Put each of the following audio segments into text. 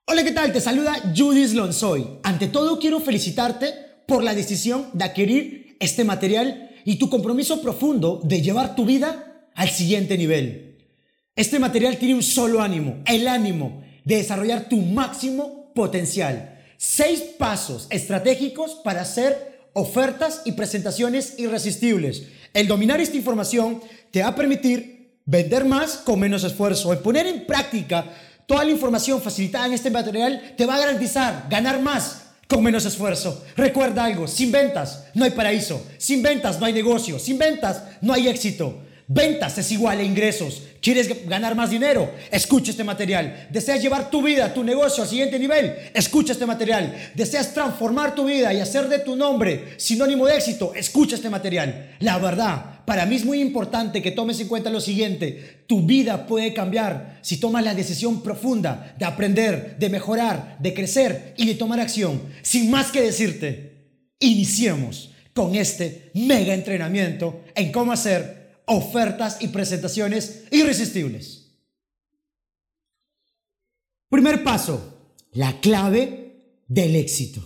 Hola, ¿qué tal? Te saluda Judith Lonsoy. Ante todo, quiero felicitarte por la decisión de adquirir este material y tu compromiso profundo de llevar tu vida al siguiente nivel. Este material tiene un solo ánimo, el ánimo de desarrollar tu máximo potencial. 6 pasos estratégicos para hacer ofertas y presentaciones irresistibles. El dominar esta información te va a permitir vender más con menos esfuerzo. El poner en práctica toda la información facilitada en este material te va a garantizar ganar más con menos esfuerzo. Recuerda algo, sin ventas no hay paraíso, sin ventas no hay negocio, sin ventas no hay éxito. Ventas es igual a ingresos. ¿Quieres ganar más dinero? Escucha este material. ¿Deseas llevar tu vida, tu negocio al siguiente nivel? Escucha este material. ¿Deseas transformar tu vida y hacer de tu nombre sinónimo de éxito? Escucha este material. La verdad, para mí es muy importante que tomes en cuenta lo siguiente. Tu vida puede cambiar si tomas la decisión profunda de aprender, de mejorar, de crecer y de tomar acción. Sin más que decirte, iniciemos con este mega entrenamiento en cómo hacer ofertas y presentaciones irresistibles. Primer paso, la clave del éxito.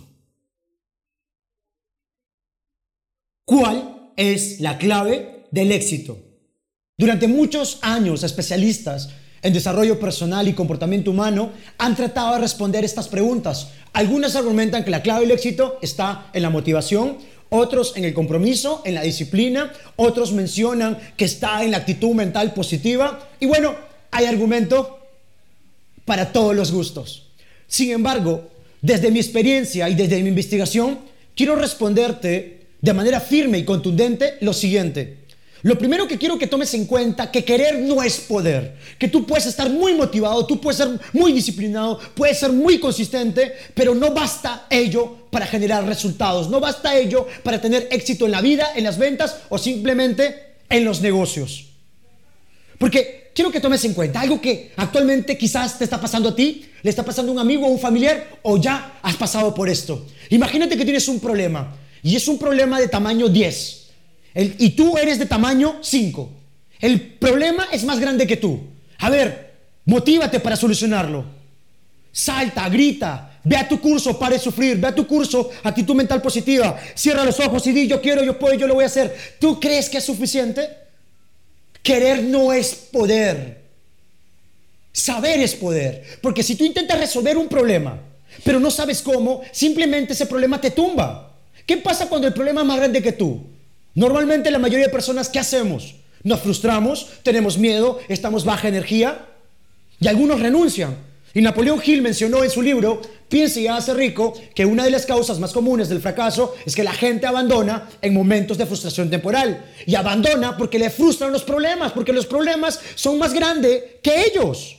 ¿Cuál es la clave del éxito? Durante muchos años, especialistas en desarrollo personal y comportamiento humano han tratado de responder estas preguntas. Algunos argumentan que la clave del éxito está en la motivación, otros en el compromiso, en la disciplina, otros mencionan que está en la actitud mental positiva. Y bueno, hay argumento para todos los gustos. Sin embargo, desde mi experiencia y desde mi investigación, quiero responderte de manera firme y contundente lo siguiente. Lo primero que quiero que tomes en cuenta, que querer no es poder, que tú puedes estar muy motivado, tú puedes ser muy disciplinado, puedes ser muy consistente, pero no basta ello para generar resultados, no basta ello para tener éxito en la vida, en las ventas o simplemente en los negocios. Porque quiero que tomes en cuenta algo que actualmente quizás te está pasando a ti, le está pasando a un amigo o un familiar o ya has pasado por esto. Imagínate que tienes un problema y es un problema de tamaño 10. Y tú eres de tamaño 5. El problema es más grande que tú. A ver, motívate para solucionarlo. Salta, grita, ve a tu curso, para de sufrir, ve a tu curso, actitud mental positiva, cierra los ojos y di yo quiero, yo puedo, yo lo voy a hacer. ¿Tú crees que es suficiente? Querer no es poder. Saber es poder. Porque si tú intentas resolver un problema, pero no sabes cómo, simplemente ese problema te tumba. ¿Qué pasa cuando el problema es más grande que tú? Normalmente la mayoría de personas, ¿qué hacemos? Nos frustramos, tenemos miedo, estamos baja energía y algunos renuncian. Y Napoleón Hill mencionó en su libro Piense y hágase rico que una de las causas más comunes del fracaso es que la gente abandona en momentos de frustración temporal. Y abandona porque le frustran los problemas, porque los problemas son más grandes que ellos.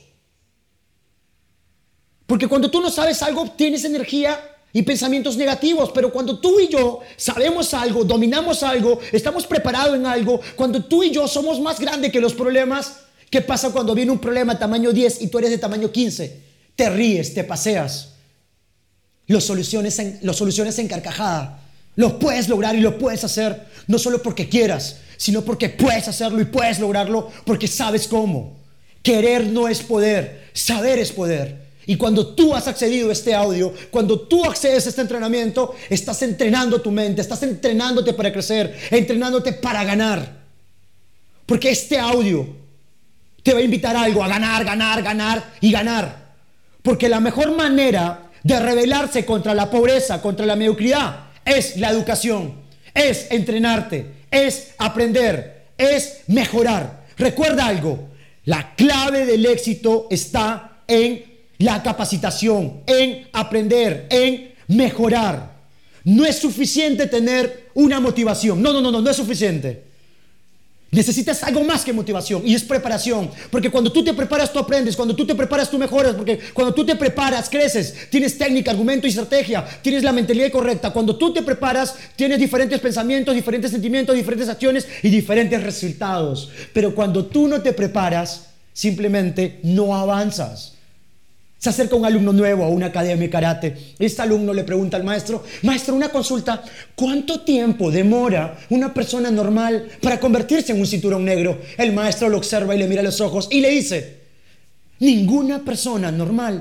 Porque cuando tú no sabes algo, tienes energía y pensamientos negativos, pero cuando tú y yo sabemos algo, dominamos algo, estamos preparados en algo, cuando tú y yo somos más grandes que los problemas, ¿qué pasa cuando viene un problema de tamaño 10 y tú eres de tamaño 15? Te ríes, te paseas, lo soluciones en carcajada. Lo puedes lograr y lo puedes hacer, no solo porque quieras, sino porque puedes hacerlo y puedes lograrlo porque sabes cómo. Querer no es poder, saber es poder. Y cuando tú has accedido a este audio, cuando tú accedes a este entrenamiento, estás entrenando tu mente, estás entrenándote para crecer, entrenándote para ganar. Porque este audio te va a invitar a algo, a ganar, ganar, ganar y ganar. Porque la mejor manera de rebelarse contra la pobreza, contra la mediocridad, es la educación, es entrenarte, es aprender, es mejorar. Recuerda algo, la clave del éxito está en la capacitación, en aprender, en mejorar. No es suficiente tener una motivación. No es suficiente. Necesitas algo más que motivación y es preparación. Porque cuando tú te preparas, tú aprendes. Cuando tú te preparas, tú mejoras. Porque cuando tú te preparas, creces. Tienes técnica, argumento y estrategia. Tienes la mentalidad correcta. Cuando tú te preparas, tienes diferentes pensamientos, diferentes sentimientos, diferentes acciones y diferentes resultados. Pero cuando tú no te preparas, simplemente no avanzas. Se acerca un alumno nuevo a una academia de karate. Este alumno le pregunta al maestro, maestro, una consulta, ¿cuánto tiempo demora una persona normal para convertirse en un cinturón negro? El maestro lo observa y le mira a los ojos y le dice, ninguna persona normal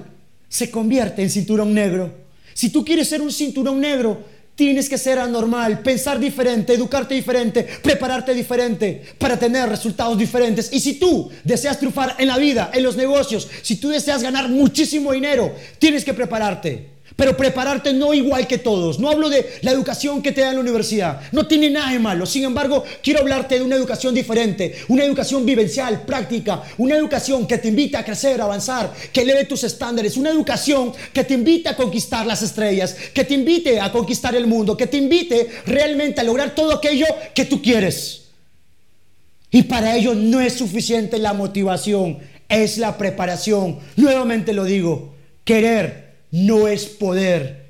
se convierte en cinturón negro. Si tú quieres ser un cinturón negro, tienes que ser anormal, pensar diferente, educarte diferente, prepararte diferente para tener resultados diferentes. Y si tú deseas triunfar en la vida, en los negocios, si tú deseas ganar muchísimo dinero, tienes que prepararte. Pero prepararte no igual que todos. No hablo de la educación que te da en la universidad. No tiene nada de malo. Sin embargo, quiero hablarte de una educación diferente. Una educación vivencial, práctica. Una educación que te invita a crecer, a avanzar, que eleve tus estándares. Una educación que te invite a conquistar las estrellas, que te invite a conquistar el mundo, que te invite realmente a lograr todo aquello que tú quieres. Y para ello no es suficiente la motivación, es la preparación. Nuevamente lo digo, querer no es poder,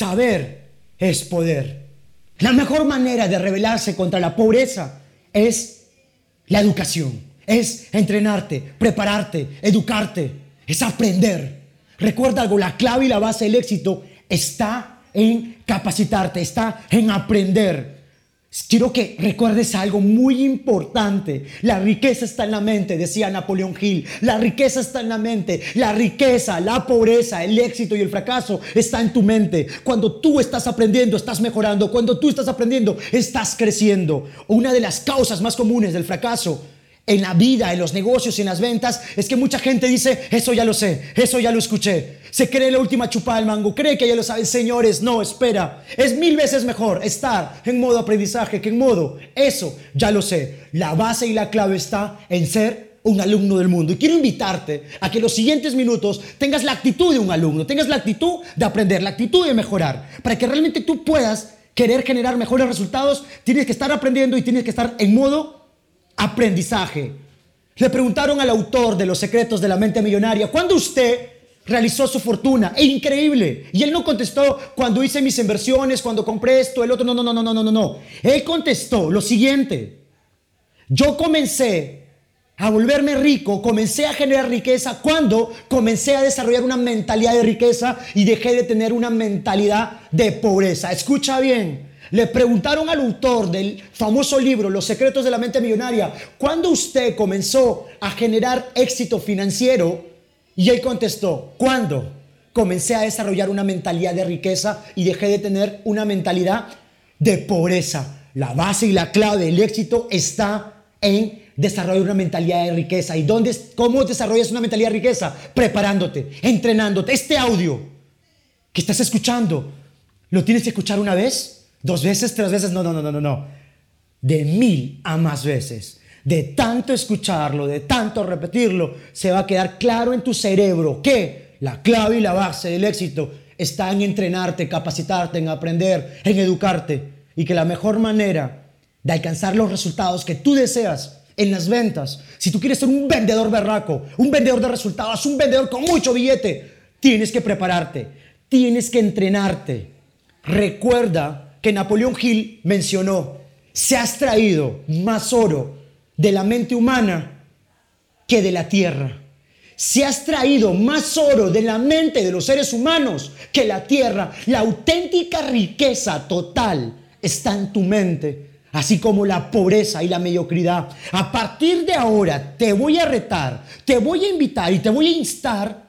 saber es poder. La mejor manera de rebelarse contra la pobreza es la educación, es entrenarte, prepararte, educarte, es aprender. Recuerda algo, la clave y la base del éxito está en capacitarte, está en aprender. Quiero que recuerdes algo muy importante. La riqueza está en la mente, decía Napoleón Hill. La riqueza está en la mente. La riqueza, la pobreza, el éxito y el fracaso está en tu mente. Cuando tú estás aprendiendo, estás mejorando. Cuando tú estás aprendiendo, estás creciendo. Una de las causas más comunes del fracaso en la vida, en los negocios y en las ventas es que mucha gente dice: eso ya lo sé, eso ya lo escuché. Se cree la última chupada del mango, cree que ya lo sabe. Señores, no, espera. Es 1000 veces mejor estar en modo aprendizaje que en modo eso ya lo sé. La base y la clave está en ser un alumno del mundo. Y quiero invitarte a que en los siguientes minutos tengas la actitud de un alumno, tengas la actitud de aprender, la actitud de mejorar. Para que realmente tú puedas querer generar mejores resultados, tienes que estar aprendiendo y tienes que estar en modo aprendizaje. Le preguntaron al autor de Los secretos de la mente millonaria: ¿cuándo usted realizó su fortuna? ¡E increíble! Y él no contestó: cuando hice mis inversiones, cuando compré esto, el otro. No. Él contestó lo siguiente: yo comencé a volverme rico, comencé a generar riqueza cuando comencé a desarrollar una mentalidad de riqueza y dejé de tener una mentalidad de pobreza. Escucha bien. Le preguntaron al autor del famoso libro Los secretos de la mente millonaria: ¿cuándo usted comenzó a generar éxito financiero? Y él contestó: ¿cuándo? Comencé a desarrollar una mentalidad de riqueza y dejé de tener una mentalidad de pobreza. La base y la clave del éxito está en desarrollar una mentalidad de riqueza. ¿Y cómo desarrollas una mentalidad de riqueza? Preparándote, entrenándote. Este audio que estás escuchando, ¿lo tienes que escuchar una vez? 2 veces, 3 veces, no. De 1000 a más veces. De tanto escucharlo, de tanto repetirlo, se va a quedar claro en tu cerebro que la clave y la base del éxito está en entrenarte, capacitarte, en aprender, en educarte. Y que la mejor manera de alcanzar los resultados que tú deseas en las ventas, si tú quieres ser un vendedor berraco, un vendedor de resultados, un vendedor con mucho billete, tienes que prepararte, tienes que entrenarte. Recuerda que Napoleón Hill mencionó: se ha extraído más oro de la mente humana que de la tierra. Se ha extraído más oro de la mente de los seres humanos que la tierra. La auténtica riqueza total está en tu mente, así como la pobreza y la mediocridad. A partir de ahora te voy a retar, te voy a invitar y te voy a instar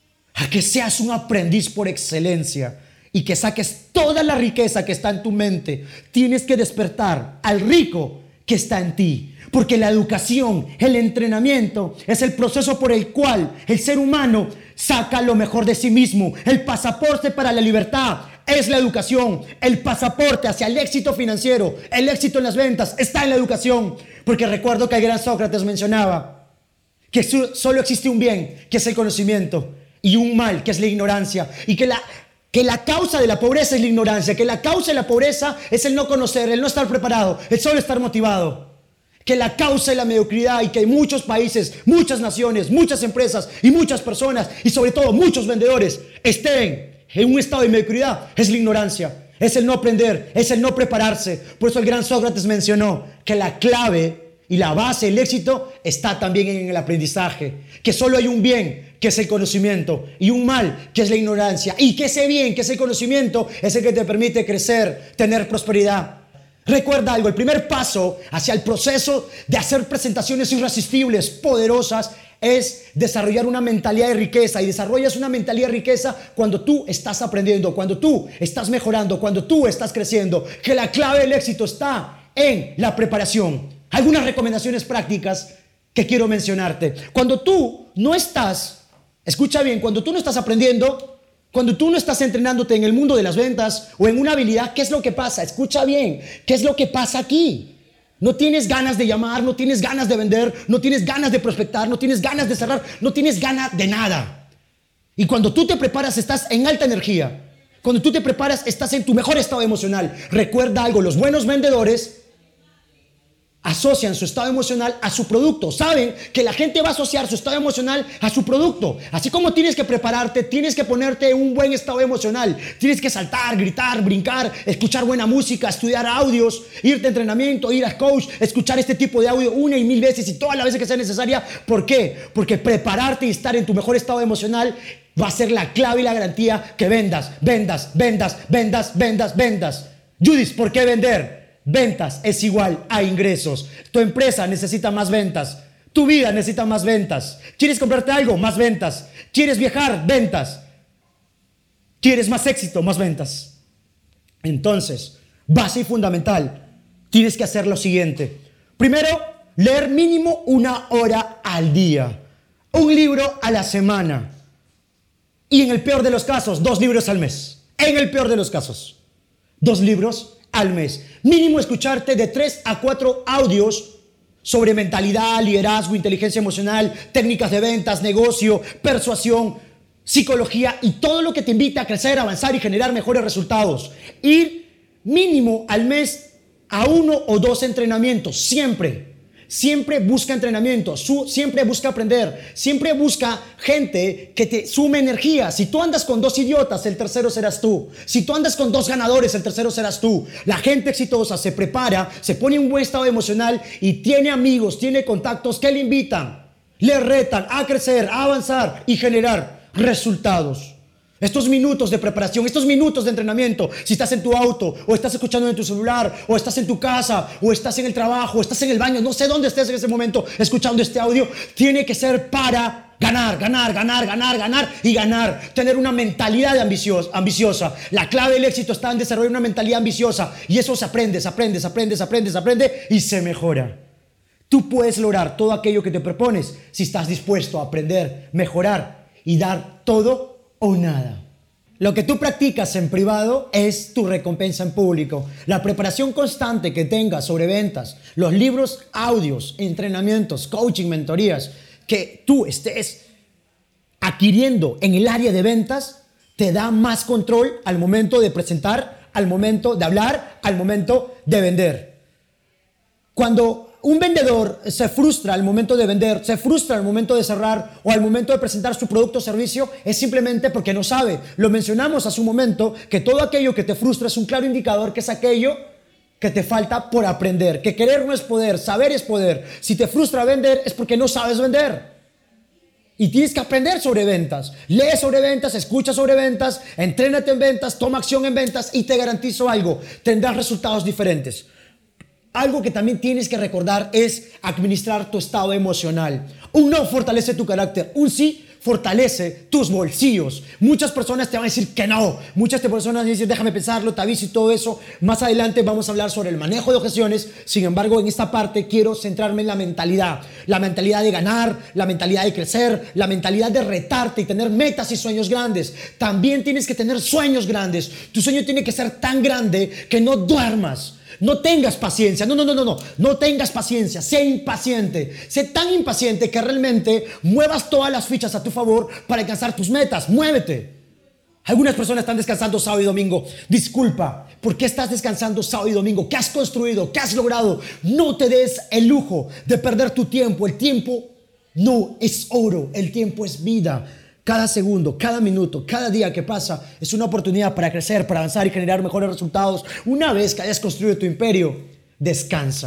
a que seas un aprendiz por excelencia y que saques toda la riqueza que está en tu mente. Tienes que despertar al rico que está en ti, porque la educación, el entrenamiento es el proceso por el cual el ser humano saca lo mejor de sí mismo. El pasaporte para la libertad es la educación. El pasaporte hacia el éxito financiero, el éxito en las ventas, está en la educación. Porque recuerdo que el gran Sócrates mencionaba que solo existe un bien, que es el conocimiento, y un mal, que es la ignorancia, y que la causa de la pobreza es la ignorancia, que la causa de la pobreza es el no conocer, el no estar preparado, el solo estar motivado. Que la causa de la mediocridad y que muchos países, muchas naciones, muchas empresas y muchas personas y sobre todo muchos vendedores estén en un estado de mediocridad es la ignorancia, es el no aprender, es el no prepararse. Por eso el gran Sócrates mencionó que la clave y la base del éxito está también en el aprendizaje, que solo hay un bien, que es el conocimiento, y un mal, que es la ignorancia, y que ese bien, que es el conocimiento, es el que te permite crecer, tener prosperidad. Recuerda algo: el primer paso hacia el proceso de hacer presentaciones irresistibles, poderosas, es desarrollar una mentalidad de riqueza, y desarrollas una mentalidad de riqueza cuando tú estás aprendiendo, cuando tú estás mejorando, cuando tú estás creciendo, que la clave del éxito está en la preparación. Algunas recomendaciones prácticas que quiero mencionarte. Cuando tú no estás, escucha bien, cuando tú no estás aprendiendo, cuando tú no estás entrenándote en el mundo de las ventas o en una habilidad, ¿qué es lo que pasa? Escucha bien, ¿qué es lo que pasa aquí? No tienes ganas de llamar, no tienes ganas de vender, no tienes ganas de prospectar, no tienes ganas de cerrar, no tienes ganas de nada. Y cuando tú te preparas, estás en alta energía. Cuando tú te preparas, estás en tu mejor estado emocional. Recuerda algo, los buenos vendedores asocian su estado emocional a su producto. Saben que la gente va a asociar su estado emocional a su producto. Así como tienes que prepararte, tienes que ponerte en un buen estado emocional. Tienes que saltar, gritar, brincar, escuchar buena música, estudiar audios, irte a entrenamiento, ir al coach, escuchar este tipo de audio 1 y 1000 veces y todas las veces que sea necesaria. ¿Por qué? Porque prepararte y estar en tu mejor estado emocional va a ser la clave y la garantía que vendas. Judith, ¿por qué vender? Ventas es igual a ingresos. Tu empresa necesita más ventas. Tu vida necesita más ventas. ¿Quieres comprarte algo? Más ventas. ¿Quieres viajar? Ventas. ¿Quieres más éxito? Más ventas. Entonces, base y fundamental, tienes que hacer lo siguiente. Primero, leer mínimo 1 hora al día. Un libro a la semana. Y en el peor de los casos, 2 libros al mes. En el peor de los casos, 2 libros al mes. Mínimo escucharte de 3 a 4 audios sobre mentalidad, liderazgo, inteligencia emocional, técnicas de ventas, negocio, persuasión, psicología y todo lo que te invita a crecer, avanzar y generar mejores resultados. Ir mínimo al mes a 1 o 2 entrenamientos, siempre. Siempre busca entrenamiento, siempre busca aprender, siempre busca gente que te sume energía. Si tú andas con 2 idiotas, el tercero serás tú. Si tú andas con 2 ganadores, el tercero serás tú. La gente exitosa se prepara, se pone en un buen estado emocional y tiene amigos, tiene contactos que le invitan, le retan a crecer, a avanzar y generar resultados. Estos minutos de preparación, estos minutos de entrenamiento, si estás en tu auto, o estás escuchando en tu celular, o estás en tu casa, o estás en el trabajo, o estás en el baño, no sé dónde estés en ese momento escuchando este audio, tiene que ser para ganar y ganar. Tener una mentalidad ambiciosa. La clave del éxito está en desarrollar una mentalidad ambiciosa, y eso se aprende y se mejora. Tú puedes lograr todo aquello que te propones si estás dispuesto a aprender, mejorar y dar todo o nada. Lo que tú practicas en privado es tu recompensa en público. La preparación constante que tengas sobre ventas, los libros, audios, entrenamientos, coaching, mentorías que tú estés adquiriendo en el área de ventas te da más control al momento de presentar, al momento de hablar, al momento de vender. Cuando un vendedor se frustra al momento de vender, se frustra al momento de cerrar o al momento de presentar su producto o servicio, es simplemente porque no sabe. Lo mencionamos hace un momento, que todo aquello que te frustra es un claro indicador que es aquello que te falta por aprender. Que querer no es poder, saber es poder. Si te frustra vender es porque no sabes vender. Y tienes que aprender sobre ventas. Lee sobre ventas, escucha sobre ventas, entrénate en ventas, toma acción en ventas y te garantizo algo, tendrás resultados diferentes. Algo que también tienes que recordar es administrar tu estado emocional. Un no fortalece tu carácter, un sí fortalece tus bolsillos. Muchas personas te van a decir que no. Muchas personas dicen, déjame pensarlo, te aviso y todo eso. Más adelante vamos a hablar sobre el manejo de objeciones. Sin embargo, en esta parte quiero centrarme en la mentalidad. La mentalidad de ganar, la mentalidad de crecer, la mentalidad de retarte y tener metas y sueños grandes. También tienes que tener sueños grandes. Tu sueño tiene que ser tan grande que no duermas. No tengas paciencia, no tengas paciencia, sé impaciente, sé tan impaciente que realmente muevas todas las fichas a tu favor para alcanzar tus metas, muévete. Algunas personas están descansando sábado y domingo. Disculpa, ¿por qué estás descansando sábado y domingo? ¿Qué has construido? ¿Qué has logrado? No te des el lujo de perder tu tiempo. El tiempo no es oro, el tiempo es vida. Cada segundo, cada minuto, cada día que pasa es una oportunidad para crecer, para avanzar y generar mejores resultados. Una vez que hayas construido tu imperio, descansa.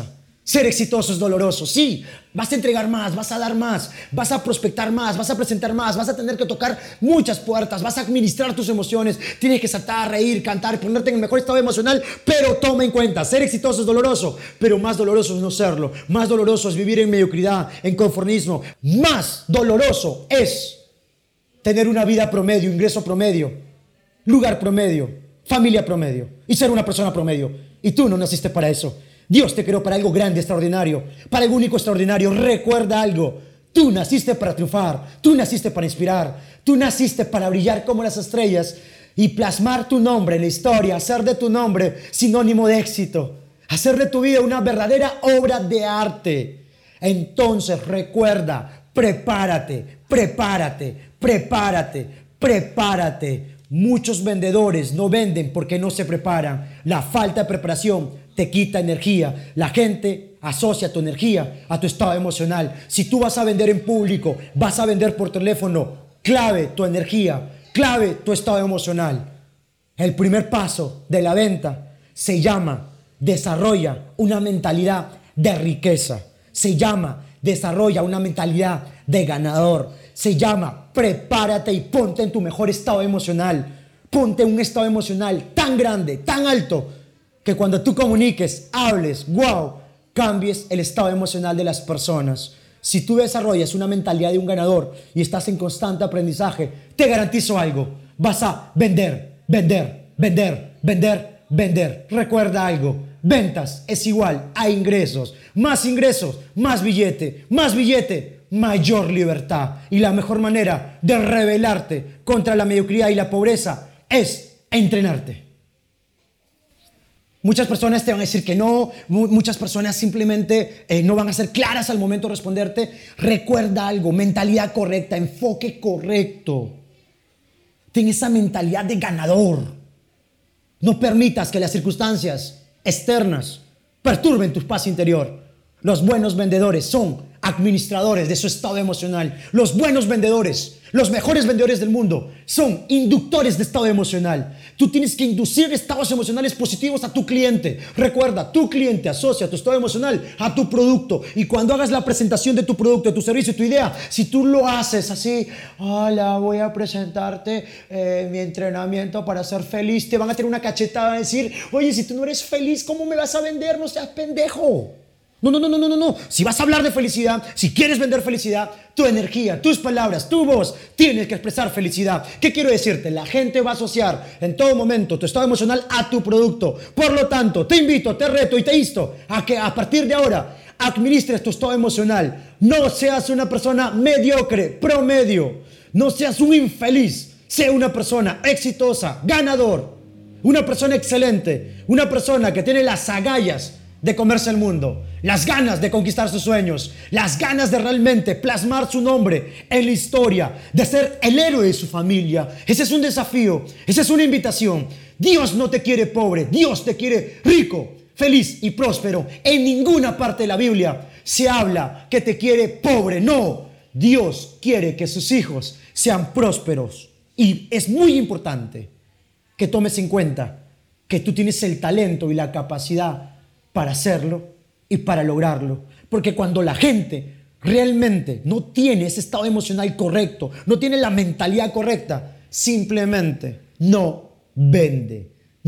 Ser exitoso es doloroso, sí, vas a entregar más, vas a dar más, vas a prospectar más, vas a presentar más, vas a tener que tocar muchas puertas, vas a administrar tus emociones, tienes que saltar, reír, cantar, ponerte en el mejor estado emocional, pero toma en cuenta, ser exitoso es doloroso, pero más doloroso es no serlo, más doloroso es vivir en mediocridad, en conformismo, más doloroso es tener una vida promedio, ingreso promedio, lugar promedio, familia promedio y ser una persona promedio, y tú no naciste para eso. Dios te creó para algo grande, extraordinario, para algo único, extraordinario. Recuerda algo, tú naciste para triunfar, tú naciste para inspirar, tú naciste para brillar como las estrellas y plasmar tu nombre en la historia, hacer de tu nombre sinónimo de éxito, hacer de tu vida una verdadera obra de arte. Entonces recuerda, prepárate, prepárate, prepárate, prepárate. Muchos vendedores no venden porque no se preparan. La falta de preparación te quita energía. La gente asocia tu energía a tu estado emocional. Si tú vas a vender en público, vas a vender por teléfono, clave tu energía, clave tu estado emocional. El primer paso de la venta se llama desarrolla una mentalidad de riqueza. Se llama desarrolla una mentalidad de ganador. Se llama prepárate y ponte en tu mejor estado emocional. Ponte en un estado emocional tan grande, tan alto, que cuando tú comuniques, hables, cambies el estado emocional de las personas. Si tú desarrollas una mentalidad de un ganador y estás en constante aprendizaje, te garantizo algo, vas a vender, vender, vender, vender, vender. Recuerda algo, ventas es igual a ingresos, más billete, mayor libertad. Y la mejor manera de rebelarte contra la mediocridad y la pobreza es entrenarte. Muchas personas te van a decir que no, muchas personas simplemente no van a ser claras al momento de responderte. Recuerda algo, mentalidad correcta, enfoque correcto. Ten esa mentalidad de ganador. No permitas que las circunstancias externas perturben tu paz interior. Los buenos vendedores son administradores de su estado emocional. Los buenos vendedores, los mejores vendedores del mundo, son inductores de estado emocional. Tú tienes que inducir estados emocionales positivos a tu cliente. Recuerda, tu cliente asocia tu estado emocional a tu producto. Y cuando hagas la presentación de tu producto, de tu servicio, tu idea, si tú lo haces así, hola, voy a presentarte mi entrenamiento para ser feliz, te van a tener una cachetada a decir, oye, si tú no eres feliz, ¿cómo me vas a vender? No seas pendejo. No. Si vas a hablar de felicidad, si quieres vender felicidad, tu energía, tus palabras, tu voz, tienes que expresar felicidad. ¿Qué quiero decirte? La gente va a asociar en todo momento tu estado emocional a tu producto. Por lo tanto, te invito, te reto y te insto a que a partir de ahora administres tu estado emocional. No seas una persona mediocre, promedio. No seas un infeliz. Sea una persona exitosa, ganador. Una persona excelente. Una persona que tiene las agallas de comerse el mundo, las ganas de conquistar sus sueños, las ganas de realmente plasmar su nombre en la historia, de ser el héroe de su familia. Ese es un desafío, esa es una invitación. Dios no te quiere pobre, Dios te quiere rico, feliz y próspero. En ninguna parte de la Biblia se habla que te quiere pobre, no. Dios quiere que sus hijos sean prósperos. Y es muy importante que tomes en cuenta que tú tienes el talento y la capacidad para hacerlo y para lograrlo. Porque cuando la gente realmente no tiene ese estado emocional correcto, no tiene la mentalidad correcta, simplemente no vende.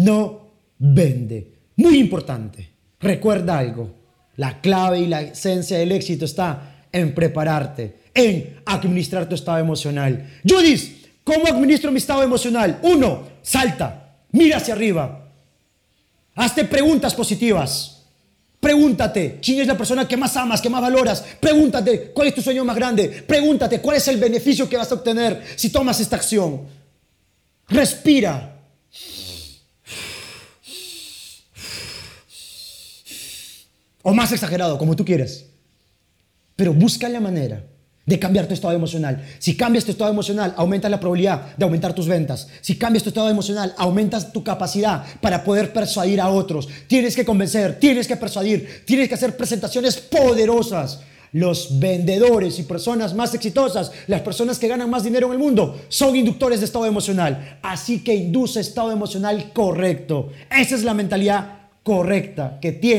Muy importante, recuerda algo, la clave y la esencia del éxito está en prepararte, en administrar tu estado emocional. Judith, ¿cómo administro mi estado emocional? 1, salta, mira hacia arriba, hazte preguntas positivas. Pregúntate, ¿quién es la persona que más amas, que más valoras? Pregúntate, ¿cuál es tu sueño más grande? Pregúntate, ¿cuál es el beneficio que vas a obtener si tomas esta acción? Respira. O más exagerado, como tú quieras. Pero busca la manera de cambiar tu estado emocional. Si cambias tu estado emocional, aumentas la probabilidad de aumentar tus ventas. Si cambias tu estado emocional, aumentas tu capacidad para poder persuadir a otros. Tienes que convencer, tienes que persuadir, tienes que hacer presentaciones poderosas. Los vendedores y personas más exitosas, las personas que ganan más dinero en el mundo, son inductores de estado emocional. Así que induce estado emocional correcto. Esa es la mentalidad correcta que tienen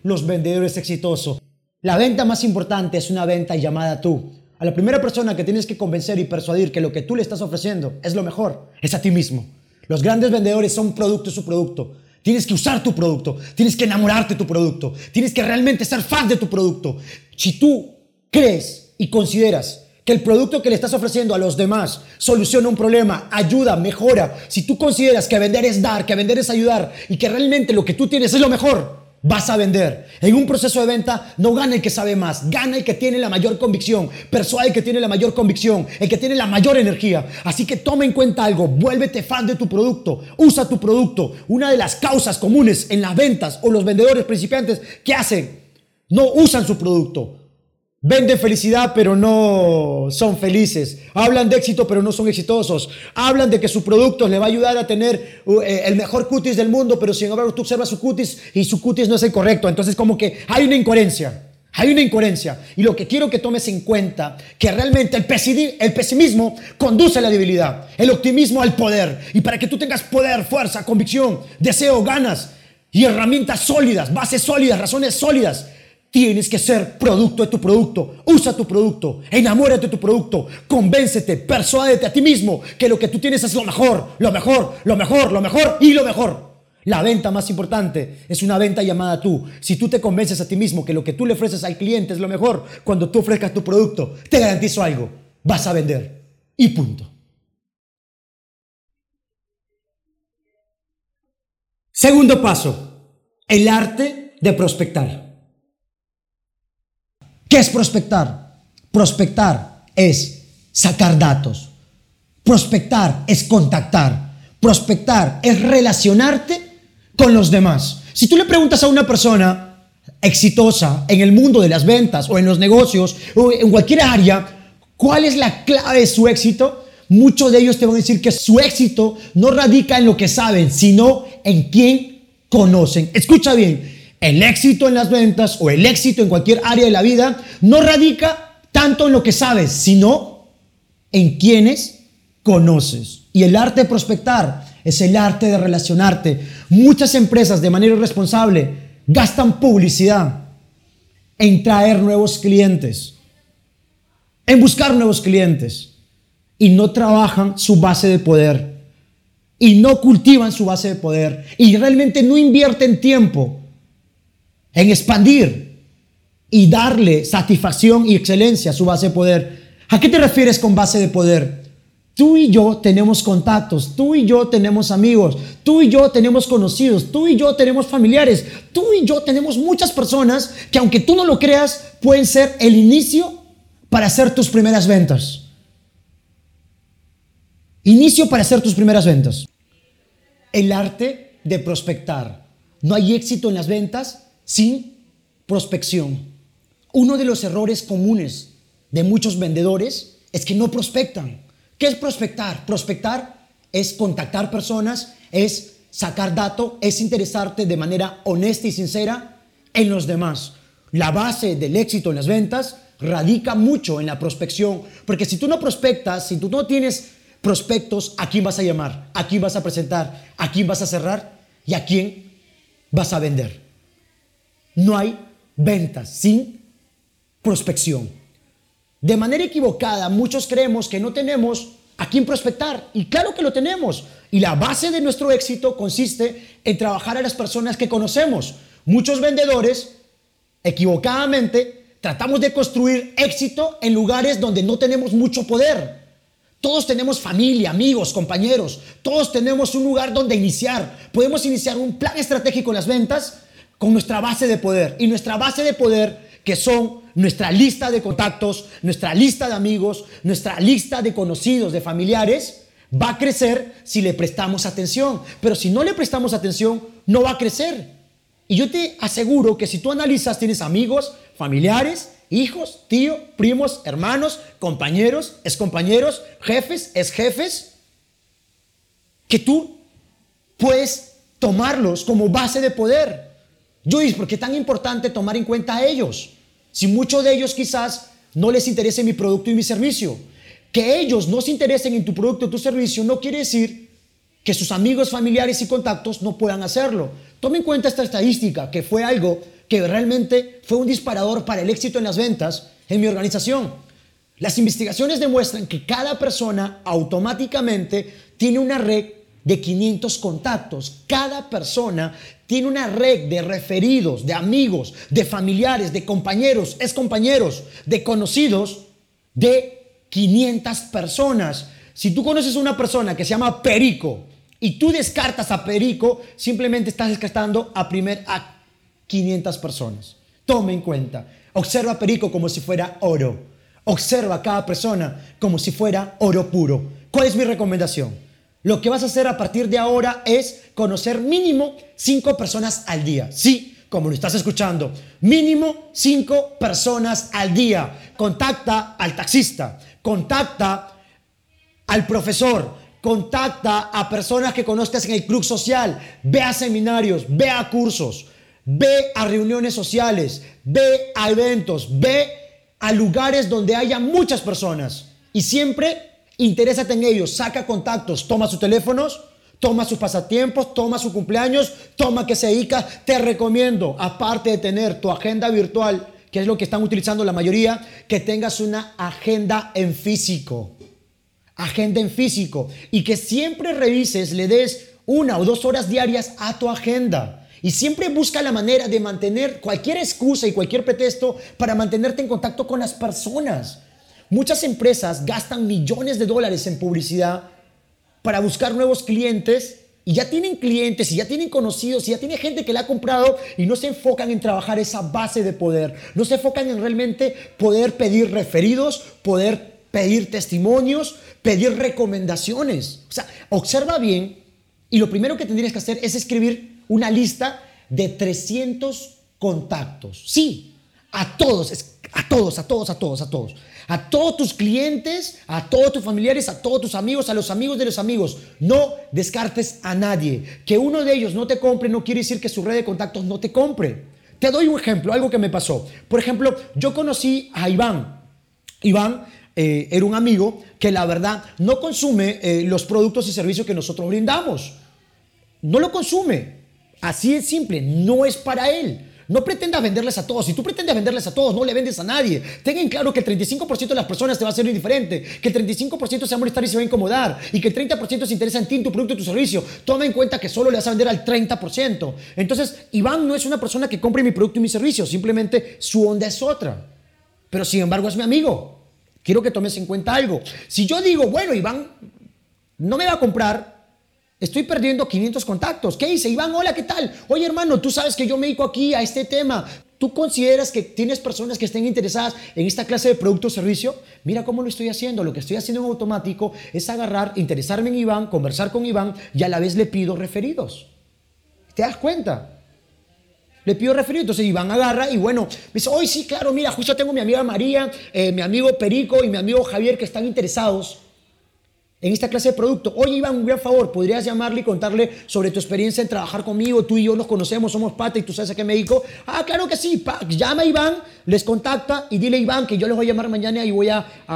los vendedores exitosos. La venta más importante es una venta llamada tú. A la primera persona que tienes que convencer y persuadir que lo que tú le estás ofreciendo es lo mejor, es a ti mismo. Los grandes vendedores son producto de su producto. Tienes que usar tu producto, tienes que enamorarte de tu producto, tienes que realmente ser fan de tu producto. Si tú crees y consideras que el producto que le estás ofreciendo a los demás soluciona un problema, ayuda, mejora, si tú consideras que vender es dar, que vender es ayudar y que realmente lo que tú tienes es lo mejor, vas a vender. En un proceso de venta no gana el que sabe más, gana el que tiene la mayor convicción, persuade el que tiene la mayor convicción, el que tiene la mayor energía. Así que toma en cuenta algo, vuélvete fan de tu producto, usa tu producto. Una de las causas comunes en las ventas o los vendedores principiantes, ¿qué hacen? No usan su producto. Venden felicidad, pero no son felices. Hablan de éxito, pero no son exitosos. Hablan de que su producto le va a ayudar a tener el mejor cutis del mundo, pero sin embargo tú observas su cutis y su cutis no es el correcto. Entonces como que hay una incoherencia. Hay una incoherencia. Y lo que quiero que tomes en cuenta, que realmente el pesimismo conduce a la debilidad. El optimismo al poder. Y para que tú tengas poder, fuerza, convicción, deseo, ganas y herramientas sólidas, bases sólidas, razones sólidas, tienes que ser producto de tu producto. Usa tu producto, enamórate de tu producto, convéncete, persuádete a ti mismo que lo que tú tienes es lo mejor, lo mejor, lo mejor, lo mejor y lo mejor. La venta más importante es una venta llamada tú. Si tú te convences a ti mismo que lo que tú le ofreces al cliente es lo mejor, cuando tú ofrezcas tu producto, te garantizo algo, vas a vender. Y punto. Segundo paso, el arte de prospectar. ¿Qué es prospectar? Prospectar es sacar datos. Prospectar es contactar. Prospectar es relacionarte con los demás. Si tú le preguntas a una persona exitosa en el mundo de las ventas o en los negocios o en cualquier área, ¿cuál es la clave de su éxito? Muchos de ellos te van a decir que su éxito no radica en lo que saben, sino en quién conocen. Escucha bien. El éxito en las ventas o el éxito en cualquier área de la vida no radica tanto en lo que sabes, sino en quienes conoces. Y el arte de prospectar es el arte de relacionarte. Muchas empresas de manera irresponsable gastan publicidad en traer nuevos clientes, en buscar nuevos clientes y no trabajan su base de poder y no cultivan su base de poder y realmente no invierten tiempo en expandir y darle satisfacción y excelencia a su base de poder. ¿A qué te refieres con base de poder? Tú y yo tenemos contactos, tú y yo tenemos amigos, tú y yo tenemos conocidos, tú y yo tenemos familiares, tú y yo tenemos muchas personas que, aunque tú no lo creas, pueden ser el inicio para hacer tus primeras ventas. Inicio para hacer tus primeras ventas. El arte de prospectar. No hay éxito en las ventas sin prospección. Uno de los errores comunes de muchos vendedores es que no prospectan. ¿Qué es prospectar? Prospectar es contactar personas, es sacar datos, es interesarte de manera honesta y sincera en los demás. La base del éxito en las ventas radica mucho en la prospección, porque si tú no prospectas, si tú no tienes prospectos, ¿a quién vas a llamar? ¿A quién vas a presentar? ¿A quién vas a cerrar? ¿Y a quién vas a vender? No hay ventas sin prospección. De manera equivocada, muchos creemos que no tenemos a quién prospectar. Y claro que lo tenemos. Y la base de nuestro éxito consiste en trabajar a las personas que conocemos. Muchos vendedores, equivocadamente, tratamos de construir éxito en lugares donde no tenemos mucho poder. Todos tenemos familia, amigos, compañeros. Todos tenemos un lugar donde iniciar. Podemos iniciar un plan estratégico en las ventas con nuestra base de poder. Y nuestra base de poder, que son nuestra lista de contactos, nuestra lista de amigos, nuestra lista de conocidos, de familiares, va a crecer si le prestamos atención. Pero si no le prestamos atención, no va a crecer. Y yo te aseguro que si tú analizas, tienes amigos, familiares, hijos, tíos, primos, hermanos, compañeros, excompañeros, jefes, exjefes, que tú puedes tomarlos como base de poder. Luis, ¿por qué es tan importante tomar en cuenta a ellos? Si muchos de ellos quizás no les interese mi producto y mi servicio. Que ellos no se interesen en tu producto o tu servicio no quiere decir que sus amigos, familiares y contactos no puedan hacerlo. Tome en cuenta esta estadística, que fue algo que realmente fue un disparador para el éxito en las ventas en mi organización. Las investigaciones demuestran que cada persona automáticamente tiene una red de 500 contactos. Cada persona tiene una red de referidos, de amigos, de familiares, de compañeros, excompañeros, de conocidos, de 500 personas. Si tú conoces a una persona que se llama Perico y tú descartas a Perico, simplemente estás descartando a 500 personas. Toma en cuenta. Observa a Perico como si fuera oro. Observa a cada persona como si fuera oro puro. ¿Cuál es mi recomendación? Lo que vas a hacer a partir de ahora es conocer mínimo 5 personas al día. Sí, como lo estás escuchando, mínimo 5 personas al día. Contacta al taxista, contacta al profesor, contacta a personas que conozcas en el club social, ve a seminarios, ve a cursos, ve a reuniones sociales, ve a eventos, ve a lugares donde haya muchas personas y siempre interésate en ellos, saca contactos, toma sus teléfonos, toma sus pasatiempos, toma su cumpleaños, toma que se dedica. Te recomiendo, aparte de tener tu agenda virtual, que es lo que están utilizando la mayoría, que tengas una agenda en físico. Agenda en físico. Y que siempre revises, le des 1 o 2 horas diarias a tu agenda. Y siempre busca la manera de mantener cualquier excusa y cualquier pretexto para mantenerte en contacto con las personas. Muchas empresas gastan millones de dólares en publicidad para buscar nuevos clientes y ya tienen clientes y ya tienen conocidos y ya tiene gente que la ha comprado y no se enfocan en trabajar esa base de poder. No se enfocan en realmente poder pedir referidos, poder pedir testimonios, pedir recomendaciones. O sea, observa bien y lo primero que tendrías que hacer es escribir una lista de 300 contactos. Sí, a todos, a todos tus clientes, a todos tus familiares, a todos tus amigos, a los amigos de los amigos. No descartes a nadie. Que uno de ellos no te compre no quiere decir que su red de contactos no te compre. Te doy un ejemplo, algo que me pasó. Por ejemplo, yo conocí a Iván. Iván era un amigo que la verdad no consume los productos y servicios que nosotros brindamos. No lo consume. Así es simple, no es para él. No pretendas venderles a todos. Si tú pretendes venderles a todos, no le vendes a nadie. Tengan claro que el 35% de las personas te va a ser indiferente, que el 35% se va a molestar y se va a incomodar, y que el 30% se interesa en ti, en tu producto y tu servicio. Toma en cuenta que solo le vas a vender al 30%. Entonces, Iván no es una persona que compre mi producto y mi servicio, simplemente su onda es otra. Pero sin embargo es mi amigo. Quiero que tomes en cuenta algo. Si yo digo, bueno, Iván no me va a comprar, estoy perdiendo 500 contactos. ¿Qué hice? Iván, hola, ¿qué tal? Oye, hermano, tú sabes que yo me dedico aquí a este tema. ¿Tú consideras que tienes personas que estén interesadas en esta clase de producto o servicio? Mira cómo lo estoy haciendo. Lo que estoy haciendo en automático es agarrar, interesarme en Iván, conversar con Iván y a la vez le pido referidos. ¿Te das cuenta? Le pido referidos. Entonces Iván agarra y bueno, me dice, hoy sí, claro, mira, justo tengo mi amiga María, mi amigo Perico y mi amigo Javier que están interesados en esta clase de producto. Oye, Iván, un gran favor, ¿podrías llamarle y contarle sobre tu experiencia en trabajar conmigo? Tú y yo nos conocemos, somos pata y tú sabes a qué me dedico. Ah, claro que sí. Llama a Iván, les contacta y dile a Iván que yo les voy a llamar mañana y voy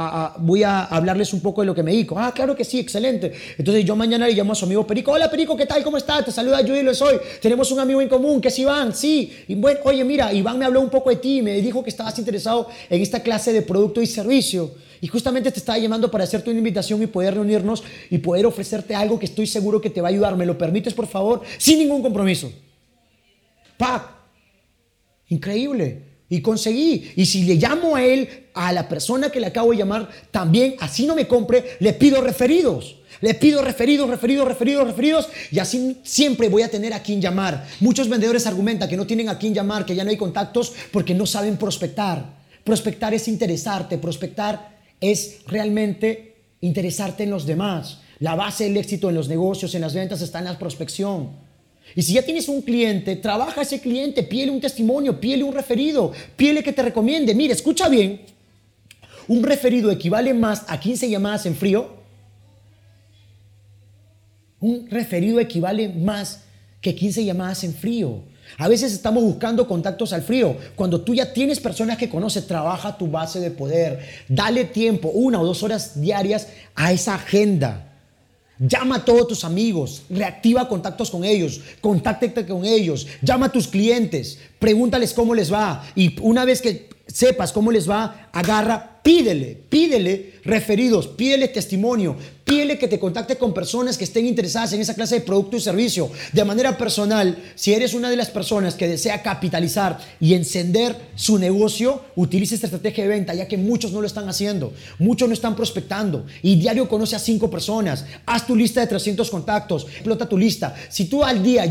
a hablarles un poco de lo que me dedico. Ah, claro que sí, excelente. Entonces yo mañana le llamo a su amigo Perico. Hola, Perico, ¿qué tal? ¿Cómo estás? Te saluda Judy Lozoy. Tenemos un amigo en común que es Iván. Sí. Y bueno, oye, mira, Iván me habló un poco de ti, me dijo que estabas interesado en esta clase de producto y servicio. Y justamente te estaba llamando para hacerte una invitación y poder reunirnos y poder ofrecerte algo que estoy seguro que te va a ayudar. ¿Me lo permites, por favor? Sin ningún compromiso. ¡Pac! Increíble. Y conseguí. Y si le llamo a él, a la persona que le acabo de llamar, también, así no me compre, le pido referidos. Le pido referidos y así siempre voy a tener a quien llamar. Muchos vendedores argumentan que no tienen a quien llamar, que ya no hay contactos porque no saben prospectar. Prospectar es interesarte, prospectar es realmente interesarte en los demás. La base del éxito en los negocios, en las ventas, está en la prospección. Y si ya tienes un cliente, trabaja a ese cliente, pídele un testimonio, pídele un referido, pídele que te recomiende. Mira, escucha bien, un referido equivale más a 15 llamadas en frío. Un referido equivale más que 15 llamadas en frío. A veces estamos buscando contactos al frío. Cuando tú ya tienes personas que conoces, trabaja tu base de poder. Dale tiempo, 1 o 2 horas diarias a esa agenda. Llama a todos tus amigos, reactiva contactos con ellos, contáctate con ellos, llama a tus clientes, pregúntales cómo les va y una vez que sepas cómo les va, agarra, pídele referidos, pídele testimonio, pídele que te contacte con personas que estén interesadas en esa clase de producto y servicio. De manera personal, si eres una de las personas que desea capitalizar y encender su negocio, utiliza esta estrategia de venta, ya que muchos no lo están haciendo, muchos no están prospectando y diario conoce a 5 personas. Haz tu lista de 300 contactos, explota tu lista. Si tú al día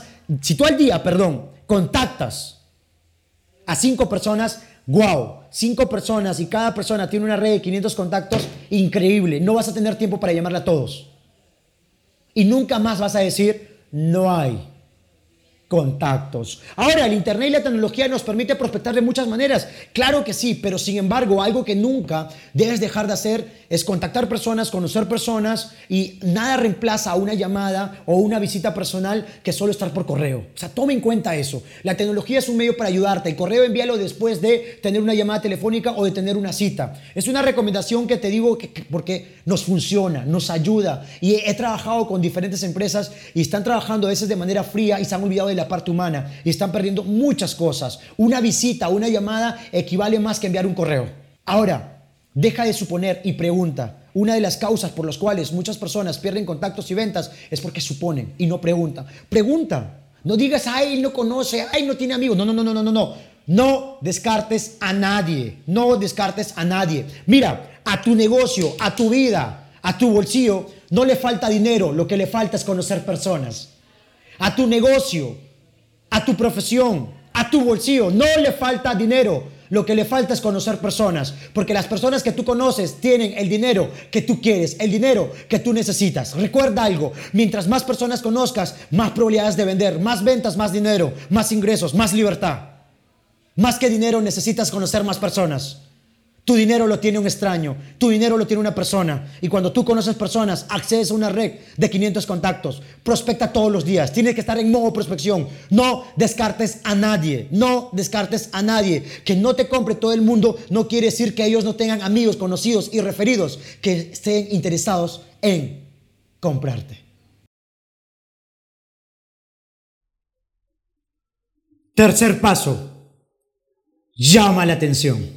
contactas a 5 personas, wow, 5 personas y cada persona tiene una red de 500 contactos, increíble. No vas a tener tiempo para llamarle a todos. Y nunca más vas a decir, no hay contactos. Ahora, el internet y la tecnología nos permite prospectar de muchas maneras. Claro que sí, pero sin embargo, algo que nunca debes dejar de hacer es contactar personas, conocer personas y nada reemplaza una llamada o una visita personal que solo estar por correo. O sea, toma en cuenta eso. La tecnología es un medio para ayudarte. El correo envíalo después de tener una llamada telefónica o de tener una cita. Es una recomendación que te digo porque nos funciona, nos ayuda y he trabajado con diferentes empresas y están trabajando a veces de manera fría y se han olvidado de la parte humana y están perdiendo muchas cosas. Una visita, una llamada equivale más que enviar un correo. Ahora, deja de suponer y pregunta. Una de las causas por las cuales muchas personas pierden contactos y ventas es porque suponen y no preguntan. Pregunta. No digas, ay, él no conoce, ay, no tiene amigos. No. No descartes a nadie. No descartes a nadie. Mira, a tu negocio, a tu vida, a tu bolsillo, no le falta dinero. Lo que le falta es conocer personas. A tu negocio, a tu profesión, a tu bolsillo, no le falta dinero. Lo que le falta es conocer personas, porque las personas que tú conoces tienen el dinero que tú quieres, el dinero que tú necesitas. Recuerda algo, mientras más personas conozcas, más probabilidades de vender, más ventas, más dinero, más ingresos, más libertad. Más que dinero necesitas conocer más personas. Tu dinero lo tiene un extraño, tu dinero lo tiene una persona. Y cuando tú conoces personas, accedes a una red de 500 contactos. Prospecta todos los días, tienes que estar en modo prospección. No descartes a nadie, no descartes a nadie. Que no te compre todo el mundo no quiere decir que ellos no tengan amigos, conocidos y referidos que estén interesados en comprarte. Tercer paso, llama la atención.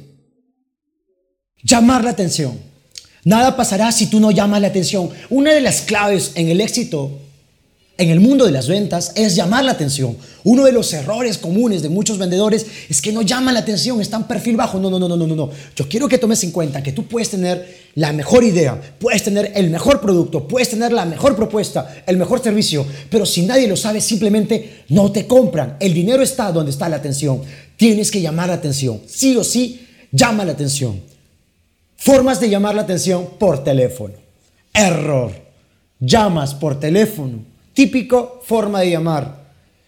Llamar la atención. Nada pasará si tú no llamas la atención. Una de las claves en el éxito en el mundo de las ventas es llamar la atención. Uno de los errores comunes de muchos vendedores es que no llaman la atención, están perfil bajo. No. Yo quiero que tomes en cuenta que tú puedes tener la mejor idea, puedes tener el mejor producto, puedes tener la mejor propuesta, el mejor servicio, pero si nadie lo sabe, simplemente no te compran. El dinero está donde está la atención. Tienes que llamar la atención. Sí o sí, llama la atención. Formas de llamar la atención por teléfono. Error. Llamas por teléfono. Típico forma de llamar.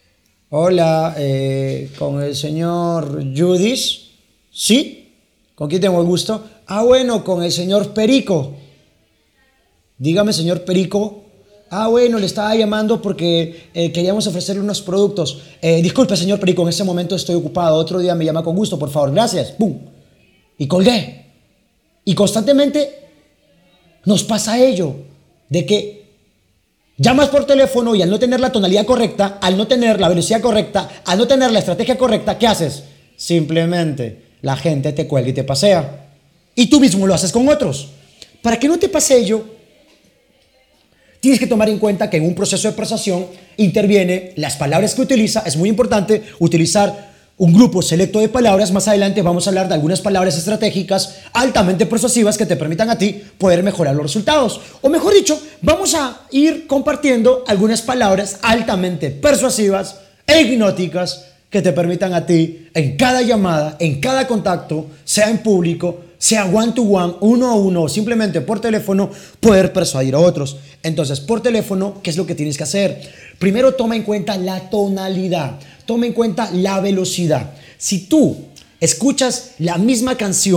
Hola, con el señor Judis. ¿Sí? ¿Con quién tengo el gusto? Ah, bueno, con el señor Perico. Dígame, señor Perico. Ah, bueno, le estaba llamando porque queríamos ofrecerle unos productos. Disculpe, señor Perico, en ese momento estoy ocupado. Otro día me llama con gusto, por favor. Gracias. ¡Pum! Y colgué. Y constantemente nos pasa ello, de que llamas por teléfono y al no tener la tonalidad correcta, al no tener la velocidad correcta, al no tener la estrategia correcta, ¿qué haces? Simplemente la gente te cuelga y te pasea. Y tú mismo lo haces con otros. Para que no te pase ello, tienes que tomar en cuenta que en un proceso de persuasión interviene las palabras que utiliza. Es muy importante utilizar un grupo selecto de palabras. Más adelante vamos a hablar de algunas palabras estratégicas altamente persuasivas que te permitan a ti poder mejorar los resultados. O mejor dicho, vamos a ir compartiendo algunas palabras altamente persuasivas e hipnóticas que te permitan a ti en cada llamada, en cada contacto, sea en público, sea one to one, uno a uno o simplemente por teléfono, poder persuadir a otros. Entonces, por teléfono, ¿qué es lo que tienes que hacer? Primero, toma en cuenta la tonalidad. Toma en cuenta la velocidad. Si tú escuchas la misma canción,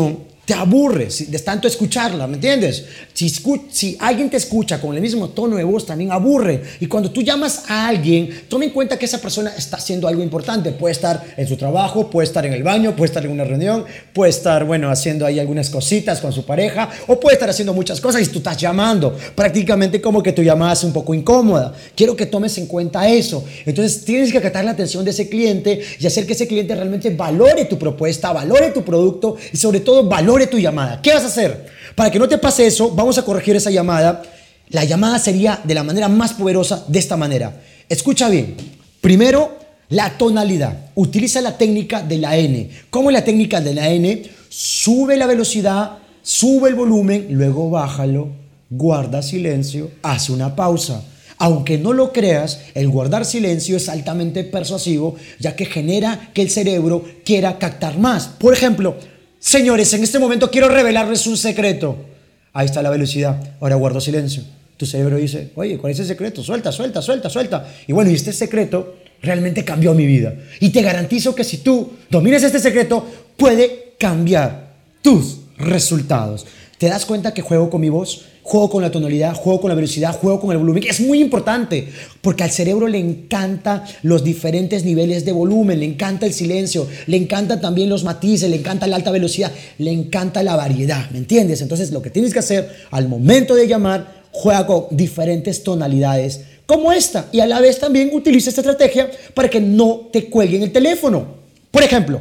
te aburre de tanto escucharla, ¿me entiendes? Si alguien te escucha con el mismo tono de voz, también aburre. Y cuando tú llamas a alguien, toma en cuenta que esa persona está haciendo algo importante. Puede estar en su trabajo, puede estar en el baño, puede estar en una reunión, puede estar, haciendo ahí algunas cositas con su pareja, o puede estar haciendo muchas cosas y tú estás llamando. Prácticamente como que tu llamada es un poco incómoda. Quiero que tomes en cuenta eso. Entonces tienes que acatar la atención de ese cliente y hacer que ese cliente realmente valore tu propuesta, valore tu producto y sobre todo valore tu llamada. ¿Qué vas a hacer? Para que no te pase eso, vamos a corregir esa llamada. La llamada sería de la manera más poderosa de esta manera. Escucha bien. Primero, la tonalidad. Utiliza la técnica de la N. ¿Cómo es la técnica de la N? Sube la velocidad, sube el volumen, luego bájalo, guarda silencio, hace una pausa. Aunque no lo creas, el guardar silencio es altamente persuasivo, ya que genera que el cerebro quiera captar más. Por ejemplo, señores, en este momento quiero revelarles un secreto. Ahí está la velocidad. Ahora guardo silencio. Tu cerebro dice, oye, ¿cuál es el secreto? Suelta, suelta, suelta, suelta. Y bueno, y este secreto realmente cambió mi vida. Y te garantizo que si tú dominas este secreto, puede cambiar tus resultados. ¿Te das cuenta que juego con mi voz? Juego con la tonalidad, juego con la velocidad, juego con el volumen. Es muy importante porque al cerebro le encanta los diferentes niveles de volumen, le encanta el silencio, le encanta también los matices, le encanta la alta velocidad, le encanta la variedad, ¿me entiendes? Entonces lo que tienes que hacer al momento de llamar, juega con diferentes tonalidades como esta y a la vez también utiliza esta estrategia para que no te cuelguen el teléfono. Por ejemplo,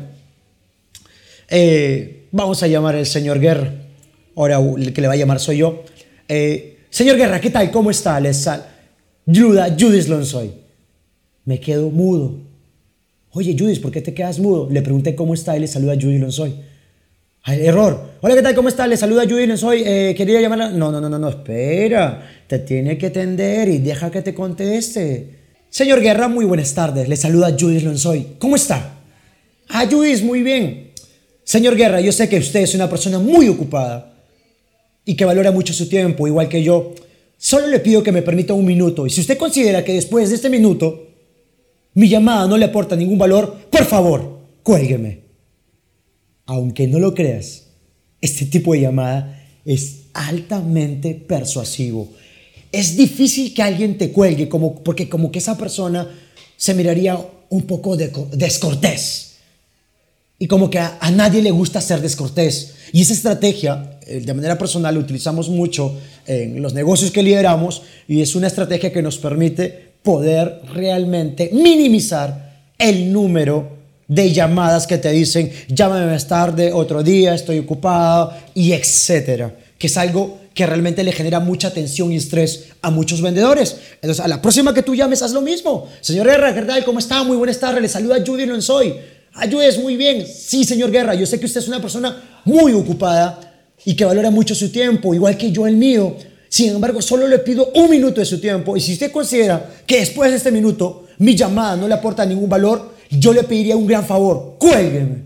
vamos a llamar al señor Guerra. Ahora el que le va a llamar soy yo. Señor Guerra, ¿qué tal? ¿Cómo está? Les saluda Judith Lonsoy. Me quedo mudo. Oye, Judith, ¿por qué te quedas mudo? Le pregunté cómo está y le saluda Judith Lonsoy. Ay, error. Hola, ¿qué tal? ¿Cómo está? Le saluda Judith Lonsoy. Quería llamarla. No, espera. Te tiene que atender y deja que te conteste. Señor Guerra, muy buenas tardes. Le saluda Judith Lonsoy. ¿Cómo está? Ah, Judith, muy bien. Señor Guerra, yo sé que usted es una persona muy ocupada y que valora mucho su tiempo, igual que yo. Solo le pido que me permita un minuto. Y si usted considera que después de este minuto mi llamada no le aporta ningún valor, por favor, cuélgueme. Aunque no lo creas, este tipo de llamada es altamente persuasivo. Es difícil que alguien te cuelgue porque como que esa persona se miraría un poco descortés. Y como que a nadie le gusta ser descortés. Y esa estrategia, de manera personal, la utilizamos mucho en los negocios que lideramos y es una estrategia que nos permite poder realmente minimizar el número de llamadas que te dicen llámame más tarde, otro día, estoy ocupado y etcétera. Que es algo que realmente le genera mucha tensión y estrés a muchos vendedores. Entonces, a la próxima que tú llames, haz lo mismo. Señor Guerra, ¿qué tal? ¿Cómo está? Muy buenas tardes. Le saluda Judy Lonsoy. Ayudes, muy bien. Sí, señor Guerra, yo sé que usted es una persona muy ocupada y que valora mucho su tiempo, igual que yo el mío. Sin embargo, solo le pido un minuto de su tiempo y si usted considera que después de este minuto mi llamada no le aporta ningún valor, yo le pediría un gran favor. Cuélgueme.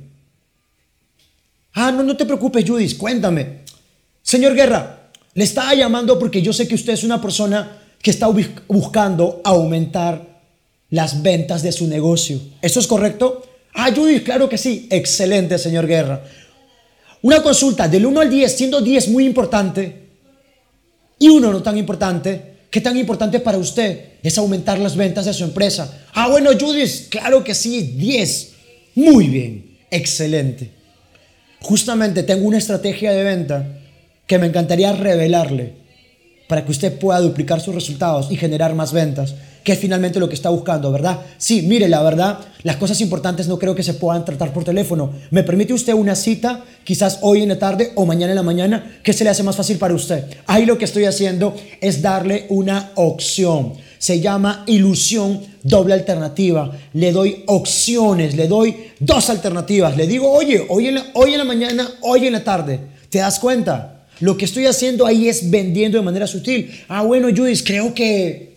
Ah, no te preocupes, Judith, cuéntame. Señor Guerra, le estaba llamando porque yo sé que usted es una persona que está buscando aumentar las ventas de su negocio. ¿Eso es correcto? Ah, Judith, claro que sí. Excelente, señor Guerra. Una consulta del 1 al 10, siendo 10 muy importante y 1 no tan importante. ¿Qué tan importante para usted es aumentar las ventas de su empresa? Ah, bueno, Judith, claro que sí, 10. Muy bien, excelente. Justamente tengo una estrategia de venta que me encantaría revelarle para que usted pueda duplicar sus resultados y generar más ventas, que es finalmente lo que está buscando, ¿verdad? Sí, mire, la verdad, las cosas importantes no creo que se puedan tratar por teléfono. ¿Me permite usted una cita, quizás hoy en la tarde o mañana en la mañana? ¿Qué se le hace más fácil para usted? Ahí lo que estoy haciendo es darle una opción. Se llama ilusión doble alternativa. Le doy opciones, le doy 2 alternativas. Le digo, oye, hoy en la mañana, hoy en la tarde. ¿Te das cuenta? Lo que estoy haciendo ahí es vendiendo de manera sutil. Ah, bueno, Judith, creo que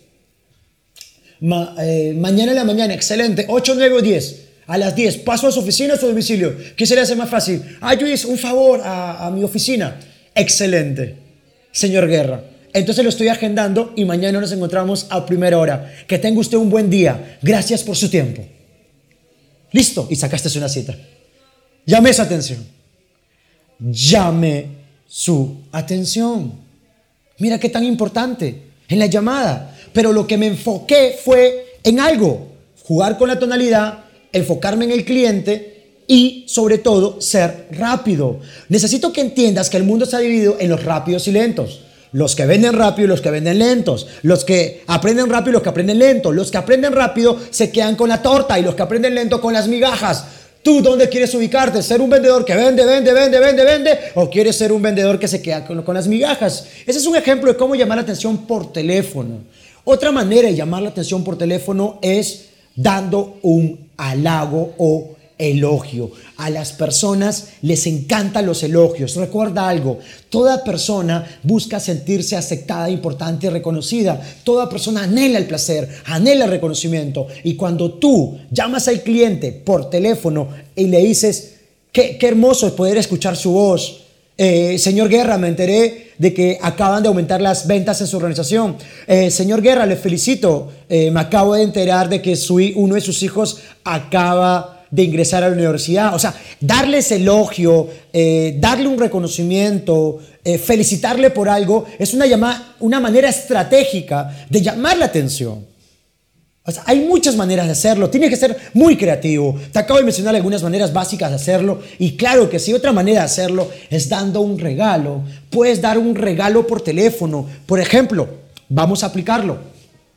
mañana en la mañana, excelente, 8, 9 o 10. A las 10, paso a su oficina o a su domicilio. ¿Qué se le hace más fácil? Ah, Judith, un favor a mi oficina. Excelente, señor Guerra. Entonces lo estoy agendando y mañana nos encontramos a primera hora. Que tenga usted un buen día. Gracias por su tiempo. Listo, y sacaste una cita. Llame esa atención. llame su atención. Mira qué tan importante en la llamada. Pero lo que me enfoqué fue en algo: jugar con la tonalidad, enfocarme en el cliente y, sobre todo, ser rápido. Necesito que entiendas que el mundo está dividido en los rápidos y lentos. Los que venden rápido y los que venden lentos. Los que aprenden rápido y los que aprenden lento. Los que aprenden rápido se quedan con la torta y los que aprenden lento con las migajas. ¿Tú dónde quieres ubicarte? ¿Ser un vendedor que vende? ¿O quieres ser un vendedor que se queda con las migajas? Ese es un ejemplo de cómo llamar la atención por teléfono. Otra manera de llamar la atención por teléfono es dando un halago o elogio. A las personas les encantan los elogios. Recuerda algo: toda persona busca sentirse aceptada, importante y reconocida. Toda persona anhela el placer, anhela el reconocimiento. Y cuando tú llamas al cliente por teléfono y le dices: qué hermoso es poder escuchar su voz. Señor Guerra, me enteré de que acaban de aumentar las ventas en su organización. Señor Guerra, le felicito. Me acabo de enterar de que uno de sus hijos acaba de ingresar a la universidad. O sea, darles elogio, darle un reconocimiento, felicitarle por algo, es una manera estratégica de llamar la atención. O sea, hay muchas maneras de hacerlo. Tienes que ser muy creativo. Te acabo de mencionar algunas maneras básicas de hacerlo. Y claro que sí, otra manera de hacerlo es dando un regalo. Puedes dar un regalo por teléfono. Por ejemplo, vamos a aplicarlo.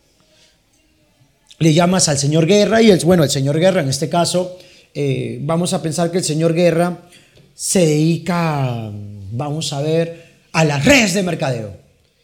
Le llamas al señor Guerra y el señor Guerra en este caso, vamos a pensar que el señor Guerra se dedica, vamos a ver, a las redes de mercadeo.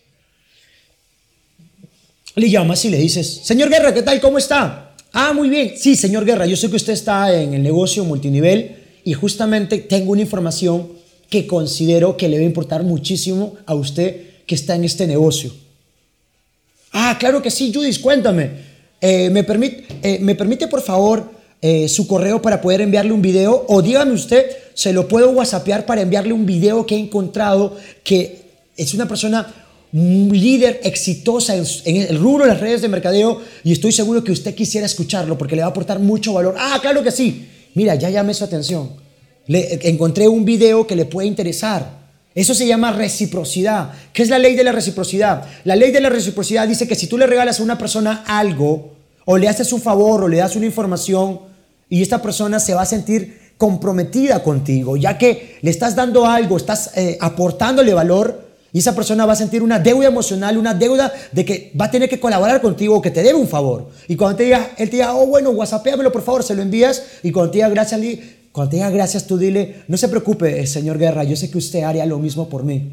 Le llamas y le dices: señor Guerra, ¿qué tal? ¿Cómo está? Ah, muy bien. Sí, señor Guerra, yo sé que usted está en el negocio multinivel y justamente tengo una información que considero que le va a importar muchísimo a usted que está en este negocio. Ah, claro que sí, Judith, cuéntame. ¿Me permite por favor su correo para poder enviarle un video? O dígame usted, se lo puedo whatsappear para enviarle un video que he encontrado, que es una persona líder exitosa en el rubro de las redes de mercadeo y estoy seguro que usted quisiera escucharlo porque le va a aportar mucho valor. Ah, claro que sí. Mira, ya llamé su atención. Encontré un video que le puede interesar. Eso se llama reciprocidad. ¿Qué es la ley de la reciprocidad? La ley de la reciprocidad dice que si tú le regalas a una persona algo, o le haces un favor, o le das una información, y esta persona se va a sentir comprometida contigo, ya que le estás dando algo, estás aportándole valor, y esa persona va a sentir una deuda emocional, una deuda de que va a tener que colaborar contigo, que te debe un favor. Y cuando él te diga: oh, bueno, whatsappéamelo por favor, se lo envías, y cuando te diga gracias, tú dile: no se preocupe, señor Guerra, yo sé que usted haría lo mismo por mí.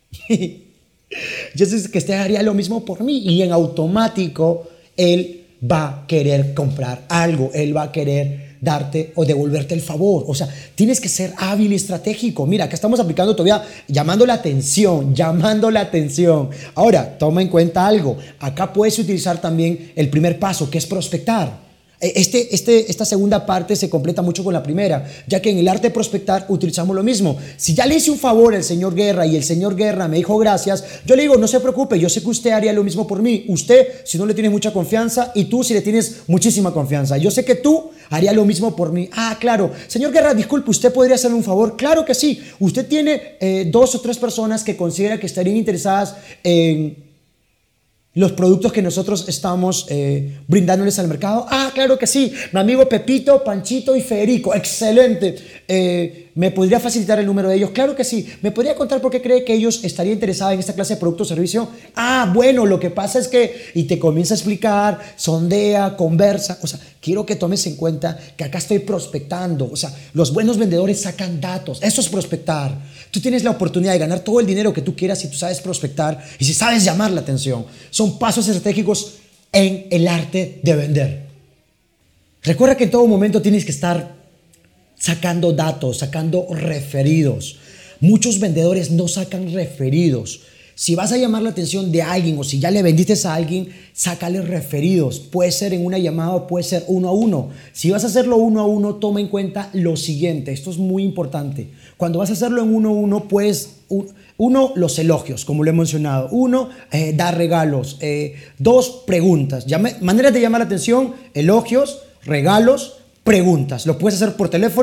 Yo sé que usted haría lo mismo por mí. Y en automático, él va a querer comprar algo. Él va a querer darte o devolverte el favor. O sea, tienes que ser hábil y estratégico. Mira, acá estamos aplicando todavía llamando la atención. Ahora, toma en cuenta algo. Acá puedes utilizar también el primer paso, que es prospectar. Esta segunda parte se completa mucho con la primera, ya que en el arte de prospectar utilizamos lo mismo. Si ya le hice un favor al señor Guerra y el señor Guerra me dijo gracias, yo le digo: no se preocupe, yo sé que usted haría lo mismo por mí. Usted, si no le tienes mucha confianza, y tú, si le tienes muchísima confianza. Yo sé que tú haría lo mismo por mí. Ah, claro. Señor Guerra, disculpe, ¿usted podría hacerme un favor? Claro que sí. Usted tiene 2 o 3 personas que considera que estarían interesadas en los productos que nosotros estamos brindándoles al mercado. Ah, claro que sí. Mi amigo Pepito, Panchito y Federico. Excelente. ¿Me podría facilitar el número de ellos? Claro que sí. ¿Me podría contar por qué cree que ellos estarían interesados en esta clase de producto o servicio? Ah, bueno, lo que pasa es que... Y te comienza a explicar, sondea, conversa. O sea, quiero que tomes en cuenta que acá estoy prospectando. O sea, los buenos vendedores sacan datos. Eso es prospectar. Tú tienes la oportunidad de ganar todo el dinero que tú quieras si tú sabes prospectar y si sabes llamar la atención. Son pasos estratégicos en el arte de vender. Recuerda que en todo momento tienes que estar sacando datos, sacando referidos. Muchos vendedores no sacan referidos. Si vas a llamar la atención de alguien o si ya le vendiste a alguien, sácale referidos. Puede ser en una llamada o puede ser 1 a 1. Si vas a hacerlo 1 a 1, toma en cuenta lo siguiente. Esto es muy importante. Cuando vas a hacerlo en 1 a 1, puedes... 1, los elogios, como lo he mencionado. 1, dar regalos. 2, preguntas. Maneras de llamar la atención: elogios, regalos, preguntas. Lo puedes hacer por teléfono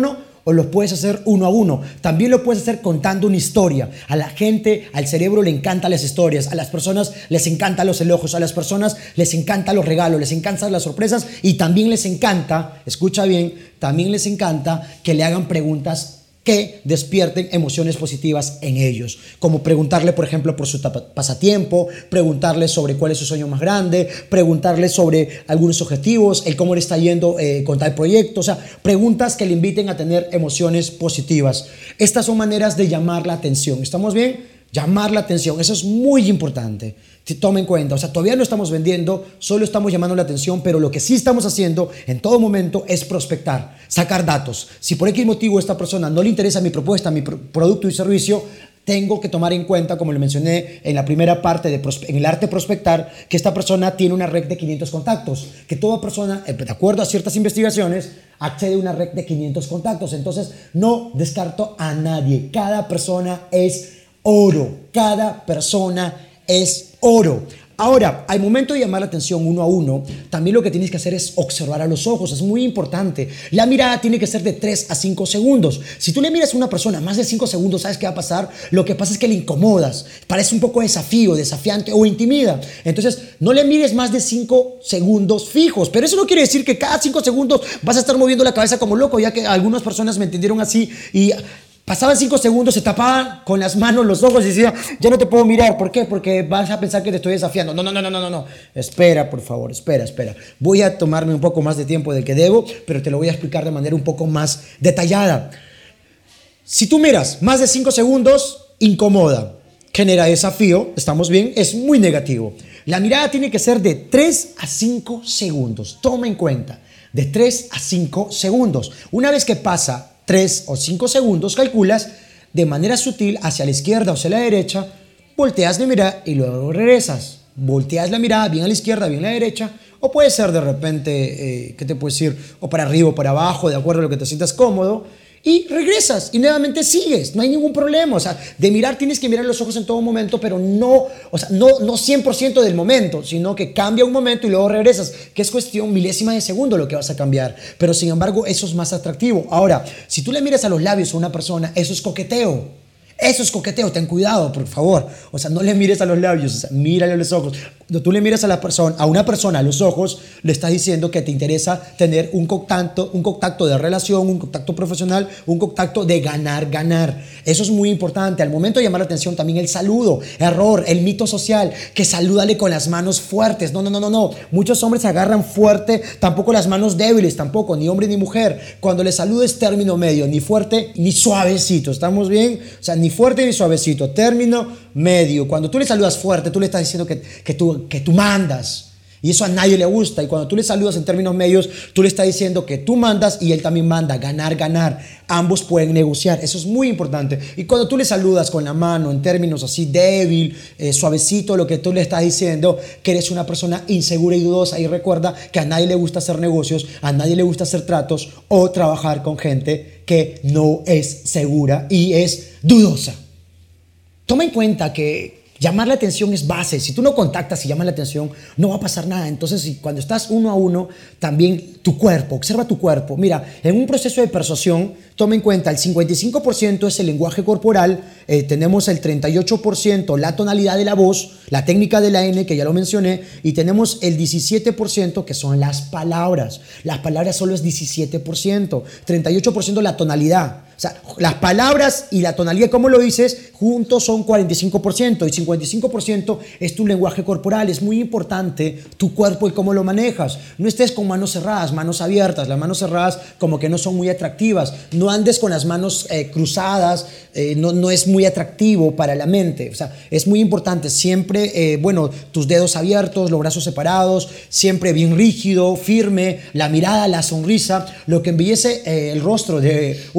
o lo puedes hacer uno a uno. También lo puedes hacer contando una historia. A la gente, al cerebro le encantan las historias, a las personas les encantan los elogios, a las personas les encantan los regalos, les encantan las sorpresas y también les encanta, escucha bien, también les encanta que le hagan preguntas que despierten emociones positivas en ellos, como preguntarle, por ejemplo, por su pasatiempo, preguntarle sobre cuál es su sueño más grande, preguntarle sobre algunos objetivos, el cómo le está yendo con tal proyecto, o sea, preguntas que le inviten a tener emociones positivas. Estas son maneras de llamar la atención. ¿Estamos bien? Llamar la atención, eso es muy importante. Toma en cuenta, o sea, todavía no estamos vendiendo, solo estamos llamando la atención, pero lo que sí estamos haciendo en todo momento es prospectar, sacar datos. Si por X motivo a esta persona no le interesa mi propuesta, mi producto y servicio, tengo que tomar en cuenta, como le mencioné en la primera parte en el arte de prospectar, que esta persona tiene una red de 500 contactos, que toda persona, de acuerdo a ciertas investigaciones, accede a una red de 500 contactos. Entonces, no descarto a nadie. Cada persona es oro. Cada persona es oro. Ahora, al momento de llamar la atención uno a uno, también lo que tienes que hacer es observar a los ojos. Es muy importante. La mirada tiene que ser de 3 a 5 segundos. Si tú le miras a una persona más de 5 segundos, ¿sabes qué va a pasar? Lo que pasa es que le incomodas. Parece un poco desafiante o intimida. Entonces, no le mires más de 5 segundos fijos. Pero eso no quiere decir que cada 5 segundos vas a estar moviendo la cabeza como loco, ya que algunas personas me entendieron así y pasaban 5 segundos, se tapaban con las manos los ojos y decían, ya no te puedo mirar. ¿Por qué? Porque vas a pensar que te estoy desafiando. No. Espera, por favor, espera. Voy a tomarme un poco más de tiempo del que debo, pero te lo voy a explicar de manera un poco más detallada. Si tú miras más de 5 segundos, incomoda, genera desafío, ¿estamos bien? Es muy negativo. La mirada tiene que ser de 3 a 5 segundos. Toma en cuenta, de 3 a 5 segundos. Una vez que pasa 3 o 5 segundos, calculas de manera sutil hacia la izquierda o hacia la derecha, volteas la mirada y luego regresas. Volteas la mirada bien a la izquierda, bien a la derecha, o puede ser de repente, ¿qué te puedo decir? O para arriba o para abajo, de acuerdo a lo que te sientas cómodo, y regresas y nuevamente sigues, no hay ningún problema. O sea, de mirar tienes que mirar los ojos en todo momento, pero no 100% del momento, sino que cambia un momento y luego regresas, que es cuestión milésima de segundo lo que vas a cambiar, pero sin embargo eso es más atractivo. Ahora, si tú le miras a los labios a una persona, eso es coqueteo. Eso es coqueteo, ten cuidado, por favor. O sea, no le mires a los labios, o sea, mírale a los ojos. Cuando tú le miras a una persona a los ojos, le estás diciendo que te interesa tener un contacto de relación, un contacto profesional, un contacto de ganar. Eso es muy importante. Al momento de llamar la atención, también el saludo, error, el mito social, que salúdale con las manos fuertes. No. Muchos hombres agarran fuerte, tampoco las manos débiles, tampoco, ni hombre ni mujer. Cuando le saludes, término medio, ni fuerte ni suavecito. ¿Estamos bien? O sea, ni fuerte ni suavecito, término medio. Cuando tú le saludas fuerte, tú le estás diciendo que tú mandas. Y eso a nadie le gusta. Y cuando tú le saludas en términos medios, tú le estás diciendo que tú mandas y él también manda. Ganar. Ambos pueden negociar. Eso es muy importante. Y cuando tú le saludas con la mano en términos así débil, suavecito, lo que tú le estás diciendo, que eres una persona insegura y dudosa. Y recuerda que a nadie le gusta hacer negocios, a nadie le gusta hacer tratos o trabajar con gente que no es segura y es dudosa. Toma en cuenta que llamar la atención es base. Si tú no contactas y llamas la atención, no va a pasar nada. Entonces, cuando estás uno a uno, también tu cuerpo, observa tu cuerpo. Mira, en un proceso de persuasión, toma en cuenta, el 55% es el lenguaje corporal, tenemos el 38% la tonalidad de la voz, la técnica de la N, que ya lo mencioné, y tenemos el 17% que son las palabras. Las palabras solo es 17%, 38% la tonalidad. O sea, las palabras y la tonalidad, como lo dices, juntos son 45% y 55% es tu lenguaje corporal. Es muy importante tu cuerpo y cómo lo manejas. No estés con manos cerradas, manos abiertas. Las manos cerradas como que no son muy atractivas. No andes con las manos cruzadas, no es muy atractivo para la mente. O sea, es muy importante siempre, tus dedos abiertos, los brazos separados, siempre bien rígido, firme, la mirada, la sonrisa. Lo que embellece el rostro de una mujer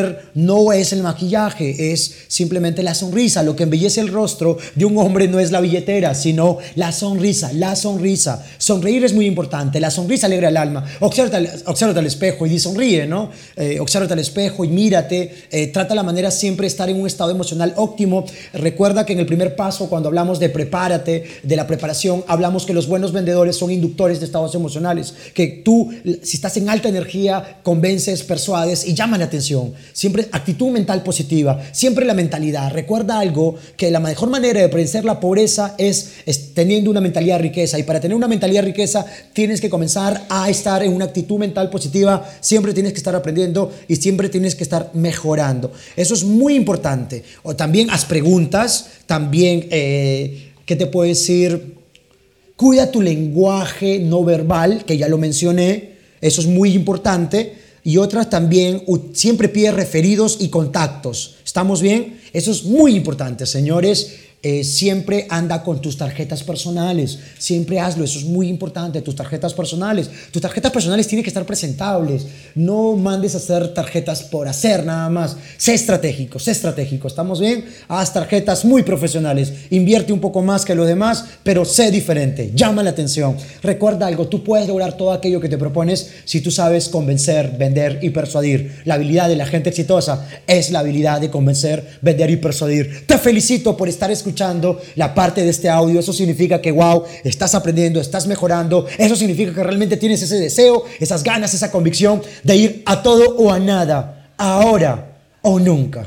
mujer no es el maquillaje, es simplemente la sonrisa. Lo que embellece el rostro de un hombre no es la billetera, sino la sonrisa, la sonrisa. Sonreír es muy importante, la sonrisa alegra el alma. Obsérvate al espejo y di sonríe, ¿no? Obsérvate al espejo y mírate. Trata la manera siempre de estar en un estado emocional óptimo. Recuerda que en el primer paso, cuando hablamos de prepárate, de la preparación, hablamos que los buenos vendedores son inductores de estados emocionales. Que tú, si estás en alta energía, convences, persuades y llaman la atención. Siempre actitud mental positiva, siempre la mentalidad. Recuerda algo, que la mejor manera de vencer la pobreza es teniendo una mentalidad de riqueza. Y para tener una mentalidad de riqueza tienes que comenzar a estar en una actitud mental positiva. Siempre tienes que estar aprendiendo y siempre tienes que estar mejorando. Eso es muy importante. O también haz preguntas, también, ¿qué te puedo decir? Cuida tu lenguaje no verbal, que ya lo mencioné, eso es muy importante. Y otras también, siempre pide referidos y contactos. ¿Estamos bien? Eso es muy importante, señores. Siempre anda con tus tarjetas personales, siempre hazlo, eso es muy importante, tus tarjetas personales tienen que estar presentables, no mandes a hacer tarjetas por hacer nada más, sé estratégico, ¿estamos bien? Haz tarjetas muy profesionales, invierte un poco más que lo demás, pero sé diferente, llama la atención. Recuerda algo, tú puedes lograr todo aquello que te propones si tú sabes convencer, vender y persuadir. La habilidad de la gente exitosa es la habilidad de convencer, vender y persuadir. Te felicito por estar escuchando la parte de este audio. Eso significa que wow, estás aprendiendo, estás mejorando. Eso significa que realmente tienes ese deseo, esas ganas, esa convicción de ir a todo o a nada, ahora o nunca.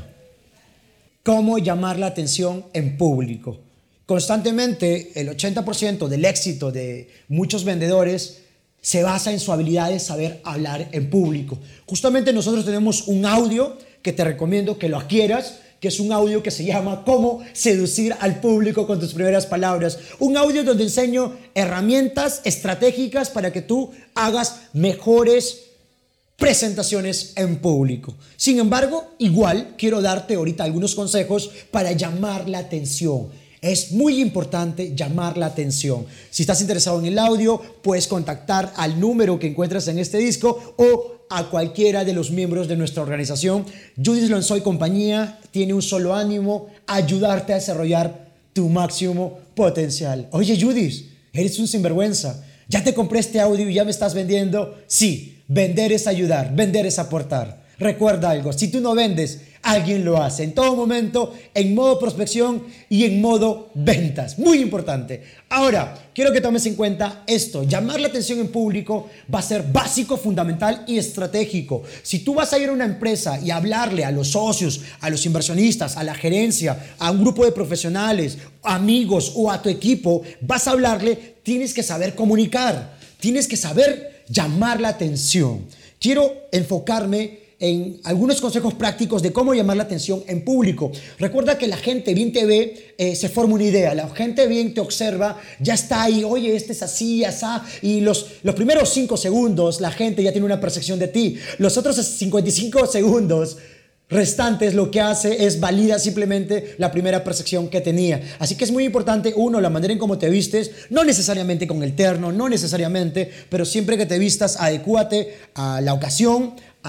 ¿Cómo llamar la atención en público? Constantemente el 80% del éxito de muchos vendedores se basa en su habilidad de saber hablar en público. Justamente nosotros tenemos un audio que te recomiendo que lo adquieras, que es un audio que se llama Cómo seducir al público con tus primeras palabras. Un audio donde enseño herramientas estratégicas para que tú hagas mejores presentaciones en público. Sin embargo, igual quiero darte ahorita algunos consejos para llamar la atención. Es muy importante llamar la atención. Si estás interesado en el audio, puedes contactar al número que encuentras en este disco o a cualquiera de los miembros de nuestra organización. Judith Lonzo y compañía tiene un solo ánimo: ayudarte a desarrollar tu máximo potencial. Oye, Judith, eres un sinvergüenza. ¿Ya te compré este audio y ya me estás vendiendo? Sí, vender es ayudar, vender es aportar. Recuerda algo, si tú no vendes, alguien lo hace. En todo momento, en modo prospección y en modo ventas. Muy importante. Ahora, quiero que tomes en cuenta esto. Llamar la atención en público va a ser básico, fundamental y estratégico. Si tú vas a ir a una empresa y hablarle a los socios, a los inversionistas, a la gerencia, a un grupo de profesionales, amigos o a tu equipo, vas a hablarle, tienes que saber comunicar. Tienes que saber llamar la atención. Quiero enfocarme en algunos consejos prácticos de cómo llamar la atención en público. Recuerda que la gente bien te ve, se forma una idea. La gente bien te observa, ya está ahí. Oye, este es así, asá. Y los primeros 5 segundos la gente ya tiene una percepción de ti. Los otros 55 segundos restantes lo que hace es valida simplemente la primera percepción que tenía. Así que es muy importante, uno, la manera en cómo te vistes, no necesariamente con el terno, no necesariamente, pero siempre que te vistas, adecúate a la ocasión,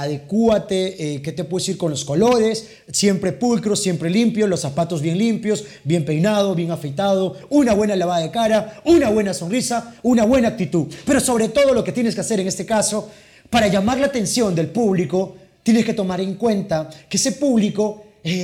adecúate, ¿qué te puedo decir? Con los colores, siempre pulcro, siempre limpio, los zapatos bien limpios, bien peinado, bien afeitado, una buena lavada de cara, una buena sonrisa, una buena actitud. Pero sobre todo lo que tienes que hacer en este caso, para llamar la atención del público, tienes que tomar en cuenta que ese público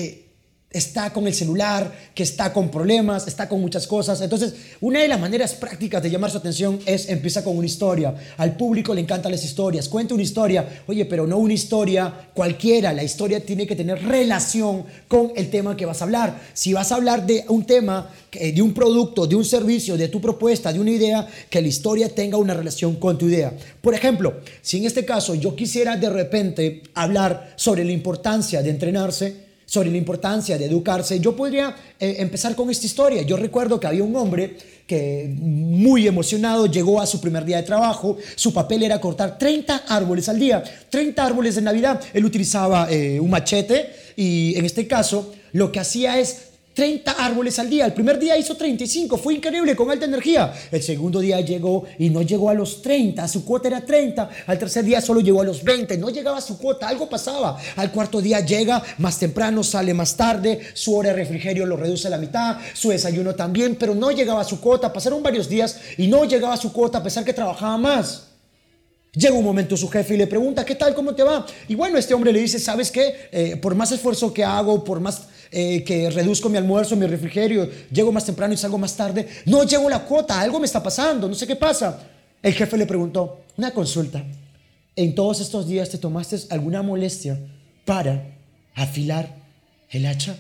está con el celular, que está con problemas, está con muchas cosas. Entonces, una de las maneras prácticas de llamar su atención es empieza con una historia. Al público le encantan las historias. Cuenta una historia. Oye, pero no una historia cualquiera. La historia tiene que tener relación con el tema que vas a hablar. Si vas a hablar de un tema, de un producto, de un servicio, de tu propuesta, de una idea, que la historia tenga una relación con tu idea. Por ejemplo, si en este caso yo quisiera de repente hablar sobre la importancia de entrenarse, sobre la importancia de educarse, yo podría empezar con esta historia. Yo recuerdo que había un hombre que muy emocionado llegó a su primer día de trabajo. Su papel era cortar 30 árboles al día, 30 árboles de Navidad. Él utilizaba un machete y en este caso lo que hacía es 30 árboles al día. El primer día hizo 35, fue increíble, con alta energía. El segundo día llegó y no llegó a los 30, su cuota era 30. Al tercer día solo llegó a los 20, no llegaba a su cuota, algo pasaba. Al cuarto día llega más temprano, sale más tarde, su hora de refrigerio lo reduce a la mitad, su desayuno también, pero no llegaba a su cuota. Pasaron varios días y no llegaba a su cuota a pesar que trabajaba más. Llega un momento su jefe y le pregunta, ¿qué tal? ¿Cómo te va? Y bueno, este hombre le dice, ¿sabes qué? Por más esfuerzo que hago, por más que reduzco mi almuerzo, mi refrigerio, llego más temprano y salgo más tarde, no llego a la cuota, algo me está pasando, no sé qué pasa. El jefe le preguntó, una consulta, ¿en todos estos días te tomaste alguna molestia para afilar el hacha?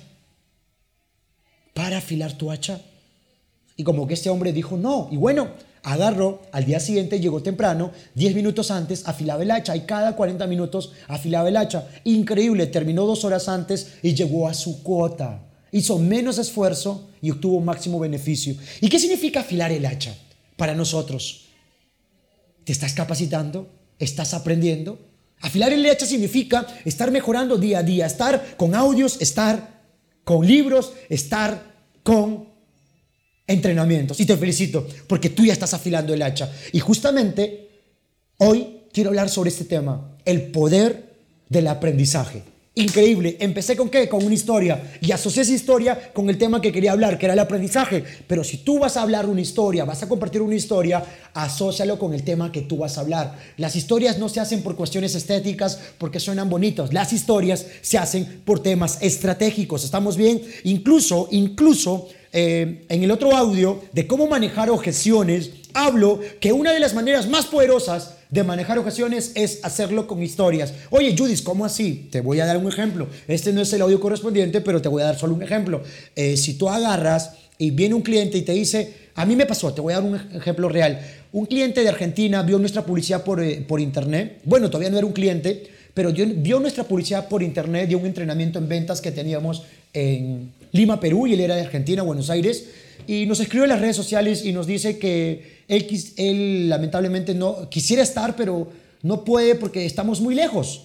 ¿Para afilar tu hacha? Y como que este hombre dijo, no, y bueno, agarró, al día siguiente llegó temprano, 10 minutos antes, afilaba el hacha y cada 40 minutos afilaba el hacha. Increíble, terminó 2 horas antes y llegó a su cuota. Hizo menos esfuerzo y obtuvo máximo beneficio. ¿Y qué significa afilar el hacha para nosotros? ¿Te estás capacitando? ¿Estás aprendiendo? Afilar el hacha significa estar mejorando día a día, estar con audios, estar con libros, estar con entrenamientos. Y te felicito porque tú ya estás afilando el hacha. Y justamente hoy quiero hablar sobre este tema, el poder del aprendizaje. Increíble. Empecé con ¿qué? Con una historia y asocié esa historia con el tema que quería hablar, que era el aprendizaje. Pero si tú vas a hablar una historia, vas a compartir una historia, asócialo con el tema que tú vas a hablar. Las historias no se hacen por cuestiones estéticas porque suenan bonitos. Las historias se hacen por temas estratégicos. ¿Estamos bien? Incluso en el otro audio de cómo manejar objeciones, hablo que una de las maneras más poderosas de manejar objeciones es hacerlo con historias. Oye, Judith, ¿cómo así? Te voy a dar un ejemplo. Este no es el audio correspondiente, pero te voy a dar solo un ejemplo. Si tú agarras y viene un cliente y te dice, a mí me pasó, te voy a dar un ejemplo real. Un cliente de Argentina vio nuestra publicidad por internet. Bueno, todavía no era un cliente, pero vio nuestra publicidad por internet, dio un entrenamiento en ventas que teníamos en Lima, Perú, y él era de Argentina, Buenos Aires, y nos escribió en las redes sociales y nos dice que él lamentablemente no quisiera estar, pero no puede porque estamos muy lejos.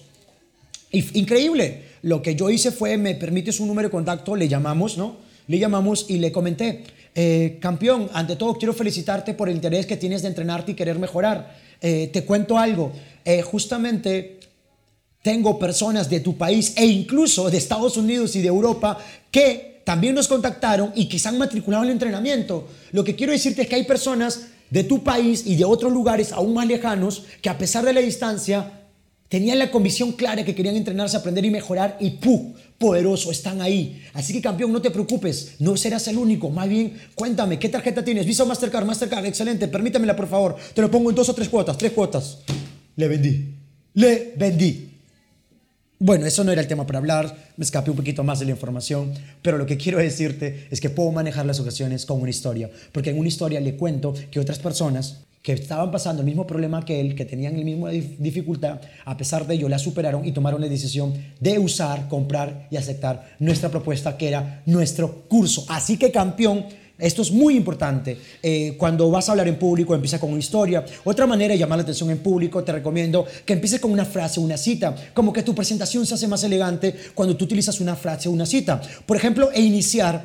Increíble. Lo que yo hice fue, me permites un número de contacto, le llamamos, ¿no? Le llamamos y le comenté, campeón, ante todo quiero felicitarte por el interés que tienes de entrenarte y querer mejorar. Te cuento algo, justamente tengo personas de tu país e incluso de Estados Unidos y de Europa que también nos contactaron y que se han matriculado en el entrenamiento. Lo que quiero decirte es que hay personas de tu país y de otros lugares aún más lejanos que a pesar de la distancia tenían la convicción clara que querían entrenarse, aprender y mejorar y ¡pum! Poderoso, están ahí. Así que campeón, no te preocupes, no serás el único. Más bien, cuéntame, ¿qué tarjeta tienes? Visa o Mastercard, Mastercard, excelente, permítamela por favor. Te lo pongo en 2 o 3 cuotas, 3 cuotas. Le vendí. Bueno, eso no era el tema para hablar, me escapé un poquito más de la información, pero lo que quiero decirte es que puedo manejar las ocasiones con una historia, porque en una historia le cuento que otras personas que estaban pasando el mismo problema que él, que tenían la misma dificultad, a pesar de ello la superaron y tomaron la decisión de usar, comprar y aceptar nuestra propuesta, que era nuestro curso. Así que campeón, esto es muy importante. Cuando vas a hablar en público, empieza con una historia. Otra manera de llamar la atención en público, te recomiendo que empieces con una frase, una cita. Como que tu presentación se hace más elegante cuando tú utilizas una frase o una cita. Por ejemplo, iniciar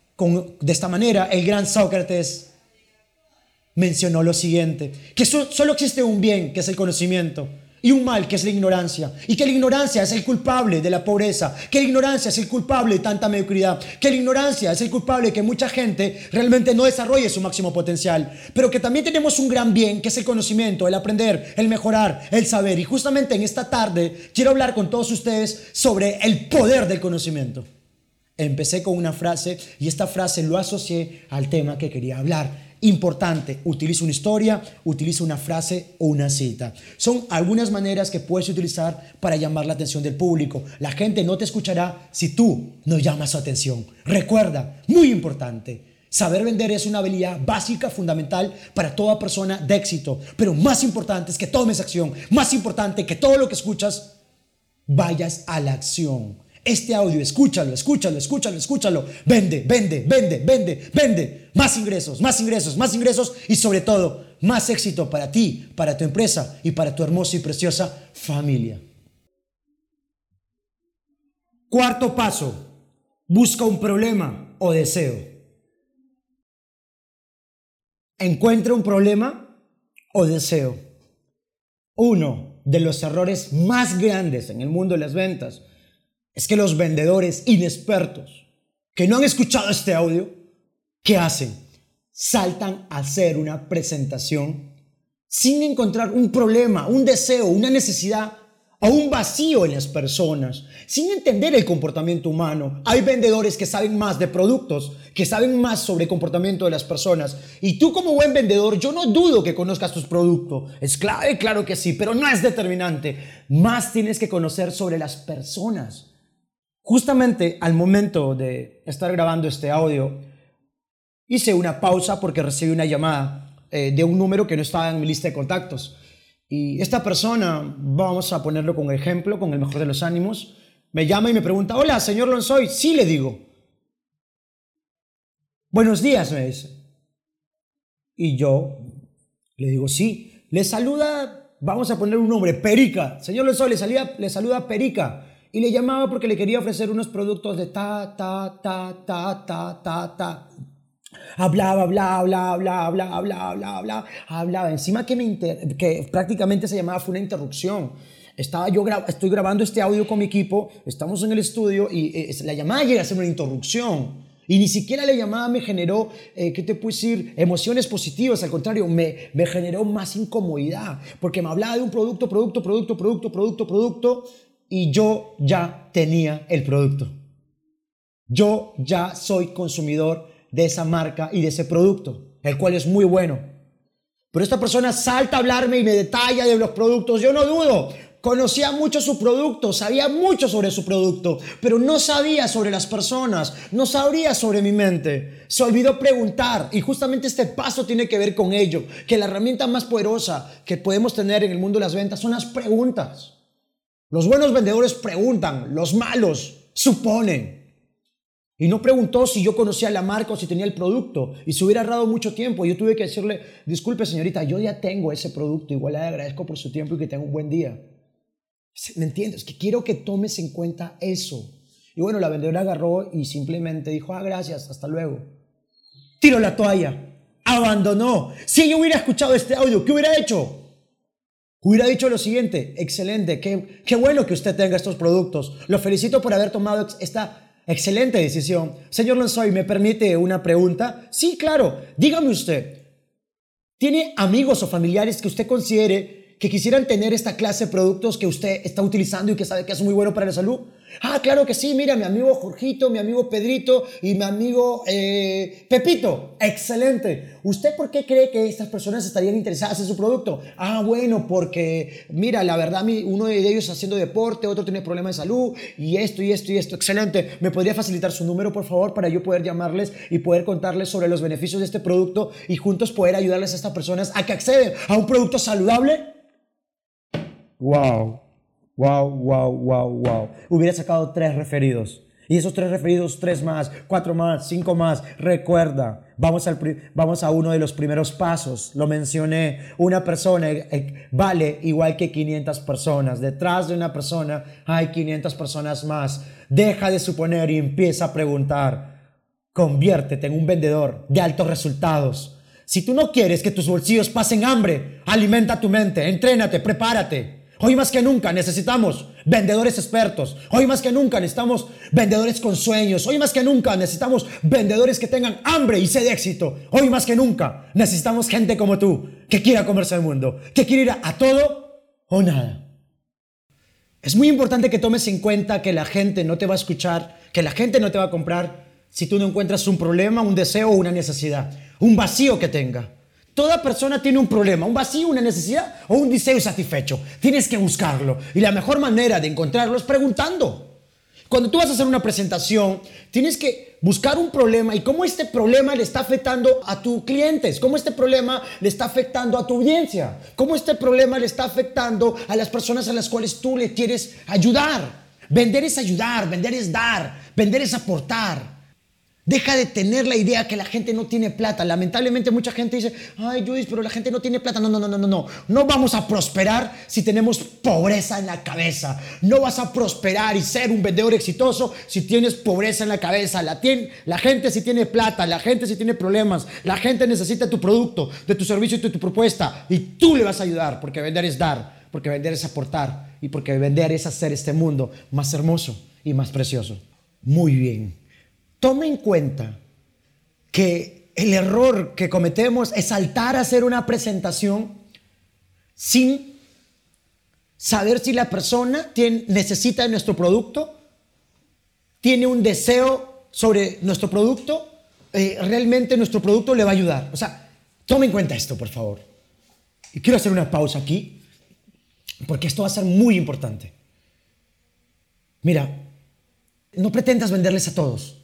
de esta manera. El gran Sócrates mencionó lo siguiente, que solo existe un bien, que es el conocimiento, y un mal, que es la ignorancia, y que la ignorancia es el culpable de la pobreza, que la ignorancia es el culpable de tanta mediocridad, que la ignorancia es el culpable de que mucha gente realmente no desarrolle su máximo potencial, pero que también tenemos un gran bien, que es el conocimiento, el aprender, el mejorar, el saber. Y justamente en esta tarde quiero hablar con todos ustedes sobre el poder del conocimiento. Empecé con una frase y esta frase lo asocié al tema que quería hablar. Importante, utiliza una historia, utiliza una frase o una cita. Son algunas maneras que puedes utilizar para llamar la atención del público. La gente no te escuchará si tú no llamas su atención. Recuerda, muy importante, saber vender es una habilidad básica, fundamental para toda persona de éxito. Pero más importante es que tomes acción. Más importante que todo lo que escuchas, vayas a la acción. Este audio, escúchalo. Vende. Más ingresos y sobre todo, más éxito para ti, para tu empresa y para tu hermosa y preciosa familia. Cuarto paso, busca un problema o deseo? ¿Encuentra un problema o deseo? Uno de los errores más grandes en el mundo de las ventas es que los vendedores inexpertos que no han escuchado este audio, ¿qué hacen? Saltan a hacer una presentación sin encontrar un problema, un deseo, una necesidad o un vacío en las personas, sin entender el comportamiento humano. Hay vendedores que saben más de productos, que saben más sobre el comportamiento de las personas. Y tú como buen vendedor, yo no dudo que conozcas tus productos. Es clave, claro que sí, pero no es determinante. Más tienes que conocer sobre las personas. Justamente al momento de estar grabando este audio, hice una pausa porque recibí una llamada de un número que no estaba en mi lista de contactos. Y esta persona, vamos a ponerlo como ejemplo, con el mejor de los ánimos, me llama y me pregunta: hola, señor Lonsoy. Sí, le digo. Buenos días, me dice. Y yo le digo: sí. Le saluda, vamos a poner un nombre, Perica. Señor Lonsoy, le saluda Perica. Y le llamaba porque le quería ofrecer unos productos de ta. Hablaba. Encima que prácticamente esa llamada fue una interrupción. Estoy grabando este audio con mi equipo, estamos en el estudio y la llamada llega a ser una interrupción. Y ni siquiera la llamada me generó, ¿qué te puedo decir? Emociones positivas. Al contrario, me generó más incomodidad. Porque me hablaba de un producto, y yo ya tenía el producto. Yo ya soy consumidor de esa marca y de ese producto, el cual es muy bueno. Pero esta persona salta a hablarme y me detalla de los productos. Yo no dudo, conocía mucho su producto, sabía mucho sobre su producto, pero no sabía sobre las personas, no sabría sobre mi mente. Se olvidó preguntar, y justamente este paso tiene que ver con ello, que la herramienta más poderosa que podemos tener en el mundo de las ventas son las preguntas. Los buenos vendedores preguntan, los malos suponen. Y no preguntó si yo conocía la marca o si tenía el producto. Y se hubiera ahorrado mucho tiempo. Yo tuve que decirle: disculpe, señorita, yo ya tengo ese producto. Igual le agradezco por su tiempo y que tenga un buen día. ¿Me entiendes? Es que quiero que tomes en cuenta eso. Y bueno, la vendedora agarró y simplemente dijo: gracias, hasta luego. Tiró la toalla. Abandonó. Si yo hubiera escuchado este audio, ¿qué hubiera hecho? Hubiera dicho lo siguiente: excelente, qué bueno que usted tenga estos productos. Lo felicito por haber tomado esta excelente decisión. Señor Lonsoy, ¿me permite una pregunta? Sí, claro. Dígame usted, ¿tiene amigos o familiares que usted considere que quisieran tener esta clase de productos que usted está utilizando y que sabe que es muy bueno para la salud? Claro que sí. Mira, mi amigo Jorgito, mi amigo Pedrito y mi amigo Pepito. Excelente. ¿Usted por qué cree que estas personas estarían interesadas en su producto? Bueno, porque mira, la verdad, uno de ellos está haciendo deporte, otro tiene problemas de salud y esto. Excelente. ¿Me podría facilitar su número, por favor, para yo poder llamarles y poder contarles sobre los beneficios de este producto y juntos poder ayudarles a estas personas a que acceden a un producto saludable? Wow. Hubiera sacado 3 referidos. Y esos 3 referidos, 3 más, 4 más, 5 más. Recuerda, vamos a uno de los primeros pasos. Lo mencioné. Una persona vale igual que 500 personas. Detrás de una persona hay 500 personas más. Deja de suponer y empieza a preguntar. Conviértete en un vendedor de altos resultados. Si tú no quieres que tus bolsillos pasen hambre, alimenta tu mente, entrénate, prepárate. Hoy más que nunca necesitamos vendedores expertos. Hoy más que nunca necesitamos vendedores con sueños. Hoy más que nunca necesitamos vendedores que tengan hambre y sed de éxito. Hoy más que nunca necesitamos gente como tú, que quiera comerse el mundo, que quiera ir a todo o nada. Es muy importante que tomes en cuenta que la gente no te va a escuchar, que la gente no te va a comprar si tú no encuentras un problema, un deseo o una necesidad, un vacío que tenga. Toda persona tiene un problema, un vacío, una necesidad o un deseo insatisfecho. Tienes que buscarlo. Y la mejor manera de encontrarlo es preguntando. Cuando tú vas a hacer una presentación, tienes que buscar un problema y cómo este problema le está afectando a tus clientes, cómo este problema le está afectando a tu audiencia, cómo este problema le está afectando a las personas a las cuales tú le quieres ayudar. Vender es ayudar, vender es dar, vender es aportar. Deja de tener la idea que la gente no tiene plata. Lamentablemente mucha gente dice, ay, Judith, pero la gente no tiene plata. No, no, no, no, no, no. No vamos a prosperar si tenemos pobreza en la cabeza. No vas a prosperar y ser un vendedor exitoso si tienes pobreza en la cabeza. La gente sí tiene plata, la gente sí tiene problemas. La gente necesita tu producto, de tu servicio y de tu propuesta. Y tú le vas a ayudar, porque vender es dar, porque vender es aportar y porque vender es hacer este mundo más hermoso y más precioso. Muy bien. Tome en cuenta que el error que cometemos es saltar a hacer una presentación sin saber si la persona necesita de nuestro producto, tiene un deseo sobre nuestro producto, realmente nuestro producto le va a ayudar. O sea, tome en cuenta esto, por favor. Y quiero hacer una pausa aquí, porque esto va a ser muy importante. Mira, no pretendas venderles a todos.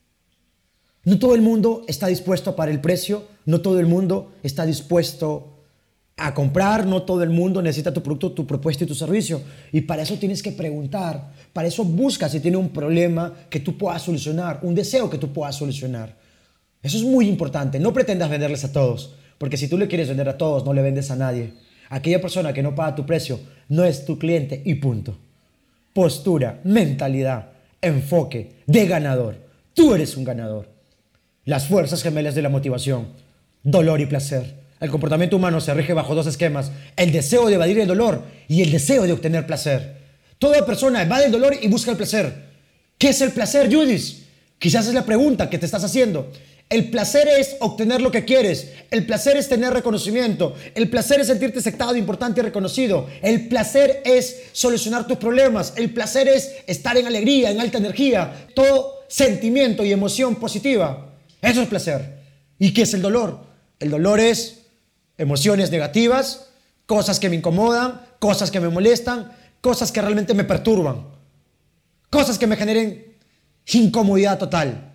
No todo el mundo está dispuesto a pagar el precio, no todo el mundo está dispuesto a comprar, no todo el mundo necesita tu producto, tu propuesta y tu servicio. Y para eso tienes que preguntar, para eso busca si tiene un problema que tú puedas solucionar, un deseo que tú puedas solucionar. Eso es muy importante, no pretendas venderles a todos, porque si tú le quieres vender a todos, no le vendes a nadie. Aquella persona que no paga tu precio no es tu cliente y punto. Postura, mentalidad, enfoque de ganador. Tú eres un ganador. Las fuerzas gemelas de la motivación, dolor y placer. El comportamiento humano se rige bajo dos esquemas: el deseo de evadir el dolor y el deseo de obtener placer. Toda persona evade el dolor y busca el placer. ¿Qué es el placer, Judith? Quizás es la pregunta que te estás haciendo. El placer es obtener lo que quieres. El placer es tener reconocimiento. El placer es sentirte aceptado, importante y reconocido. El placer es solucionar tus problemas. El placer es estar en alegría, en alta energía. Todo sentimiento y emoción positiva. Eso es placer. ¿Y qué es el dolor? El dolor es emociones negativas, cosas que me incomodan, cosas que me molestan, cosas que realmente me perturban, cosas que me generen incomodidad total.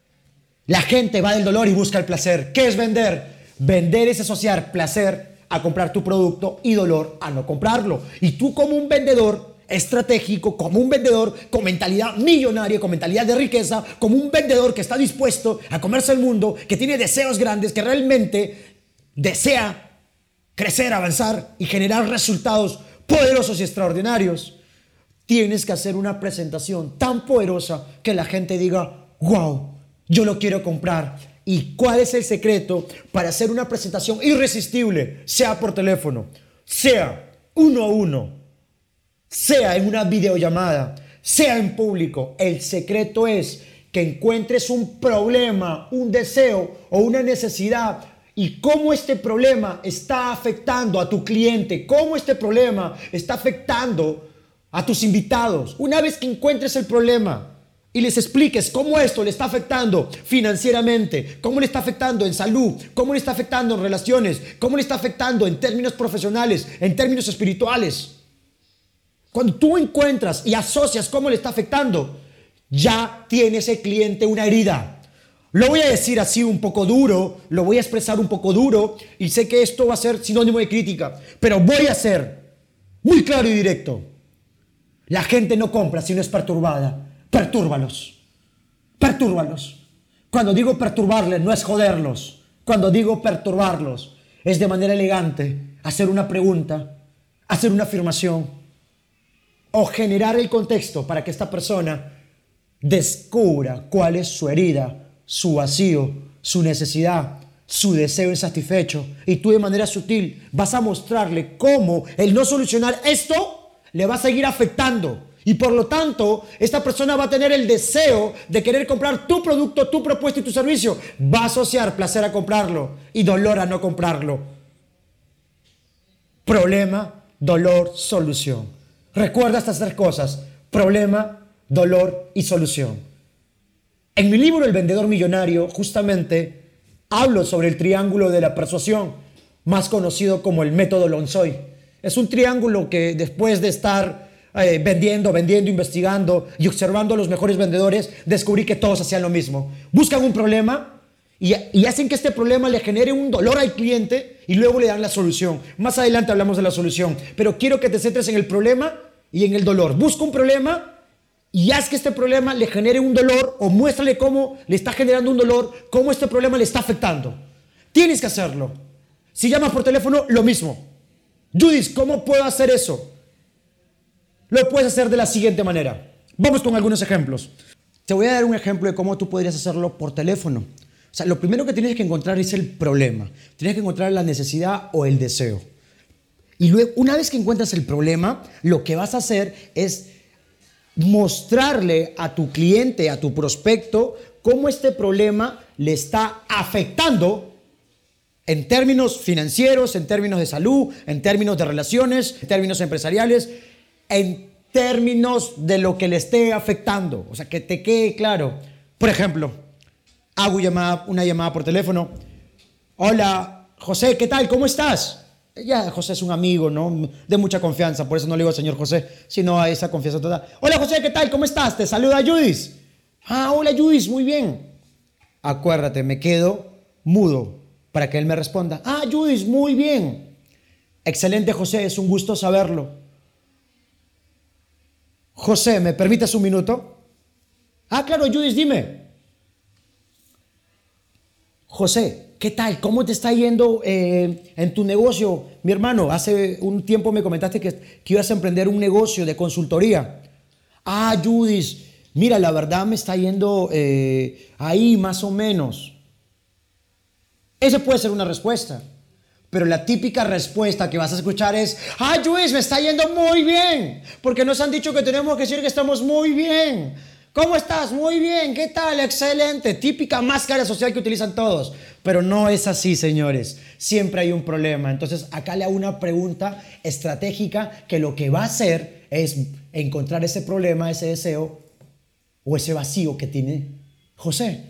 La gente va del dolor y busca el placer. ¿Qué es vender? Vender es asociar placer a comprar tu producto y dolor a no comprarlo. Y tú, como un vendedor estratégico, como un vendedor con mentalidad millonaria, con mentalidad de riqueza, como un vendedor que está dispuesto a comerse el mundo, que tiene deseos grandes, que realmente desea crecer, avanzar y generar resultados poderosos y extraordinarios, tienes que hacer una presentación tan poderosa que la gente diga, wow, yo lo quiero comprar. ¿Y cuál es el secreto para hacer una presentación irresistible? Sea por teléfono, sea uno a uno, sea en una videollamada, sea en público. El secreto es que encuentres un problema, un deseo o una necesidad y cómo este problema está afectando a tu cliente, cómo este problema está afectando a tus invitados. Una vez que encuentres el problema y les expliques cómo esto le está afectando financieramente, cómo le está afectando en salud, cómo le está afectando en relaciones, cómo le está afectando en términos profesionales, en términos espirituales. Cuando tú encuentras y asocias cómo le está afectando, ya tiene ese cliente una herida. Lo voy a decir así un poco duro, lo voy a expresar un poco duro y sé que esto va a ser sinónimo de crítica, pero voy a ser muy claro y directo. La gente no compra si no es perturbada. Pertúrbalos. Pertúrbalos. Cuando digo perturbarles, no es joderlos. Cuando digo perturbarlos, es de manera elegante hacer una pregunta, hacer una afirmación o generar el contexto para que esta persona descubra cuál es su herida, su vacío, su necesidad, su deseo insatisfecho. Y tú, de manera sutil, vas a mostrarle cómo el no solucionar esto le va a seguir afectando. Y por lo tanto, esta persona va a tener el deseo de querer comprar tu producto, tu propuesta y tu servicio. Va a asociar placer a comprarlo y dolor a no comprarlo. Problema, dolor, solución. Recuerda estas tres cosas: problema, dolor y solución. En mi libro El Vendedor Millonario, justamente, hablo sobre el triángulo de la persuasión, más conocido como el método Lonzoy. Es un triángulo que, después de estar vendiendo, investigando y observando a los mejores vendedores, descubrí que todos hacían lo mismo. Buscan un problema y hacen que este problema le genere un dolor al cliente y luego le dan la solución. Más adelante hablamos de la solución, pero quiero que te centres en el problema y en el dolor. Busca un problema y haz que este problema le genere un dolor o muéstrale cómo le está generando un dolor, cómo este problema le está afectando. Tienes que hacerlo. Si llamas por teléfono, lo mismo. Judith, ¿cómo puedo hacer eso? Lo puedes hacer de la siguiente manera. Vamos con algunos ejemplos. Te voy a dar un ejemplo de cómo tú podrías hacerlo por teléfono. O sea, lo primero que tienes que encontrar es el problema. Tienes que encontrar la necesidad o el deseo. Y luego, una vez que encuentras el problema, lo que vas a hacer es mostrarle a tu cliente, a tu prospecto, cómo este problema le está afectando en términos financieros, en términos de salud, en términos de relaciones, en términos empresariales, en términos de lo que le esté afectando. O sea, que te quede claro. Por ejemplo, hago una llamada por teléfono. Hola, José, ¿qué tal? ¿Cómo estás? Ya, José es un amigo, ¿no? De mucha confianza, por eso no le digo señor José, sino a esa confianza total. Hola, José, ¿qué tal? ¿Cómo estás? Te saluda Judith. Ah, hola, Judith, muy bien. Acuérdate, me quedo mudo para que él me responda. Ah, Judith, muy bien. Excelente, José, es un gusto saberlo. José, ¿me permites un minuto? Ah, claro, Judith, dime. José, ¿qué tal? ¿Cómo te está yendo en tu negocio? Mi hermano, hace un tiempo me comentaste que ibas a emprender un negocio de consultoría. Ah, Judith, mira, la verdad me está yendo ahí más o menos. Esa puede ser una respuesta. Pero la típica respuesta que vas a escuchar es: ah, Judith, me está yendo muy bien. Porque nos han dicho que tenemos que decir que estamos muy bien. ¿Cómo estás? Muy bien. ¿Qué tal? Excelente. Típica máscara social que utilizan todos. Pero no es así, señores. Siempre hay un problema. Entonces, acá le hago una pregunta estratégica que lo que va a hacer es encontrar ese problema, ese deseo o ese vacío que tiene José.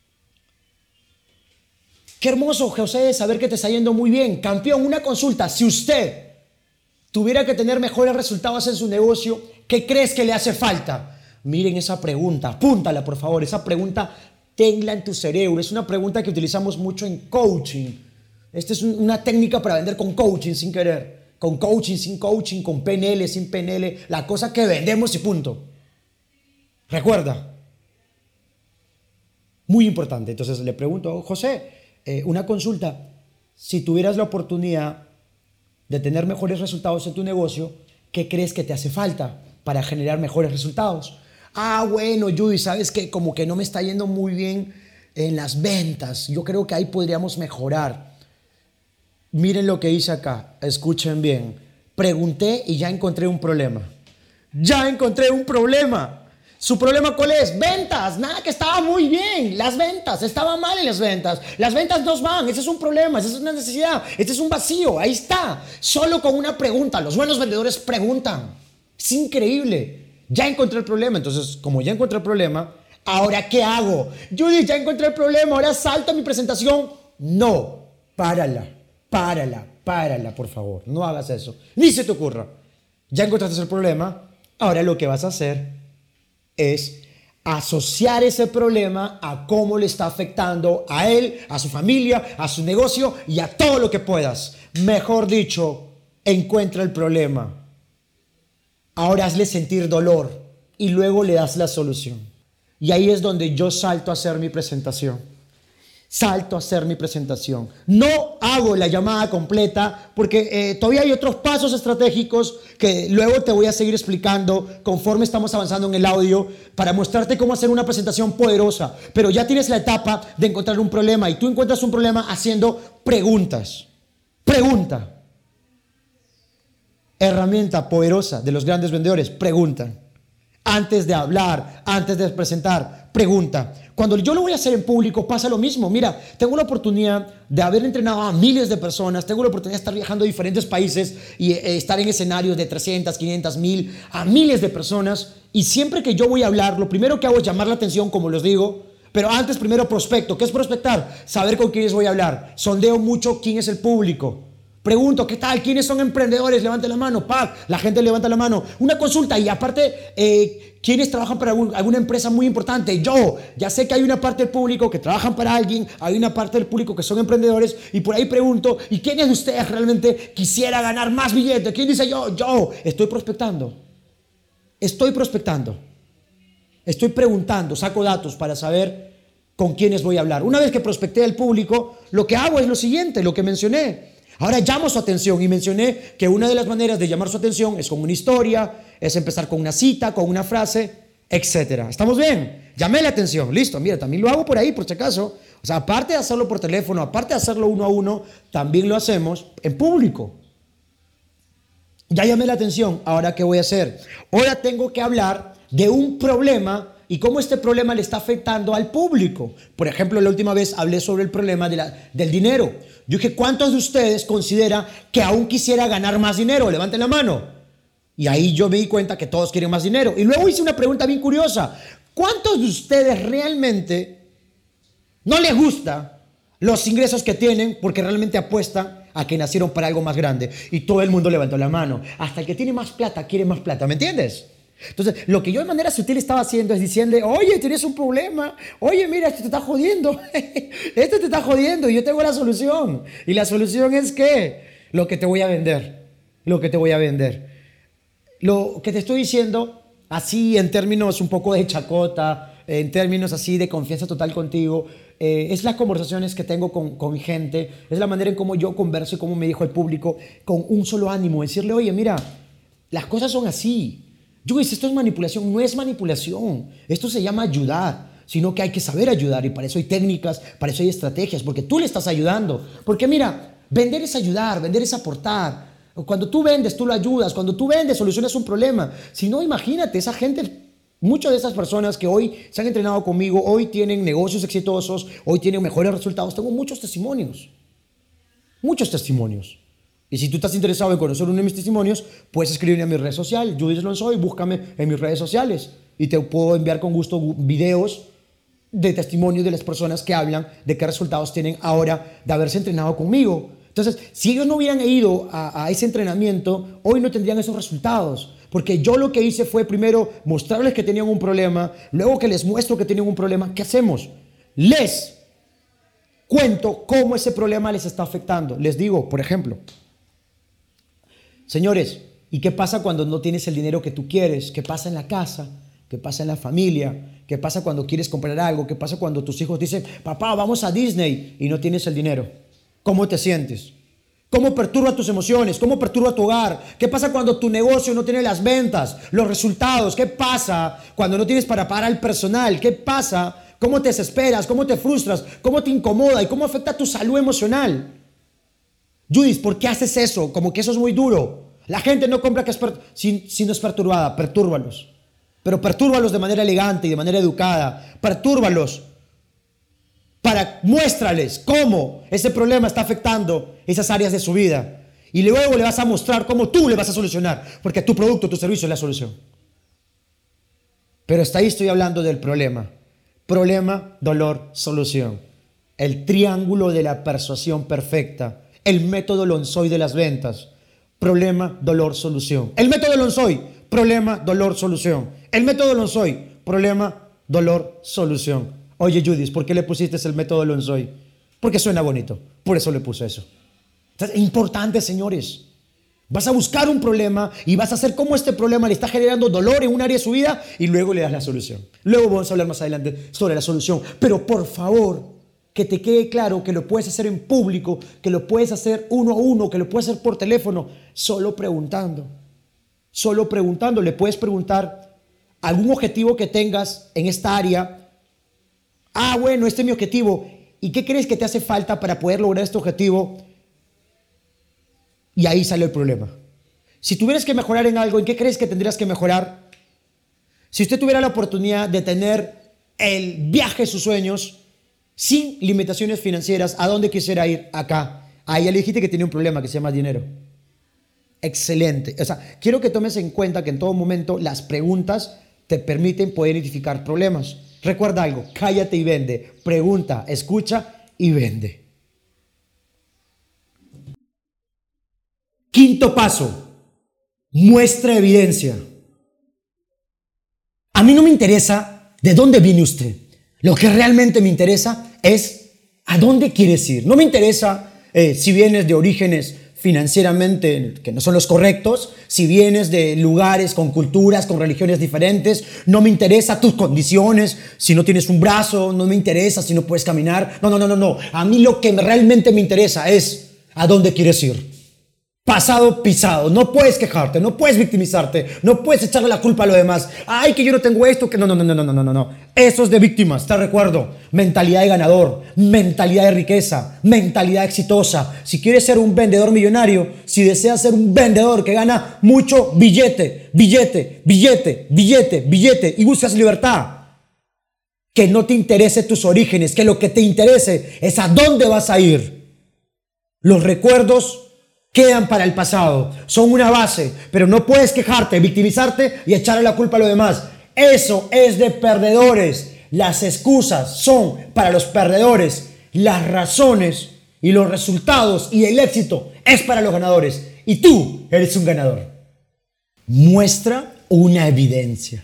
Qué hermoso, José, saber que te está yendo muy bien. Campeón, una consulta. Si usted tuviera que tener mejores resultados en su negocio, ¿qué crees que le hace falta? Miren esa pregunta, apúntala por favor, esa pregunta tenla en tu cerebro, es una pregunta que utilizamos mucho en coaching. Esta es una técnica para vender con coaching sin querer, con coaching, sin coaching, con PNL, sin PNL, la cosa que vendemos y punto. Recuerda, muy importante. Entonces le pregunto, José, una consulta, si tuvieras la oportunidad de tener mejores resultados en tu negocio, ¿qué crees que te hace falta para generar mejores resultados? Ah, bueno, Judy, sabes que como que no me está yendo muy bien en las ventas. Yo creo que ahí podríamos mejorar. Miren lo que hice acá. Escuchen bien. Pregunté y ya encontré un problema. Ya encontré un problema. ¿Su problema cuál es? Ventas. Nada, que estaba muy bien. Las ventas. Estaba mal en las ventas. Las ventas no van. Ese es un problema. Esa es una necesidad. Este es un vacío. Ahí está. Solo con una pregunta. Los buenos vendedores preguntan. Es increíble. Ya encontré el problema. Entonces, como ya encontré el problema, ¿ahora qué hago? Judy, ya encontré el problema. ¿Ahora salta mi presentación? No. Párala, por favor. No hagas eso. Ni se te ocurra. Ya encontraste el problema. Ahora lo que vas a hacer es asociar ese problema a cómo le está afectando a él, a su familia, a su negocio y a todo lo que puedas. Mejor dicho, encuentra el problema. Ahora hazle sentir dolor y luego le das la solución. Y ahí es donde yo salto a hacer mi presentación. No hago la llamada completa porque todavía hay otros pasos estratégicos que luego te voy a seguir explicando conforme estamos avanzando en el audio para mostrarte cómo hacer una presentación poderosa. Pero ya tienes la etapa de encontrar un problema y tú encuentras un problema haciendo preguntas. Pregunta. Herramienta poderosa de los grandes vendedores, preguntan. Antes de hablar, antes de presentar, pregunta. Cuando yo lo voy a hacer en público pasa lo mismo. Mira, tengo la oportunidad de haber entrenado a miles de personas, tengo la oportunidad de estar viajando a diferentes países y estar en escenarios de 300, 500, 1000, a miles de personas. Y siempre que yo voy a hablar, lo primero que hago es llamar la atención, como les digo. Pero antes, primero prospecto. ¿Qué es prospectar? Saber con quiénes voy a hablar. Sondeo mucho quién es el público. Pregunto, ¿qué tal? ¿Quiénes son emprendedores? Levante la mano. ¡Pac! La gente levanta la mano. Una consulta. Y aparte, ¿quiénes trabajan para alguna empresa muy importante? Yo. Ya sé que hay una parte del público que trabajan para alguien. Hay una parte del público que son emprendedores. Y por ahí pregunto, ¿y quiénes de ustedes realmente quisiera ganar más billetes? ¿Quién dice yo? Yo. Estoy prospectando. Estoy preguntando, saco datos para saber con quiénes voy a hablar. Una vez que prospecté al público, lo que hago es lo siguiente, lo que mencioné. Ahora llamo su atención y mencioné que una de las maneras de llamar su atención es con una historia, es empezar con una cita, con una frase, etcétera. ¿Estamos bien? Llamé la atención, listo. Mira, también lo hago por ahí, por si acaso. O sea, aparte de hacerlo por teléfono, aparte de hacerlo uno a uno, también lo hacemos en público. Ya llamé la atención, ¿ahora qué voy a hacer? Ahora tengo que hablar de un problema y cómo este problema le está afectando al público. Por ejemplo, la última vez hablé sobre el problema del dinero. Yo dije, ¿cuántos de ustedes consideran que aún quisiera ganar más dinero? Levanten la mano. Y ahí yo me di cuenta que todos quieren más dinero. Y luego hice una pregunta bien curiosa. ¿Cuántos de ustedes realmente no les gusta los ingresos que tienen porque realmente apuestan a que nacieron para algo más grande? Y todo el mundo levantó la mano. Hasta el que tiene más plata quiere más plata, ¿me entiendes? Entonces, lo que yo de manera sutil estaba haciendo es diciendo, oye, tienes un problema, oye, mira, esto te está jodiendo, esto te está jodiendo y yo tengo la solución. Y la solución es ¿qué? Lo que te voy a vender, lo que te voy a vender. Lo que te estoy diciendo, así en términos un poco de chacota, en términos así de confianza total contigo, es las conversaciones que tengo con mi gente, es la manera en cómo yo converso y cómo me dijo el público, con un solo ánimo, decirle, oye, mira, las cosas son así. Yo dije, esto es manipulación, no es manipulación, esto se llama ayudar, sino que hay que saber ayudar y para eso hay técnicas, para eso hay estrategias, porque tú le estás ayudando. Porque mira, vender es ayudar, vender es aportar. Cuando tú vendes, tú lo ayudas, cuando tú vendes, solucionas un problema. Si no, imagínate, esa gente, muchas de esas personas que hoy se han entrenado conmigo, hoy tienen negocios exitosos, hoy tienen mejores resultados, tengo muchos testimonios. Muchos testimonios. Y si tú estás interesado en conocer uno de mis testimonios, puedes escribirme a mi red social, Judith Lonsoy, búscame en mis redes sociales y te puedo enviar con gusto videos de testimonios de las personas que hablan de qué resultados tienen ahora de haberse entrenado conmigo. Entonces, si ellos no hubieran ido a ese entrenamiento, hoy no tendrían esos resultados. Porque yo lo que hice fue primero mostrarles que tenían un problema, luego que les muestro que tienen un problema, ¿qué hacemos? Les cuento cómo ese problema les está afectando. Les digo, por ejemplo, señores, ¿y qué pasa cuando no tienes el dinero que tú quieres? ¿Qué pasa en la casa? ¿Qué pasa en la familia? ¿Qué pasa cuando quieres comprar algo? ¿Qué pasa cuando tus hijos dicen, papá, vamos a Disney y no tienes el dinero? ¿Cómo te sientes? ¿Cómo perturba tus emociones? ¿Cómo perturba tu hogar? ¿Qué pasa cuando tu negocio no tiene las ventas, los resultados? ¿Qué pasa cuando no tienes para pagar al personal? ¿Qué pasa? ¿Cómo te desesperas? ¿Cómo te frustras? ¿Cómo te incomoda? ¿Y cómo afecta tu salud emocional? Judith, ¿por qué haces eso? Como que eso es muy duro. La gente no compra que si no es perturbada. Pertúrbalos. Pero pertúrbalos de manera elegante y de manera educada. Pertúrbalos. Muéstrales cómo ese problema está afectando esas áreas de su vida. Y luego le vas a mostrar cómo tú le vas a solucionar. Porque tu producto, tu servicio es la solución. Pero hasta ahí estoy hablando del problema. Problema, dolor, solución. El triángulo de la persuasión perfecta. El método Lonsoy de las ventas. Problema, dolor, solución. El método Lonsoy. Problema, dolor, solución. El método Lonsoy. Problema, dolor, solución. Oye, Judith, ¿por qué le pusiste el método Lonsoy? Porque suena bonito. Por eso le puse eso. Entonces, es importante, señores. Vas a buscar un problema y vas a hacer cómo este problema le está generando dolor en un área de su vida y luego le das la solución. Luego vamos a hablar más adelante sobre la solución. Pero por favor, que te quede claro que lo puedes hacer en público, que lo puedes hacer uno a uno, que lo puedes hacer por teléfono, solo preguntando. Solo preguntando. Le puedes preguntar algún objetivo que tengas en esta área. Ah, bueno, este es mi objetivo. ¿Y qué crees que te hace falta para poder lograr este objetivo? Y ahí sale el problema. Si tuvieras que mejorar en algo, ¿en qué crees que tendrías que mejorar? Si usted tuviera la oportunidad de tener el viaje de sus sueños, sin limitaciones financieras, ¿a dónde quisiera ir? Acá. Ahí ya le dijiste que tiene un problema que se llama dinero. Excelente. O sea, quiero que tomes en cuenta que en todo momento las preguntas te permiten poder identificar problemas. Recuerda algo, cállate y vende. Pregunta, escucha y vende. Quinto paso, muestra evidencia. A mí no me interesa de dónde viene usted. Lo que realmente me interesa es a dónde quieres ir. No me interesa si vienes de orígenes financieramente que no son los correctos, si vienes de lugares con culturas, con religiones diferentes, no me interesa tus condiciones, si no tienes un brazo, no me interesa si no puedes caminar. No. A mí lo que realmente me interesa es a dónde quieres ir. Pasado pisado, no puedes quejarte, no puedes victimizarte, no puedes echarle la culpa a lo demás. Ay, que yo no tengo esto, que no. Eso es de víctimas, te recuerdo. Mentalidad de ganador, mentalidad de riqueza, mentalidad exitosa. Si quieres ser un vendedor millonario, si deseas ser un vendedor que gana mucho billete y buscas libertad, que no te interese tus orígenes, que lo que te interese es a dónde vas a ir. Los recuerdos quedan para el pasado, son una base, pero no puedes quejarte, victimizarte y echarle la culpa a los demás. Eso es de perdedores. Las excusas son para los perdedores. Las razones y los resultados y el éxito es para los ganadores. Y tú eres un ganador. Muestra una evidencia.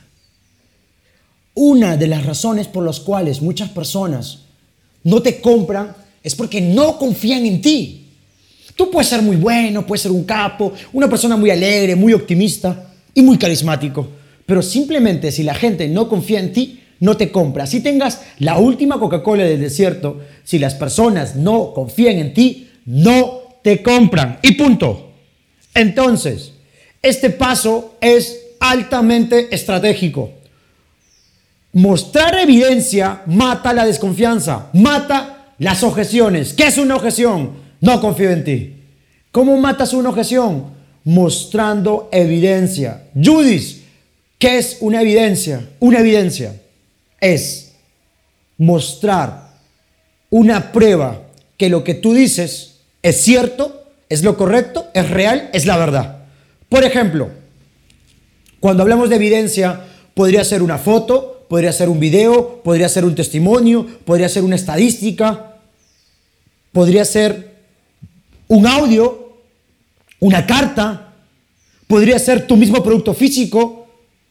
Una de las razones por las cuales muchas personas no te compran es porque no confían en ti. Tú puedes ser muy bueno, puedes ser un capo, una persona muy alegre, muy optimista y muy carismático. Pero simplemente si la gente no confía en ti, no te compra. Si tengas la última Coca-Cola del desierto, si las personas no confían en ti, no te compran. Y punto. Entonces, este paso es altamente estratégico. Mostrar evidencia mata la desconfianza, mata las objeciones. ¿Qué es una objeción? No confío en ti. ¿Cómo matas una objeción? Mostrando evidencia. Judith, ¿qué es una evidencia? Una evidencia es mostrar una prueba que lo que tú dices es cierto, es lo correcto, es real, es la verdad. Por ejemplo, cuando hablamos de evidencia, podría ser una foto, podría ser un video, podría ser un testimonio, podría ser una estadística, podría ser un audio, una carta, podría ser tu mismo producto físico.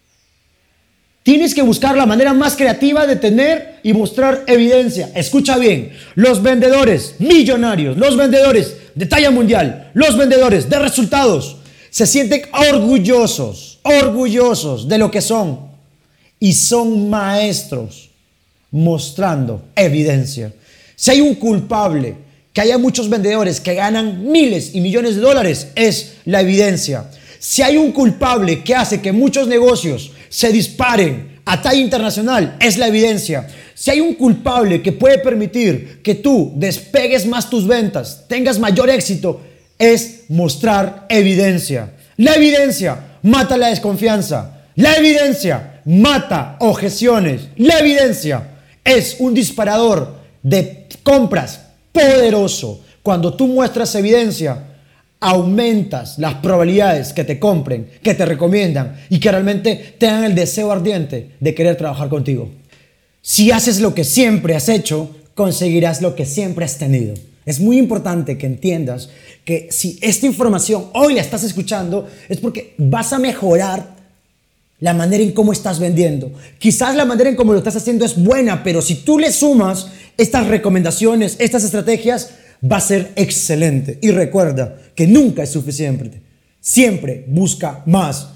Tienes que buscar la manera más creativa de tener y mostrar evidencia. Escucha bien, los vendedores millonarios, los vendedores de talla mundial, los vendedores de resultados, se sienten orgullosos de lo que son y son maestros mostrando evidencia. Si hay un culpable, que haya muchos vendedores que ganan miles y millones de dólares, es la evidencia. Si hay un culpable que hace que muchos negocios se disparen a talla internacional, es la evidencia. Si hay un culpable que puede permitir que tú despegues más tus ventas, tengas mayor éxito, es mostrar evidencia. La evidencia mata la desconfianza. La evidencia mata objeciones. La evidencia es un disparador de compras poderoso. Cuando tú muestras evidencia, aumentas las probabilidades que te compren, que te recomiendan y que realmente tengan el deseo ardiente de querer trabajar contigo. Si haces lo que siempre has hecho, conseguirás lo que siempre has tenido. Es muy importante que entiendas que si esta información hoy la estás escuchando, es porque vas a mejorar la manera en cómo estás vendiendo. Quizás la manera en cómo lo estás haciendo es buena, pero si tú le sumas estas recomendaciones, estas estrategias, va a ser excelente. Y recuerda que nunca es suficiente. Siempre busca más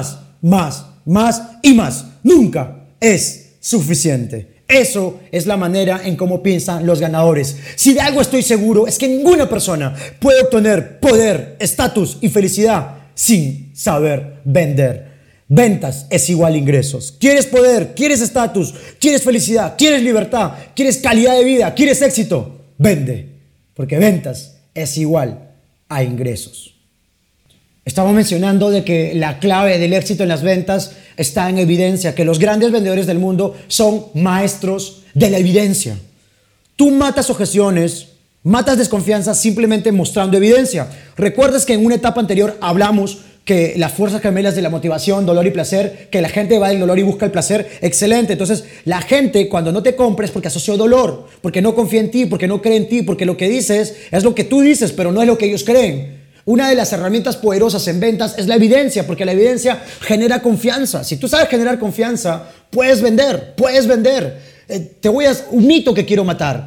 y más. Nunca es suficiente. Eso es la manera en cómo piensan los ganadores. Si de algo estoy seguro es que ninguna persona puede obtener poder, estatus y felicidad sin saber vender. Ventas es igual a ingresos. ¿Quieres poder? ¿Quieres estatus? ¿Quieres felicidad? ¿Quieres libertad? ¿Quieres calidad de vida? ¿Quieres éxito? Vende. Porque ventas es igual a ingresos. Estamos mencionando de que la clave del éxito en las ventas está en evidencia, que los grandes vendedores del mundo son maestros de la evidencia. Tú matas objeciones, matas desconfianza simplemente mostrando evidencia. ¿Recuerdas que en una etapa anterior hablamos que las fuerzas gemelas de la motivación, dolor y placer, que la gente va del dolor y busca el placer? Excelente. Entonces, la gente cuando no te compra es porque asoció dolor, porque no confía en ti, porque no cree en ti, porque lo que dices es lo que tú dices, pero no es lo que ellos creen. Una de las herramientas poderosas en ventas es la evidencia, porque la evidencia genera confianza. Si tú sabes generar confianza, puedes vender. Te voy a un mito que quiero matar.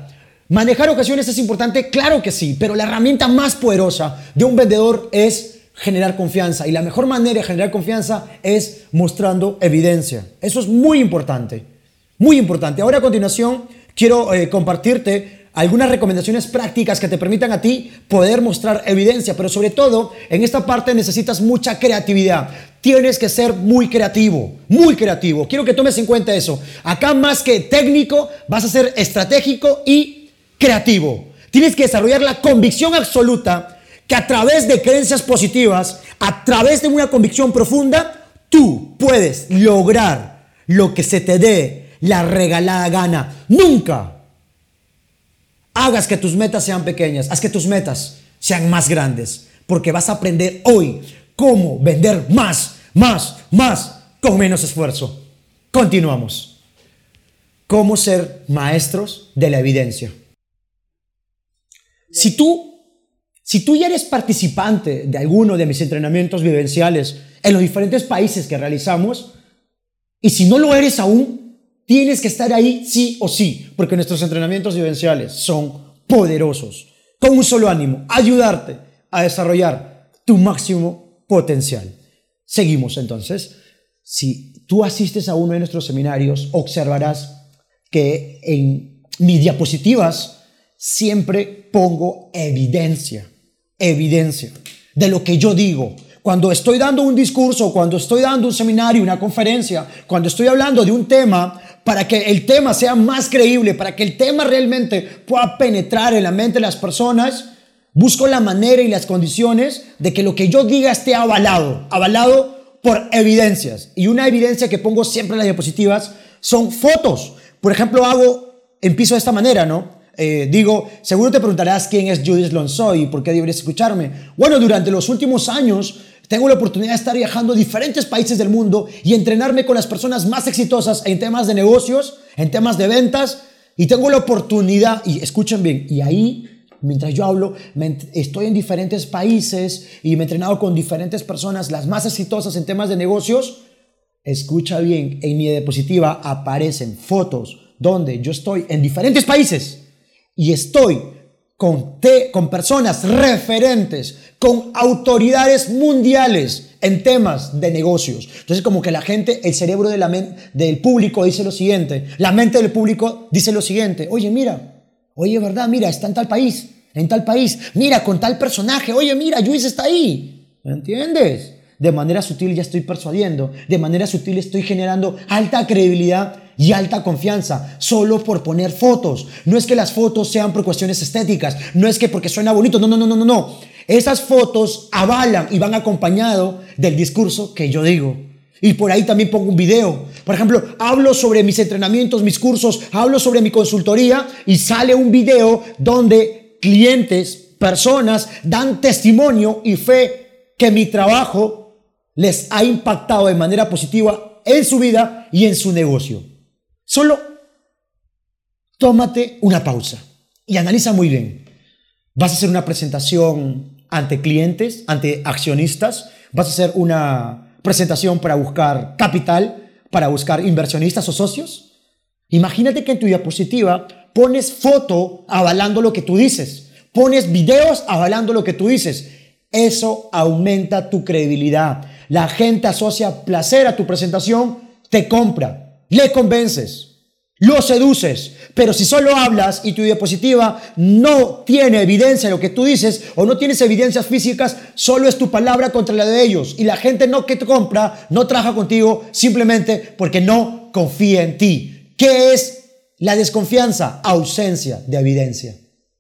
¿Manejar ocasiones es importante? Claro que sí, pero la herramienta más poderosa de un vendedor es generar confianza. Y la mejor manera de generar confianza es mostrando evidencia. Eso es muy importante, muy importante. Ahora a continuación quiero compartirte algunas recomendaciones prácticas que te permitan a ti poder mostrar evidencia, pero sobre todo en esta parte necesitas mucha creatividad. Tienes que ser muy creativo, muy creativo. Quiero que tomes en cuenta eso. Acá más que técnico vas a ser estratégico y creativo. Tienes que desarrollar la convicción absoluta que a través de creencias positivas, a través de una convicción profunda, tú puedes lograr lo que se te dé la regalada gana. Nunca hagas que tus metas sean pequeñas, haz que tus metas sean más grandes, porque vas a aprender hoy cómo vender más con menos esfuerzo. Continuamos. ¿Cómo ser maestros de la evidencia? Si tú ya eres participante de alguno de mis entrenamientos vivenciales en los diferentes países que realizamos, y si no lo eres aún, tienes que estar ahí sí o sí, porque nuestros entrenamientos vivenciales son poderosos, con un solo ánimo: ayudarte a desarrollar tu máximo potencial. Seguimos entonces. Si tú asistes a uno de nuestros seminarios, observarás que en mis diapositivas siempre pongo evidencia de lo que yo digo. Cuando estoy dando un discurso, cuando estoy dando un seminario, una conferencia, cuando estoy hablando de un tema, para que el tema sea más creíble, para que el tema realmente pueda penetrar en la mente de las personas, busco la manera y las condiciones de que lo que yo diga esté avalado por evidencias. Y una evidencia que pongo siempre en las diapositivas son fotos. Por ejemplo, empiezo de esta manera, ¿no? Digo, seguro te preguntarás quién es Judith Lonsoy y por qué deberías escucharme. Bueno, durante los últimos años tengo la oportunidad de estar viajando a diferentes países del mundo y entrenarme con las personas más exitosas en temas de negocios, en temas de ventas, y tengo la oportunidad, y escuchen bien, y ahí, mientras yo hablo, estoy en diferentes países y me he entrenado con diferentes personas, las más exitosas en temas de negocios. Escucha bien, en mi diapositiva aparecen fotos donde yo estoy en diferentes países y estoy con personas referentes, con autoridades mundiales en temas de negocios. Entonces, como que la gente, el cerebro del público dice lo siguiente, la mente del público dice lo siguiente: oye, ¿verdad? Mira, está en tal país, mira, con tal personaje, oye, mira, Luis está ahí. ¿Me entiendes? De manera sutil ya estoy persuadiendo, de manera sutil estoy generando alta credibilidad y alta confianza, solo por poner fotos. No es que las fotos sean por cuestiones estéticas, no es que porque suena bonito, no. Esas fotos avalan y van acompañado del discurso que yo digo. Y por ahí también pongo un video. Por ejemplo, hablo sobre mis entrenamientos, mis cursos, hablo sobre mi consultoría y sale un video donde clientes, personas dan testimonio y fe que mi trabajo les ha impactado de manera positiva en su vida y en su negocio. Solo tómate una pausa y analiza muy bien. ¿Vas a hacer una presentación ante clientes, ante accionistas? ¿Vas a hacer una presentación para buscar capital, para buscar inversionistas o socios? Imagínate que en tu diapositiva pones foto avalando lo que tú dices, pones videos avalando lo que tú dices. Eso aumenta tu credibilidad. La gente asocia placer a tu presentación, te compra, le convences, lo seduces. Pero si solo hablas y tu diapositiva no tiene evidencia de lo que tú dices o no tienes evidencias físicas, solo es tu palabra contra la de ellos. Y la gente no que te compra, no trabaja contigo simplemente porque no confía en ti. ¿Qué es la desconfianza? Ausencia de evidencia.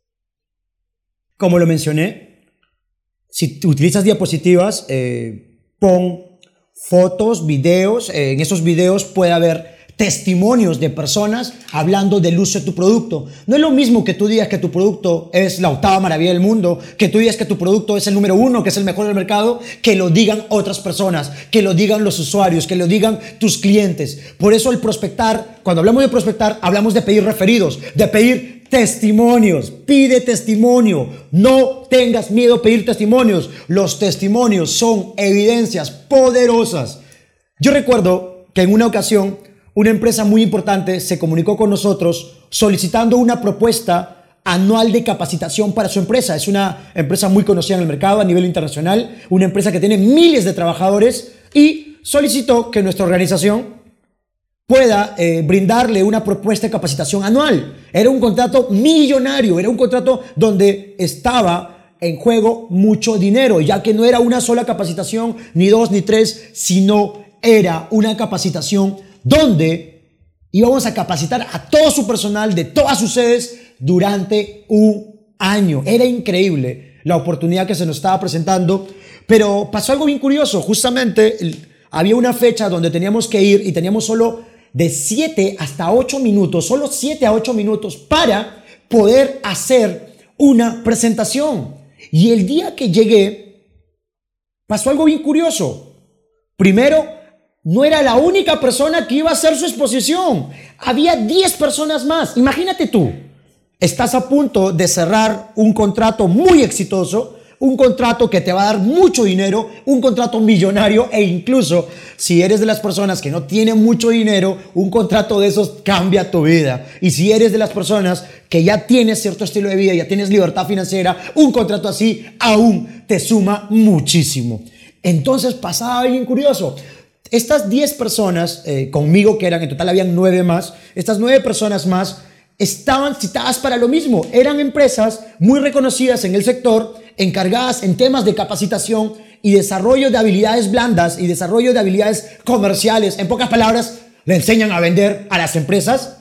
Como lo mencioné, si utilizas diapositivas, pon fotos, videos. En esos videos puede haber testimonios de personas hablando del uso de tu producto. No es lo mismo que tú digas que tu producto es la octava maravilla del mundo, que tú digas que tu producto es el número 1, que es el mejor del mercado, que lo digan otras personas, que lo digan los usuarios, que lo digan tus clientes. Por eso el prospectar, cuando hablamos de prospectar, hablamos de pedir referidos, de pedir testimonios. Pide testimonio. No tengas miedo a pedir testimonios. Los testimonios son evidencias poderosas. Yo recuerdo que en una ocasión una empresa muy importante se comunicó con nosotros solicitando una propuesta anual de capacitación para su empresa. Es una empresa muy conocida en el mercado a nivel internacional, una empresa que tiene miles de trabajadores y solicitó que nuestra organización pueda brindarle una propuesta de capacitación anual. Era un contrato millonario, era un contrato donde estaba en juego mucho dinero, ya que no era una sola capacitación, ni dos, ni tres, sino era una capacitación donde íbamos a capacitar a todo su personal de todas sus sedes durante un año. Era increíble la oportunidad que se nos estaba presentando, pero pasó algo bien curioso. Justamente había una fecha donde teníamos que ir y teníamos solo de 7 hasta 8 minutos, solo 7 a 8 minutos para poder hacer una presentación. Y el día que llegué, pasó algo bien curioso. Primero, no era la única persona que iba a hacer su exposición. Había 10 personas más. Imagínate tú, estás a punto de cerrar un contrato muy exitoso, un contrato que te va a dar mucho dinero, un contrato millonario, e incluso si eres de las personas que no tienen mucho dinero, un contrato de esos cambia tu vida. Y si eres de las personas que ya tienes cierto estilo de vida, ya tienes libertad financiera, un contrato así aún te suma muchísimo. Entonces pasaba bien curioso. Estas 10 personas conmigo, que eran en total, habían 9 más, estas 9 personas más estaban citadas para lo mismo. Eran empresas muy reconocidas en el sector, encargadas en temas de capacitación y desarrollo de habilidades blandas y desarrollo de habilidades comerciales. En pocas palabras, le enseñan a vender a las empresas.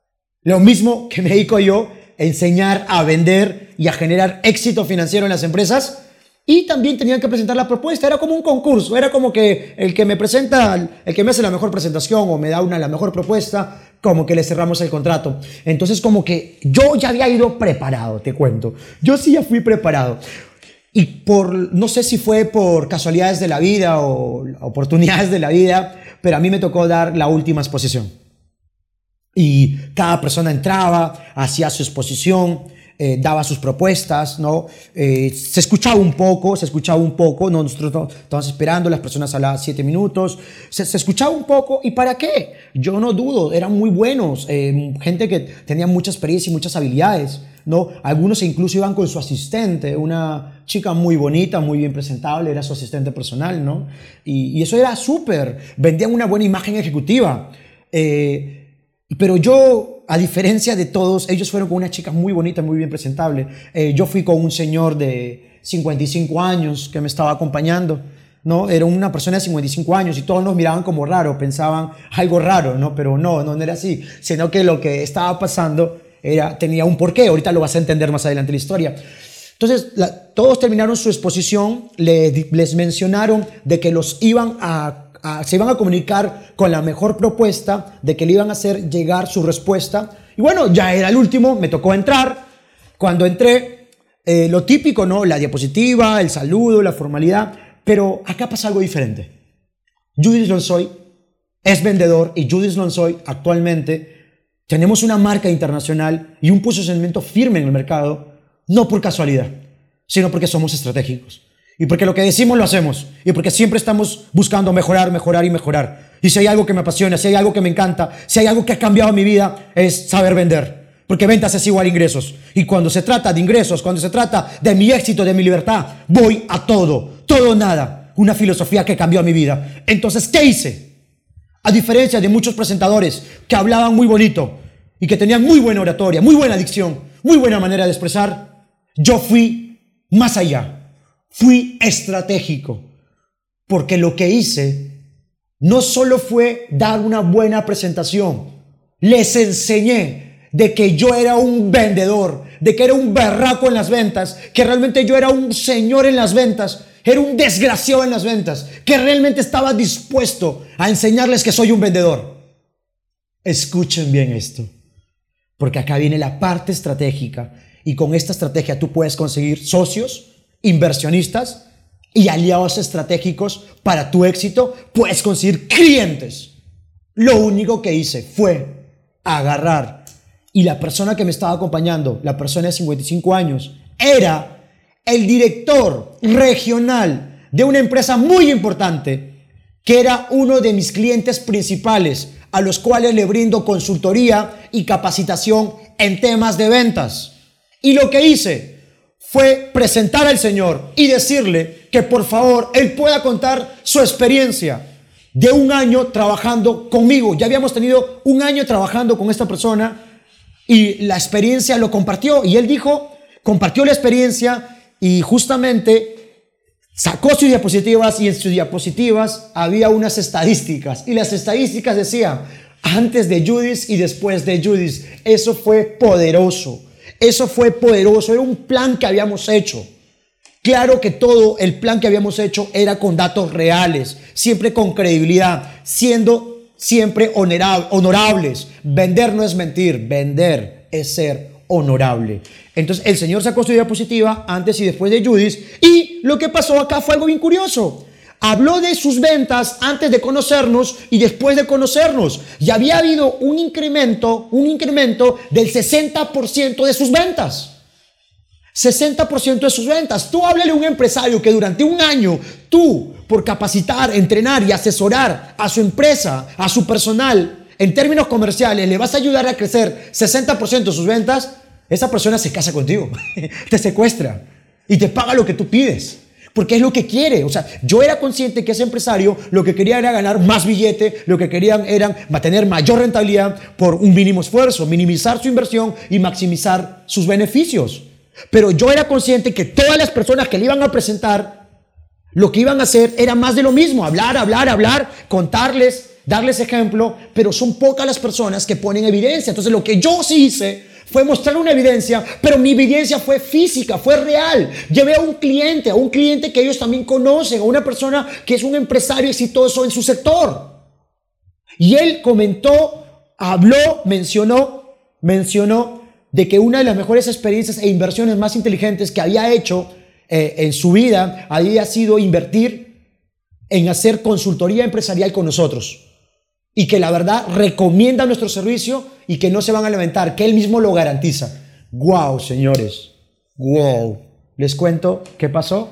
Lo mismo que me dedico yo, enseñar a vender y a generar éxito financiero en las empresas. Y también tenían que presentar la propuesta. Era como un concurso. Era como que el que me presenta, el que me hace la mejor presentación o me da la mejor propuesta, como que le cerramos el contrato. Entonces, como que yo ya había ido preparado, te cuento. Yo sí ya fui preparado. Y no sé si fue por casualidades de la vida o oportunidades de la vida, pero a mí me tocó dar la última exposición. Y cada persona entraba, hacía su exposición, daba sus propuestas, ¿no? Se escuchaba un poco, ¿no? Nosotros estábamos esperando, las personas hablaban 7 minutos, se escuchaba un poco. ¿Y para qué? Yo no dudo, eran muy buenos, gente que tenía mucha experiencia y muchas habilidades, ¿no? Algunos incluso iban con su asistente, una chica muy bonita, muy bien presentable, era su asistente personal, ¿no? Y eso era súper, vendían una buena imagen ejecutiva. Pero yo, a diferencia de todos, ellos fueron con una chica muy bonita, muy bien presentable. Yo fui con un señor de 55 años que me estaba acompañando, ¿no? Era una persona de 55 años y todos nos miraban como raro, pensaban algo raro, ¿no? Pero no era así, sino que lo que estaba pasando tenía un porqué. Ahorita lo vas a entender más adelante en la historia. Entonces, todos terminaron su exposición, les mencionaron de que se iban a comunicar con la mejor propuesta, de que le iban a hacer llegar su respuesta. Y bueno, ya era el último, me tocó entrar. Cuando entré, lo típico, ¿no? La diapositiva, el saludo, la formalidad. Pero acá pasa algo diferente. Judith Lonsoy es vendedor y Judith Lonsoy actualmente tenemos una marca internacional y un posicionamiento firme en el mercado, no por casualidad, sino porque somos estratégicos. Y porque lo que decimos lo hacemos. Y porque siempre estamos buscando mejorar, mejorar y mejorar. Y si hay algo que me apasiona, si hay algo que me encanta, si hay algo que ha cambiado mi vida, es saber vender. Porque ventas es igual a ingresos. Y cuando se trata de ingresos, cuando se trata de mi éxito, de mi libertad, voy a todo. Todo o nada. Una filosofía que cambió mi vida. Entonces, ¿qué hice? A diferencia de muchos presentadores que hablaban muy bonito y que tenían muy buena oratoria, muy buena dicción, muy buena manera de expresar, yo fui más allá. Fui estratégico, porque lo que hice no solo fue dar una buena presentación, les enseñé de que yo era un vendedor, de que era un berraco en las ventas, que realmente yo era un señor en las ventas, era un desgraciado en las ventas, que realmente estaba dispuesto a enseñarles que soy un vendedor. Escuchen bien esto, porque acá viene la parte estratégica, y con esta estrategia tú puedes conseguir socios, inversionistas y aliados estratégicos para tu éxito. Puedes conseguir clientes. Lo único que hice fue agarrar, y la persona que me estaba acompañando, la persona de 55 años, era el director regional de una empresa muy importante, que era uno de mis clientes principales, a los cuales le brindo consultoría y capacitación en temas de ventas. Y lo que hice fue presentar al Señor y decirle que por favor Él pueda contar su experiencia de un año trabajando conmigo. Ya habíamos tenido un año trabajando con esta persona y la experiencia lo compartió. Y él compartió la experiencia y justamente sacó sus diapositivas, y en sus diapositivas había unas estadísticas. Y las estadísticas decían, antes de Judith y después de Judith. Eso fue poderoso. Eso fue poderoso. Era un plan que habíamos hecho. Claro que todo el plan que habíamos hecho era con datos reales, siempre con credibilidad, siendo siempre honorables. Vender no es mentir, vender es ser honorable. Entonces el Señor sacó su diapositiva antes y después de Judith, y lo que pasó acá fue algo bien curioso. Habló de sus ventas antes de conocernos y después de conocernos. Y había habido un incremento del 60% de sus ventas. 60% de sus ventas. Tú háblale a un empresario que durante un año tú, por capacitar, entrenar y asesorar a su empresa, a su personal, en términos comerciales, le vas a ayudar a crecer 60% de sus ventas. Esa persona se casa contigo, te secuestra y te paga lo que tú pides, porque es lo que quiere. O sea, yo era consciente que ese empresario lo que quería era ganar más billete, lo que querían era tener mayor rentabilidad por un mínimo esfuerzo, minimizar su inversión y maximizar sus beneficios. Pero yo era consciente que todas las personas que le iban a presentar, lo que iban a hacer era más de lo mismo, hablar, contarles, darles ejemplo, pero son pocas las personas que ponen evidencia. Entonces lo que yo sí hice fue mostrar una evidencia, pero mi evidencia fue física, fue real. Llevé a un cliente que ellos también conocen, a una persona que es un empresario exitoso en su sector. Y él comentó, habló, mencionó de que una de las mejores experiencias e inversiones más inteligentes que había hecho en su vida había sido invertir en hacer consultoría empresarial con nosotros. Y que la verdad recomienda nuestro servicio y que no se van a lamentar, que él mismo lo garantiza. ¡Wow, señores! ¡Wow! Les cuento qué pasó.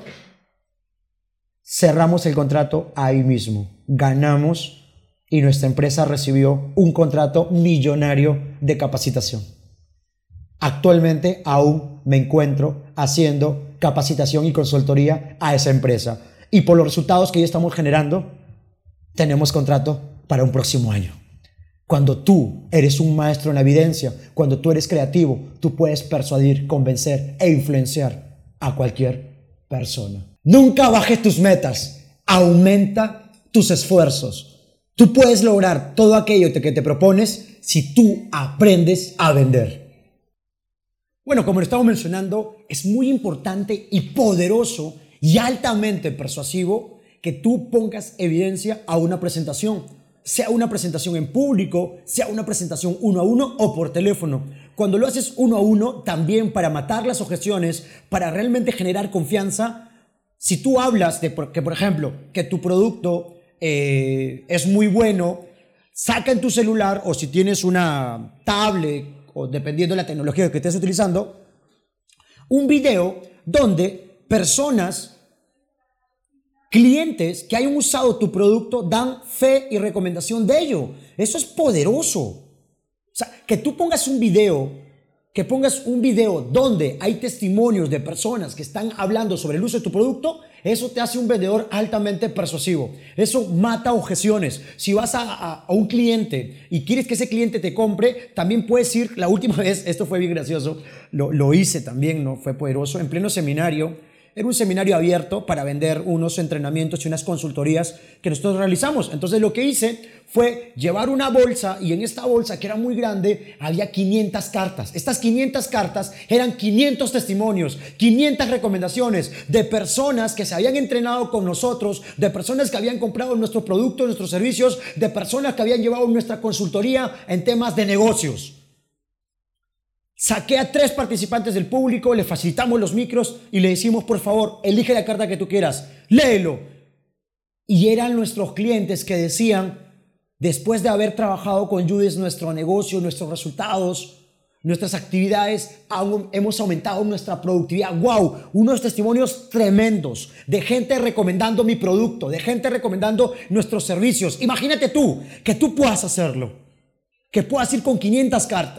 Cerramos el contrato ahí mismo. Ganamos y nuestra empresa recibió un contrato millonario de capacitación. Actualmente aún me encuentro haciendo capacitación y consultoría a esa empresa. Y por los resultados que ya estamos generando, tenemos contrato para un próximo año. Cuando tú eres un maestro en la evidencia, cuando tú eres creativo, tú puedes persuadir, convencer e influenciar a cualquier persona. Nunca bajes tus metas, aumenta tus esfuerzos. Tú puedes lograr todo aquello que te propones si tú aprendes a vender. Bueno, como lo estamos mencionando, es muy importante y poderoso y altamente persuasivo que tú pongas evidencia a una presentación, sea una presentación en público, sea una presentación 1 a 1 o por teléfono. Cuando lo haces 1 a 1, también para matar las objeciones, para realmente generar confianza, si tú hablas de que, por ejemplo, que tu producto es muy bueno, saca en tu celular, o si tienes una tablet, o dependiendo de la tecnología que estés utilizando, un video donde personas, clientes que hayan usado tu producto dan fe y recomendación de ello. Eso es poderoso. O sea, que tú pongas un video donde hay testimonios de personas que están hablando sobre el uso de tu producto, eso te hace un vendedor altamente persuasivo. Eso mata objeciones. Si vas a un cliente y quieres que ese cliente te compre, también puedes ir. La última vez, esto fue bien gracioso, lo hice también, ¿no? Fue poderoso. En pleno seminario, era un seminario abierto para vender unos entrenamientos y unas consultorías que nosotros realizamos. Entonces lo que hice fue llevar una bolsa, y en esta bolsa, que era muy grande, había 500 cartas. Estas 500 cartas eran 500 testimonios, 500 recomendaciones de personas que se habían entrenado con nosotros, de personas que habían comprado nuestros productos, nuestros servicios, de personas que habían llevado nuestra consultoría en temas de negocios. Saqué a 3 participantes del público, le facilitamos los micros y le decimos, por favor, elige la carta que tú quieras, léelo. Y eran nuestros clientes que decían, después de haber trabajado con Judith nuestro negocio, nuestros resultados, nuestras actividades, hemos aumentado nuestra productividad. ¡Wow! Unos testimonios tremendos de gente recomendando mi producto, de gente recomendando nuestros servicios. Imagínate tú, que tú puedas hacerlo, que puedas ir con 500 cartas,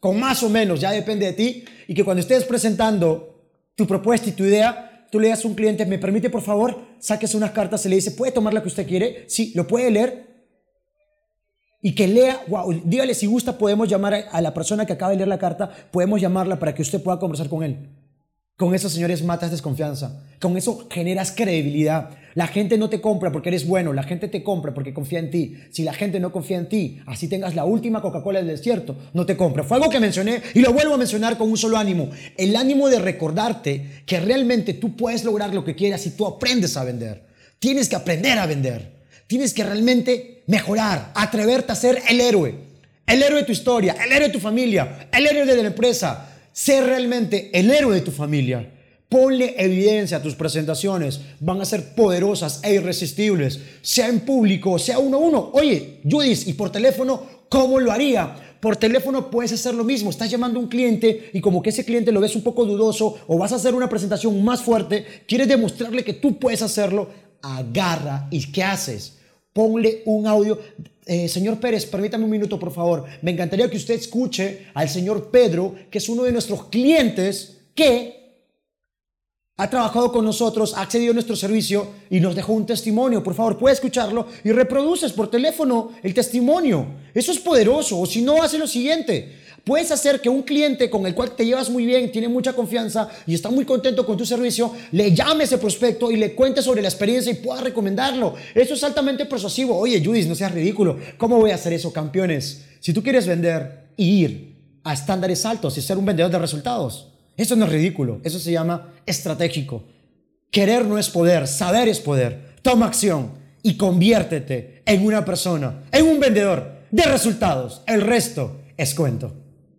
con más o menos, ya depende de ti, y que cuando estés presentando tu propuesta y tu idea, tú le das a un cliente, ¿me permite por favor? Sáquese unas cartas y le dice, ¿puede tomar la que usted quiere? Sí, ¿lo puede leer? Y que lea, wow, dígale si gusta, podemos llamar a la persona que acaba de leer la carta, podemos llamarla para que usted pueda conversar con él. Con eso, señores, matas desconfianza. Con eso generas credibilidad. La gente no te compra porque eres bueno, la gente te compra porque confía en ti. Si la gente no confía en ti, así tengas la última Coca-Cola del desierto, no te compra. Fue algo que mencioné y lo vuelvo a mencionar con un solo ánimo. El ánimo de recordarte que realmente tú puedes lograr lo que quieras si tú aprendes a vender. Tienes que aprender a vender. Tienes que realmente mejorar, atreverte a ser el héroe de tu historia, el héroe de tu familia, el héroe de la empresa. Sé realmente el héroe de tu familia. Ponle evidencia a tus presentaciones. Van a ser poderosas e irresistibles. Sea en público, sea uno a uno. Oye, Judith, ¿y por teléfono cómo lo haría? Por teléfono puedes hacer lo mismo. Estás llamando a un cliente y como que ese cliente lo ves un poco dudoso o vas a hacer una presentación más fuerte, quieres demostrarle que tú puedes hacerlo. Agarra y ¿qué haces? Ponle un audio. Señor Pérez, permítame un minuto, por favor. Me encantaría que usted escuche al señor Pedro, que es uno de nuestros clientes que ha trabajado con nosotros, ha accedido a nuestro servicio y nos dejó un testimonio. Por favor, puede escucharlo y reproduces por teléfono el testimonio. Eso es poderoso. O si no, hace lo siguiente. Puedes hacer que un cliente con el cual te llevas muy bien, tiene mucha confianza y está muy contento con tu servicio, le llame a ese prospecto y le cuente sobre la experiencia y pueda recomendarlo. Eso es altamente persuasivo. Oye, Judith, no seas ridículo. ¿Cómo voy a hacer eso, campeones? Si tú quieres vender y ir a estándares altos y ser un vendedor de resultados, eso no es ridículo. Eso se llama estratégico. Querer no es poder, saber es poder. Toma acción y conviértete en una persona, en un vendedor de resultados. El resto es cuento.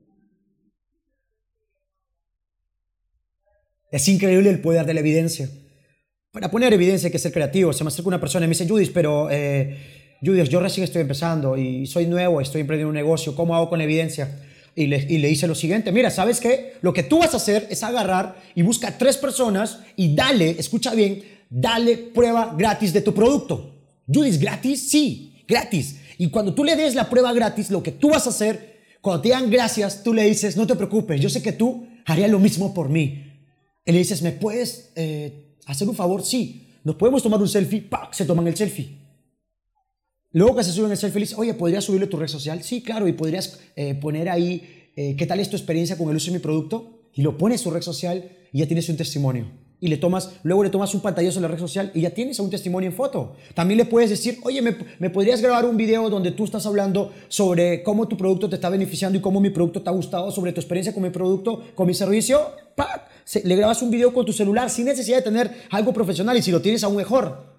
Es increíble el poder de la evidencia. Para poner evidencia hay que ser creativo. Se me acerca una persona y me dice, Judith, pero Judith, yo recién estoy empezando y soy nuevo, estoy emprendiendo un negocio. ¿Cómo hago con la evidencia? Y le hice lo siguiente. Mira, ¿sabes qué? Lo que tú vas a hacer es agarrar y busca 3 personas y dale, escucha bien, dale prueba gratis de tu producto. Judith, ¿gratis? Sí, gratis. Y cuando tú le des la prueba gratis, lo que tú vas a hacer, cuando te dan gracias, tú le dices, no te preocupes, yo sé que tú harías lo mismo por mí. Y le dices, ¿me puedes hacer un favor? Sí. ¿Nos podemos tomar un selfie? ¡Pac! Se toman el selfie. Luego que se suben el selfie, le dices, oye, ¿podrías subirle tu red social? Sí, claro. Y podrías poner ahí, ¿qué tal es tu experiencia con el uso de mi producto? Y lo pones en su red social y ya tienes un testimonio. Y luego le tomas un pantallazo en la red social y ya tienes un testimonio en foto. También le puedes decir, oye, ¿me podrías grabar un video donde tú estás hablando sobre cómo tu producto te está beneficiando y cómo mi producto te ha gustado, sobre tu experiencia con mi producto, con mi servicio? ¡Pac! Le grabas un video con tu celular sin necesidad de tener algo profesional y si lo tienes aún mejor.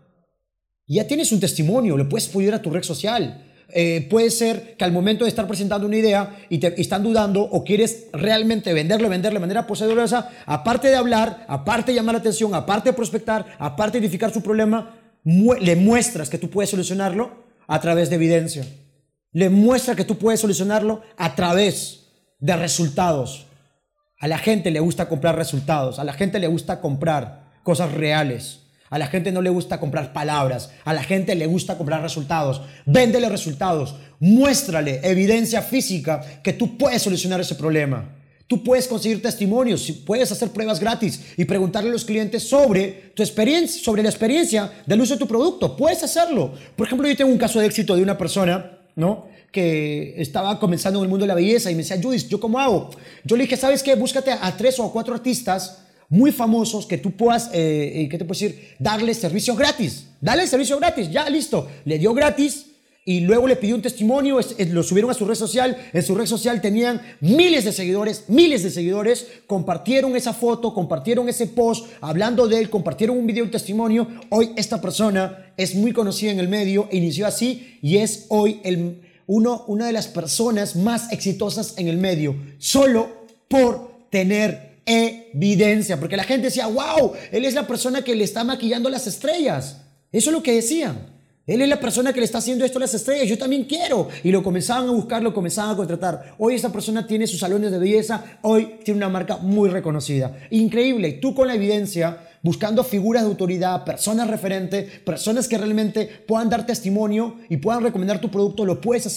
Ya tienes un testimonio, lo puedes subir a tu red social. Puede ser que al momento de estar presentando una idea y están dudando o quieres realmente venderlo de manera poderosa, aparte de hablar, aparte de llamar la atención, aparte de prospectar, aparte de identificar su problema, le muestras que tú puedes solucionarlo a través de evidencia. Le muestras que tú puedes solucionarlo a través de resultados. A la gente le gusta comprar resultados, a la gente le gusta comprar cosas reales. A la gente no le gusta comprar palabras, a la gente le gusta comprar resultados. Véndele resultados, muéstrale evidencia física que tú puedes solucionar ese problema. Tú puedes conseguir testimonios, puedes hacer pruebas gratis y preguntarle a los clientes sobre tu experiencia, sobre la experiencia del uso de tu producto. Puedes hacerlo. Por ejemplo, yo tengo un caso de éxito de una persona, ¿no?, que estaba comenzando en el mundo de la belleza y me decía, Judith, ¿yo cómo hago? Yo le dije, ¿sabes qué? Búscate a 3 o 4 artistas muy famosos que tú puedas, ¿qué te puedo decir? Darles servicios gratis. Dale el servicio gratis, ya, listo. Le dio gratis y luego le pidió un testimonio, lo subieron a su red social. En su red social tenían miles de seguidores, compartieron esa foto, compartieron ese post hablando de él, compartieron un video, un testimonio. Hoy esta persona es muy conocida en el medio, inició así y es hoy una de las personas más exitosas en el medio, solo por tener evidencia, porque la gente decía, wow, él es la persona que le está maquillando las estrellas. Eso es lo que decían. Él es la persona que le está haciendo esto a las estrellas, yo también quiero. Y lo comenzaban a buscar, lo comenzaban a contratar. Hoy esta persona tiene sus salones de belleza, hoy tiene una marca muy reconocida. Increíble, tú con la evidencia, buscando figuras de autoridad, personas referentes, personas que realmente puedan dar testimonio y puedan recomendar tu producto, lo puedes hacer.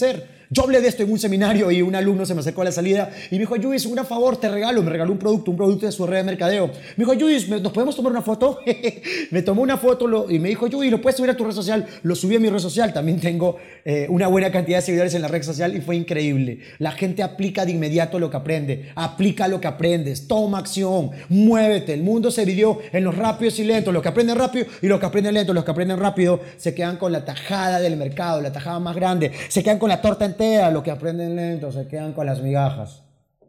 Yo hablé de esto en un seminario y un alumno se me acercó a la salida y me dijo, Judith, un favor, te regalo. Me regaló un producto de su red de mercadeo. Me dijo, Judith, ¿nos podemos tomar una foto? Me tomó una foto y me dijo, Judith, ¿lo puedes subir a tu red social? Lo subí a mi red social. También tengo una buena cantidad de seguidores en la red social y fue increíble. La gente aplica de inmediato lo que aprende. Aplica lo que aprendes. Toma acción. Muévete. El mundo se dividió en los rápidos y lentos. Los que aprenden rápido y los que aprenden lento. Los que aprenden rápido se quedan con la tajada del mercado, la tajada más grande. Se quedan con la torta entera. Los que aprenden lento se quedan con las migajas.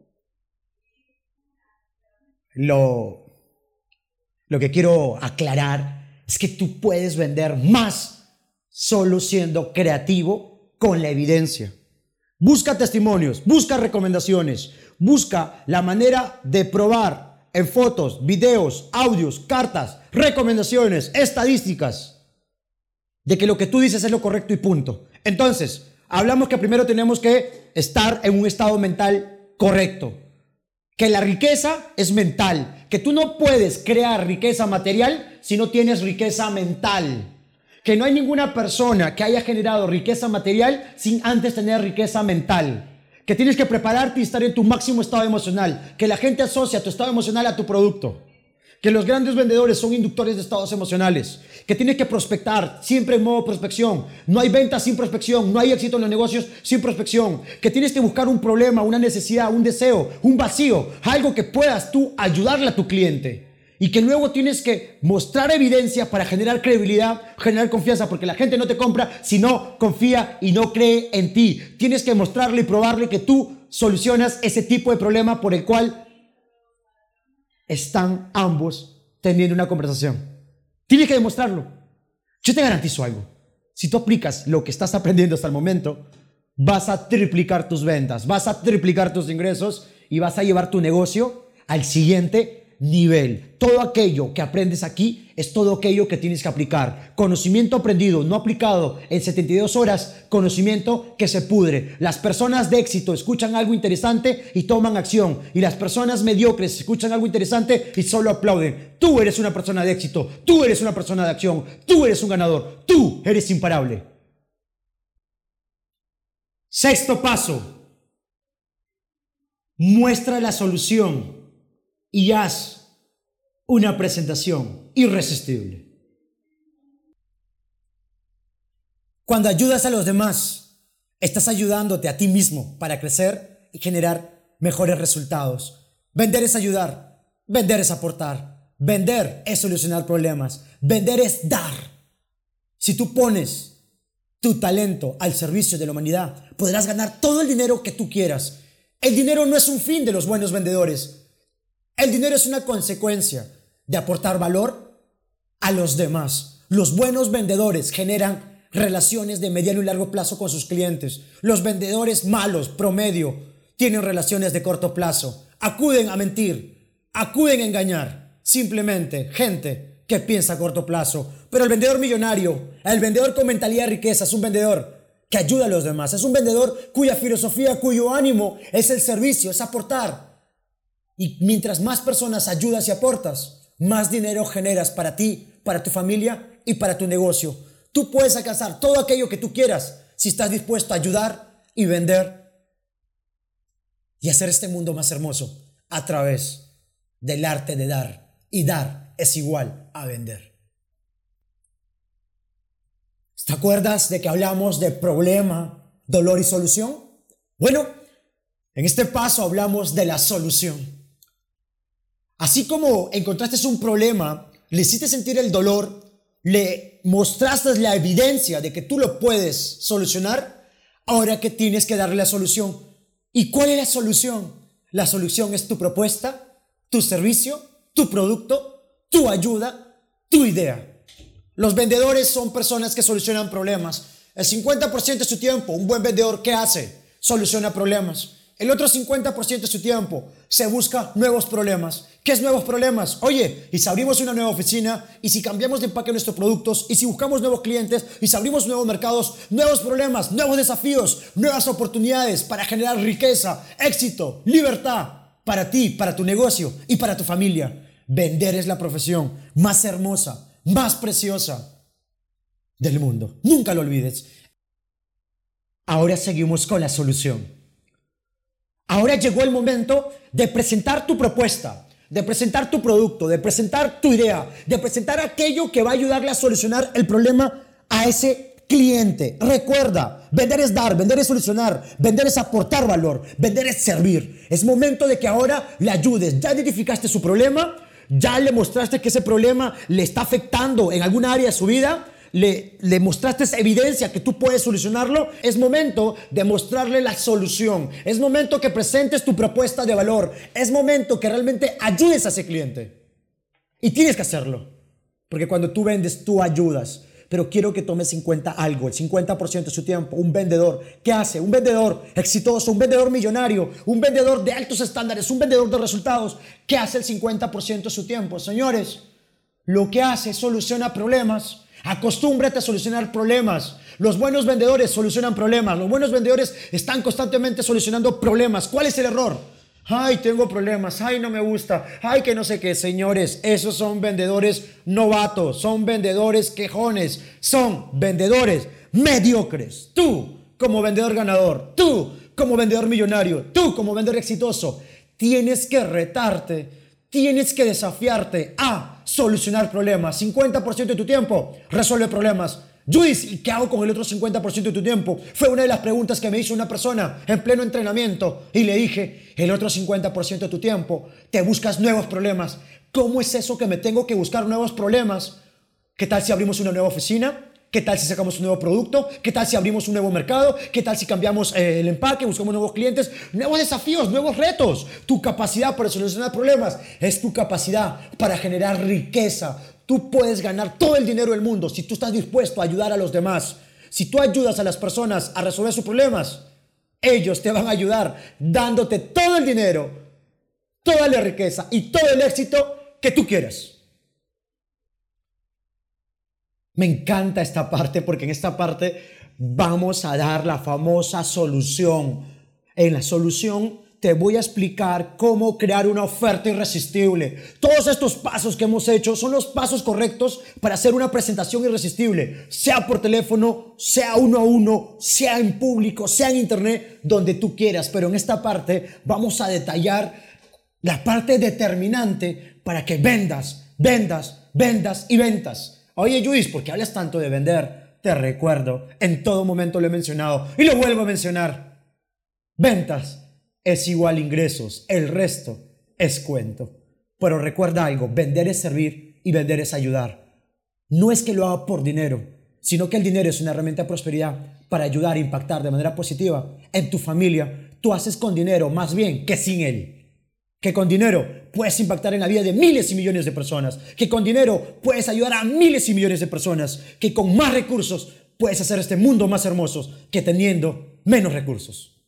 Lo que quiero aclarar es que tú puedes vender más solo siendo creativo con la evidencia. Busca testimonios, busca recomendaciones, busca la manera de probar en fotos, videos, audios, cartas, recomendaciones, estadísticas de que lo que tú dices es lo correcto y punto. Entonces, hablamos que primero tenemos que estar en un estado mental correcto. Que la riqueza es mental, que tú no puedes crear riqueza material si no tienes riqueza mental, que no hay ninguna persona que haya generado riqueza material sin antes tener riqueza mental, que tienes que prepararte y estar en tu máximo estado emocional, que la gente asocia tu estado emocional a tu producto, que los grandes vendedores son inductores de estados emocionales, que tienes que prospectar siempre en modo prospección. No hay ventas sin prospección, no hay éxito en los negocios sin prospección, que tienes que buscar un problema, una necesidad, un deseo, un vacío, algo que puedas tú ayudarle a tu cliente y que luego tienes que mostrar evidencia para generar credibilidad, generar confianza, porque la gente no te compra si no confía y no cree en ti. Tienes que mostrarle y probarle que tú solucionas ese tipo de problema por el cual están ambos teniendo una conversación. Tienes que demostrarlo. Yo te garantizo algo. Si tú aplicas lo que estás aprendiendo hasta el momento, vas a triplicar tus ventas, vas a triplicar tus ingresos y vas a llevar tu negocio al siguiente nivel. Todo aquello que aprendes aquí es todo aquello que tienes que aplicar. Conocimiento aprendido, no aplicado en 72 horas, conocimiento que se pudre. Las personas de éxito escuchan algo interesante y toman acción. Y las personas mediocres escuchan algo interesante y solo aplauden. Tú eres una persona de éxito, tú eres una persona de acción, tú eres un ganador, tú eres imparable. Sexto paso. Muestra la solución y haz una presentación irresistible. Cuando ayudas a los demás, estás ayudándote a ti mismo para crecer y generar mejores resultados. Vender es ayudar, vender es aportar, vender es solucionar problemas, vender es dar. Si tú pones tu talento al servicio de la humanidad, podrás ganar todo el dinero que tú quieras. El dinero no es un fin de los buenos vendedores. El dinero es una consecuencia de aportar valor a los demás. Los buenos vendedores generan relaciones de mediano y largo plazo con sus clientes. Los vendedores malos, promedio, tienen relaciones de corto plazo. Acuden a mentir, acuden a engañar. Simplemente gente que piensa a corto plazo. Pero el vendedor millonario, el vendedor con mentalidad de riqueza, es un vendedor que ayuda a los demás. Es un vendedor cuya filosofía, cuyo ánimo es el servicio, es aportar. Y mientras más personas ayudas y aportas, más dinero generas para ti, para tu familia y para tu negocio. Tú puedes alcanzar todo aquello que tú quieras si estás dispuesto a ayudar y vender y hacer este mundo más hermoso a través del arte de dar. Y dar es igual a vender. ¿Te acuerdas de que hablamos de problema, dolor y solución? Bueno, en este paso hablamos de la solución. Así como encontraste un problema, le hiciste sentir el dolor, le mostraste la evidencia de que tú lo puedes solucionar, ahora que tienes que darle la solución. ¿Y cuál es la solución? La solución es tu propuesta, tu servicio, tu producto, tu ayuda, tu idea. Los vendedores son personas que solucionan problemas. El 50% de su tiempo, un buen vendedor, ¿qué hace? Soluciona problemas. El otro 50% de su tiempo se busca nuevos problemas. ¿Qué es nuevos problemas? Oye, y si abrimos una nueva oficina, y si cambiamos de empaque nuestros productos, y si buscamos nuevos clientes, y si abrimos nuevos mercados, nuevos problemas, nuevos desafíos, nuevas oportunidades para generar riqueza, éxito, libertad para ti, para tu negocio y para tu familia. Vender es la profesión más hermosa, más preciosa del mundo. Nunca lo olvides. Ahora seguimos con la solución. Ahora llegó el momento de presentar tu propuesta, de presentar tu producto, de presentar tu idea, de presentar aquello que va a ayudarle a solucionar el problema a ese cliente. Recuerda, vender es dar, vender es solucionar, vender es aportar valor, vender es servir. Es momento de que ahora le ayudes. Ya identificaste su problema, ya le mostraste que ese problema le está afectando en alguna área de su vida, le mostraste esa evidencia que tú puedes solucionarlo. Es momento de mostrarle la solución. Es momento que presentes tu propuesta de valor. Es momento que realmente ayudes a ese cliente. Y tienes que hacerlo. Porque cuando tú vendes, tú ayudas. Pero quiero que tomes en cuenta algo, el 50% de su tiempo. Un vendedor, ¿qué hace? Un vendedor exitoso, un vendedor millonario, un vendedor de altos estándares, un vendedor de resultados. ¿Qué hace el 50% de su tiempo? Señores, lo que hace es soluciona problemas. Acostúmbrate a solucionar problemas. Los buenos vendedores solucionan problemas. Los buenos vendedores están constantemente solucionando problemas. ¿Cuál es el error? Ay, tengo problemas. Ay, no me gusta. Ay, que no sé qué. Señores, esos son vendedores novatos. Son vendedores quejones. Son vendedores mediocres. Tú, como vendedor ganador. Tú, como vendedor millonario. Tú, como vendedor exitoso. Tienes que retarte. Tienes que desafiarte a solucionar problemas. 50% de tu tiempo resuelve problemas. Luis, ¿y qué hago con el otro 50% de tu tiempo? Fue una de las preguntas que me hizo una persona en pleno entrenamiento. Y le dije, el otro 50% de tu tiempo te buscas nuevos problemas. ¿Cómo es eso que me tengo que buscar nuevos problemas? ¿Qué tal si abrimos una nueva oficina? ¿Qué tal si sacamos un nuevo producto? ¿Qué tal si abrimos un nuevo mercado? ¿Qué tal si cambiamos el empaque, buscamos nuevos clientes? Nuevos desafíos, nuevos retos. Tu capacidad para solucionar problemas es tu capacidad para generar riqueza. Tú puedes ganar todo el dinero del mundo si tú estás dispuesto a ayudar a los demás. Si tú ayudas a las personas a resolver sus problemas, ellos te van a ayudar dándote todo el dinero, toda la riqueza y todo el éxito que tú quieras. Me encanta esta parte porque en esta parte vamos a dar la famosa solución. En la solución te voy a explicar cómo crear una oferta irresistible. Todos estos pasos que hemos hecho son los pasos correctos para hacer una presentación irresistible, sea por teléfono, sea uno a uno, sea en público, sea en internet, donde tú quieras. Pero en esta parte vamos a detallar la parte determinante para que vendas, vendas, vendas y vendas. Oye, Luis, ¿por qué hablas tanto de vender? Te recuerdo, en todo momento lo he mencionado y lo vuelvo a mencionar. Ventas es igual a ingresos, el resto es cuento. Pero recuerda algo, vender es servir y vender es ayudar. No es que lo haga por dinero, sino que el dinero es una herramienta de prosperidad para ayudar a impactar de manera positiva en tu familia. Tú haces con dinero más bien que sin él. Que con dinero puedes impactar en la vida de miles y millones de personas. Que con dinero puedes ayudar a miles y millones de personas. Que con más recursos puedes hacer este mundo más hermoso que teniendo menos recursos.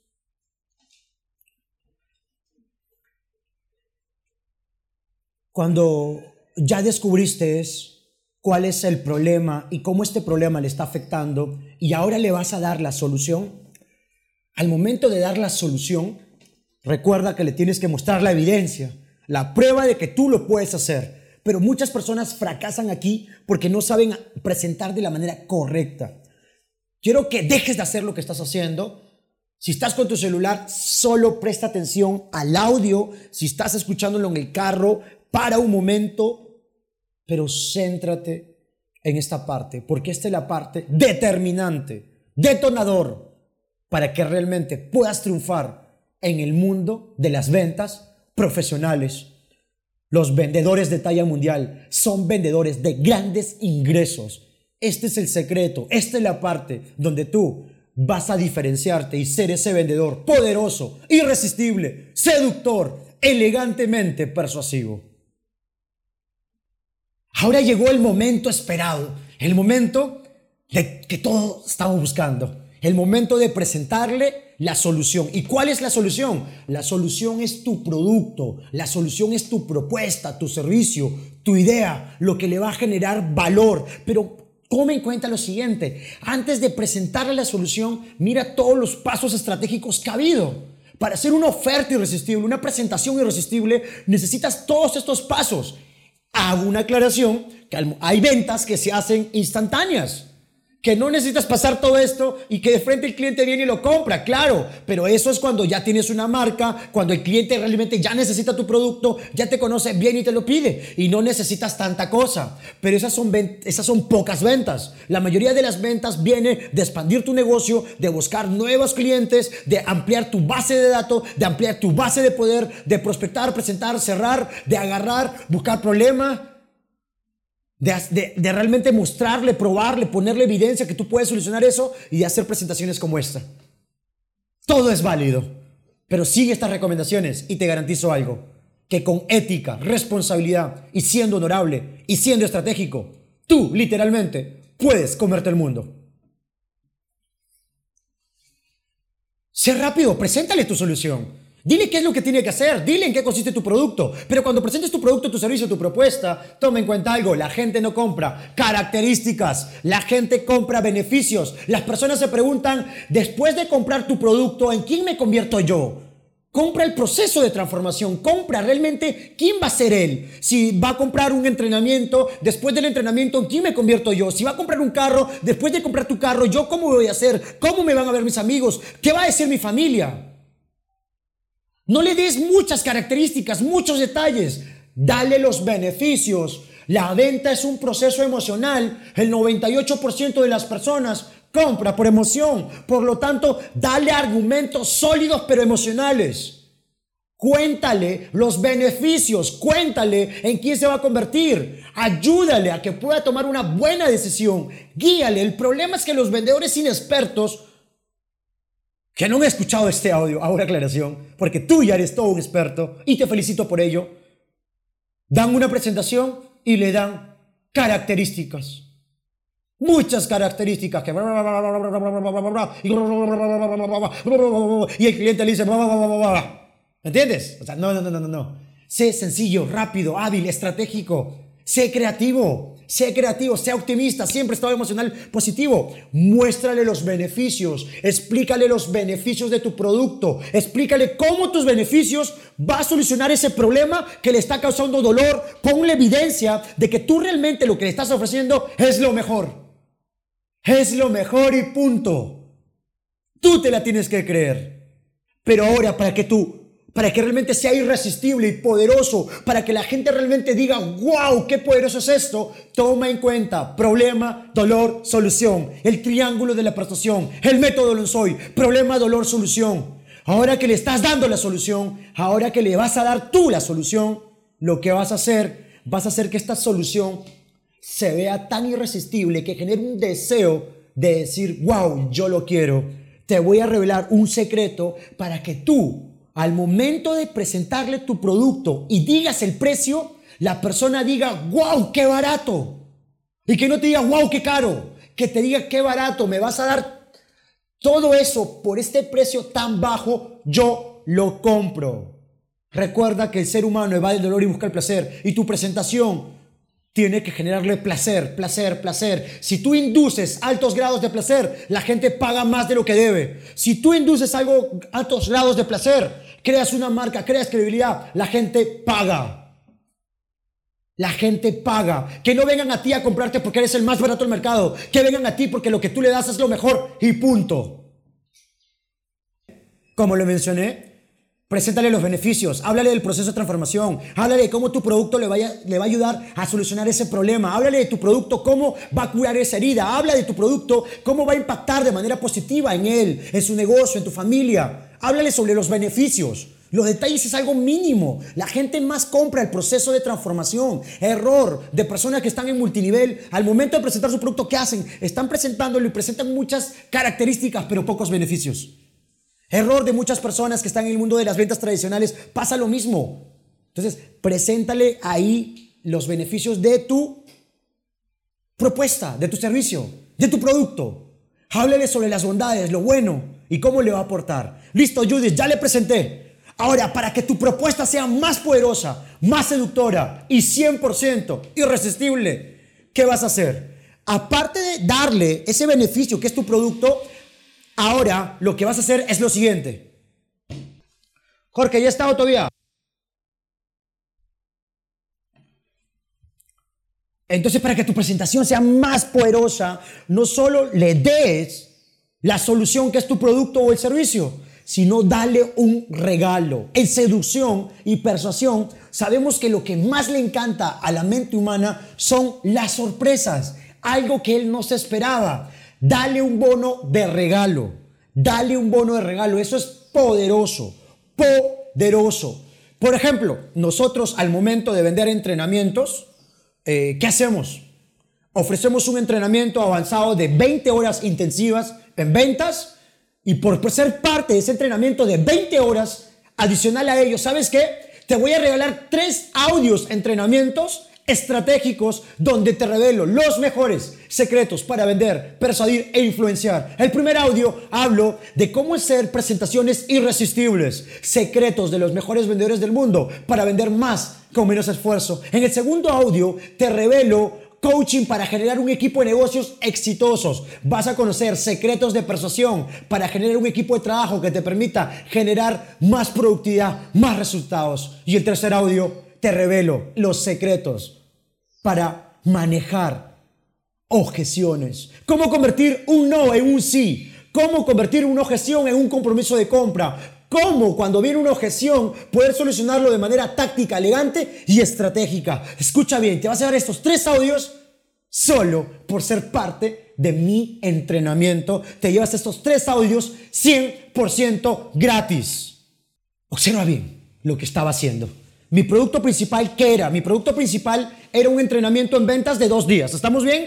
Cuando ya descubriste cuál es el problema y cómo este problema le está afectando y ahora le vas a dar la solución, al momento de dar la solución, recuerda que le tienes que mostrar la evidencia, la prueba de que tú lo puedes hacer. Pero muchas personas fracasan aquí porque no saben presentar de la manera correcta. Quiero que dejes de hacer lo que estás haciendo. Si estás con tu celular, solo presta atención al audio. Si estás escuchándolo en el carro, para un momento, pero céntrate en esta parte, porque esta es la parte determinante, detonador, para que realmente puedas triunfar en el mundo de las ventas profesionales. Los vendedores de talla mundial son vendedores de grandes ingresos. Este es el secreto, esta es la parte donde tú vas a diferenciarte y ser ese vendedor poderoso, irresistible, seductor, elegantemente persuasivo. Ahora llegó el momento esperado, el momento de que todos estamos buscando, el momento de presentarle la solución. ¿Y cuál es la solución? La solución es tu producto, la solución es tu propuesta, tu servicio, tu idea, lo que le va a generar valor. Pero toma en cuenta lo siguiente, antes de presentarle la solución, mira todos los pasos estratégicos que ha habido. Para hacer una oferta irresistible, una presentación irresistible, necesitas todos estos pasos. Hago una aclaración, que hay ventas que se hacen instantáneas, que no necesitas pasar todo esto y que de frente el cliente viene y lo compra, claro, pero eso es cuando ya tienes una marca, cuando el cliente realmente ya necesita tu producto, ya te conoce bien y te lo pide y no necesitas tanta cosa, pero esas son pocas ventas. La mayoría de las ventas viene de expandir tu negocio, de buscar nuevos clientes, de ampliar tu base de datos, de ampliar tu base de poder, de prospectar, presentar, cerrar, de agarrar, buscar problemas. De realmente mostrarle, probarle, ponerle evidencia que tú puedes solucionar eso y de hacer presentaciones como esta. Todo es válido, pero sigue estas recomendaciones y te garantizo algo, que con ética, responsabilidad y siendo honorable y siendo estratégico, tú literalmente puedes comerte el mundo. Sé rápido, preséntale tu solución. Dile qué es lo que tiene que hacer, dile en qué consiste tu producto. Pero cuando presentes tu producto, tu servicio, tu propuesta, toma en cuenta algo, la gente no compra características, la gente compra beneficios. Las personas se preguntan, después de comprar tu producto, ¿en quién me convierto yo? Compra el proceso de transformación, compra realmente quién va a ser él. Si va a comprar un entrenamiento, después del entrenamiento, ¿en quién me convierto yo? Si va a comprar un carro, después de comprar tu carro, ¿yo cómo voy a hacer? ¿Cómo me van a ver mis amigos? ¿Qué va a decir mi familia? No le des muchas características, muchos detalles. Dale los beneficios. La venta es un proceso emocional. El 98% de las personas compra por emoción. Por lo tanto, dale argumentos sólidos pero emocionales. Cuéntale los beneficios. Cuéntale en quién se va a convertir. Ayúdale a que pueda tomar una buena decisión. Guíale. El problema es que los vendedores inexpertos que no han escuchado este audio, hago una aclaración, porque tú ya eres todo un experto y te felicito por ello, dan una presentación y le dan características. Muchas características que y el cliente le dice ¿me entiendes? O sea, no. Sé sencillo, rápido, hábil, estratégico. Sé creativo, sé optimista, siempre estado emocional positivo. Muéstrale los beneficios, explícale los beneficios de tu producto, explícale cómo tus beneficios va a solucionar ese problema que le está causando dolor. Ponle evidencia de que tú realmente lo que le estás ofreciendo es lo mejor. Es lo mejor y punto. Tú te la tienes que creer. Pero ahora para que realmente sea irresistible y poderoso, para que la gente realmente diga, wow, qué poderoso es esto, toma en cuenta problema, dolor, solución, el triángulo de la persuasión, el método Lonsoy, problema, dolor, solución. Ahora que le estás dando la solución, ahora que le vas a dar tú la solución, lo que vas a hacer que esta solución se vea tan irresistible que genere un deseo de decir, wow, yo lo quiero. Te voy a revelar un secreto para que tú, al momento de presentarle tu producto y digas el precio, la persona diga, wow, qué barato. Y que no te diga, wow, qué caro. Que te diga, qué barato, me vas a dar todo eso por este precio tan bajo, yo lo compro. Recuerda que el ser humano evade el dolor y busca el placer. Y tu presentación tiene que generarle placer. Si tú induces altos grados de placer, la gente paga más de lo que debe. Si tú induces altos grados de placer, creas una marca, creas credibilidad, la gente paga. La gente paga. Que no vengan a ti a comprarte porque eres el más barato del mercado. Que vengan a ti porque lo que tú le das es lo mejor y punto. Como lo mencioné, preséntale los beneficios, háblale del proceso de transformación, háblale de cómo tu producto le va a ayudar a solucionar ese problema, háblale de tu producto, cómo va a curar esa herida, habla de tu producto, cómo va a impactar de manera positiva en él, en su negocio, en tu familia. Háblale sobre los beneficios. Los detalles es algo mínimo. La gente más compra el proceso de transformación. Error de personas que están en multinivel. Al momento de presentar su producto, ¿qué hacen? Están presentándolo y presentan muchas características, pero pocos beneficios. Error de muchas personas que están en el mundo de las ventas tradicionales, pasa lo mismo. Entonces, preséntale ahí los beneficios de tu propuesta, de tu servicio, de tu producto. Háblale sobre las bondades, lo bueno y cómo le va a aportar. Listo, Judith, ya le presenté. Ahora, para que tu propuesta sea más poderosa, más seductora y 100% irresistible, ¿qué vas a hacer? Aparte de darle ese beneficio que es tu producto, ahora lo que vas a hacer es lo siguiente. Jorge, ¿ya está todavía? Entonces, para que tu presentación sea más poderosa, no solo le des la solución que es tu producto o el servicio, sino dale un regalo. En seducción y persuasión, sabemos que lo que más le encanta a la mente humana son las sorpresas, algo que él no se esperaba. Dale un bono de regalo. Dale un bono de regalo. Eso es poderoso. Poderoso. Por ejemplo, nosotros al momento de vender entrenamientos, ¿qué hacemos? Ofrecemos un entrenamiento avanzado de 20 horas intensivas en ventas y por ser parte de ese entrenamiento de 20 horas, adicional a ello, ¿sabes qué? Te voy a regalar 3 audios entrenamientos estratégicos donde te revelo los mejores secretos para vender, persuadir e influenciar. El primer audio hablo de cómo hacer presentaciones irresistibles, secretos de los mejores vendedores del mundo para vender más con menos esfuerzo. En el segundo audio te revelo coaching para generar un equipo de negocios exitosos. Vas a conocer secretos de persuasión para generar un equipo de trabajo que te permita generar más productividad, más resultados. Y el tercer audio te revelo los secretos para manejar objeciones. Cómo convertir un no en un sí. Cómo convertir una objeción en un compromiso de compra. Cómo, cuando viene una objeción, poder solucionarlo de manera táctica, elegante y estratégica. Escucha bien, te vas a dar estos 3 audios solo por ser parte de mi entrenamiento. Te llevas estos 3 audios 100% gratis. Observa bien lo que estaba haciendo. Mi producto principal, ¿qué era? Mi producto principal era un entrenamiento en ventas de 2 días. ¿Estamos bien?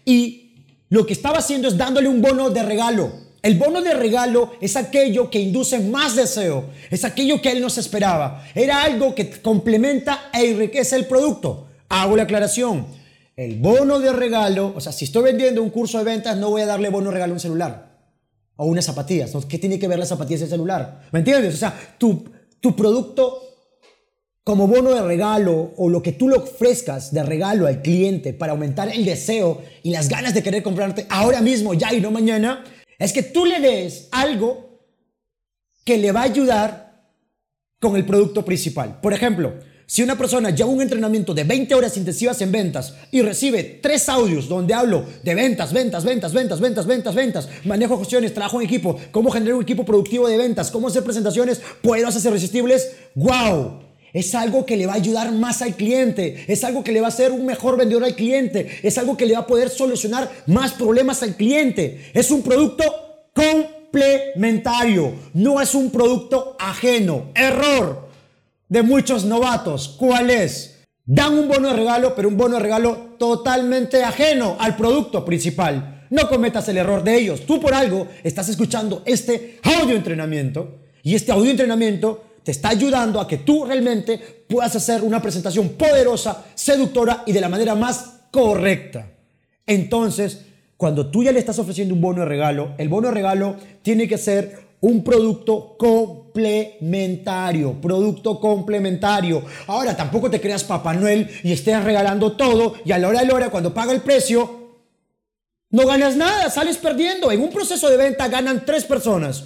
Y lo que estaba haciendo es dándole un bono de regalo. El bono de regalo es aquello que induce más deseo, es aquello que él no se esperaba. Era algo que complementa e enriquece el producto. Hago la aclaración. El bono de regalo, o sea, si estoy vendiendo un curso de ventas, no voy a darle bono de regalo a un celular o unas zapatillas. ¿Qué tiene que ver las zapatillas y el celular? ¿Me entiendes? O sea, tu producto como bono de regalo o lo que tú le ofrezcas de regalo al cliente para aumentar el deseo y las ganas de querer comprarte ahora mismo, ya y no mañana, es que tú le des algo que le va a ayudar con el producto principal. Por ejemplo, si una persona lleva un entrenamiento de 20 horas intensivas en ventas y recibe 3 audios donde hablo de ventas, manejo gestiones, trabajo en equipo, cómo generar un equipo productivo de ventas, cómo hacer presentaciones poderosas y irresistibles, ¡wow! Es algo que le va a ayudar más al cliente, es algo que le va a hacer un mejor vendedor al cliente, es algo que le va a poder solucionar más problemas al cliente. Es un producto complementario, no es un producto ajeno. Error de muchos novatos. ¿Cuál es? Dan un bono de regalo, pero un bono de regalo totalmente ajeno al producto principal. No cometas el error de ellos. Tú por algo estás escuchando este audio entrenamiento y este audio entrenamiento te está ayudando a que tú realmente puedas hacer una presentación poderosa, seductora y de la manera más correcta. Entonces, cuando tú ya le estás ofreciendo un bono de regalo, el bono de regalo tiene que ser un producto complementario, Ahora, tampoco te creas Papá Noel y estés regalando todo y a la hora de la hora, cuando paga el precio, no ganas nada, sales perdiendo. En un proceso de venta ganan 3 personas.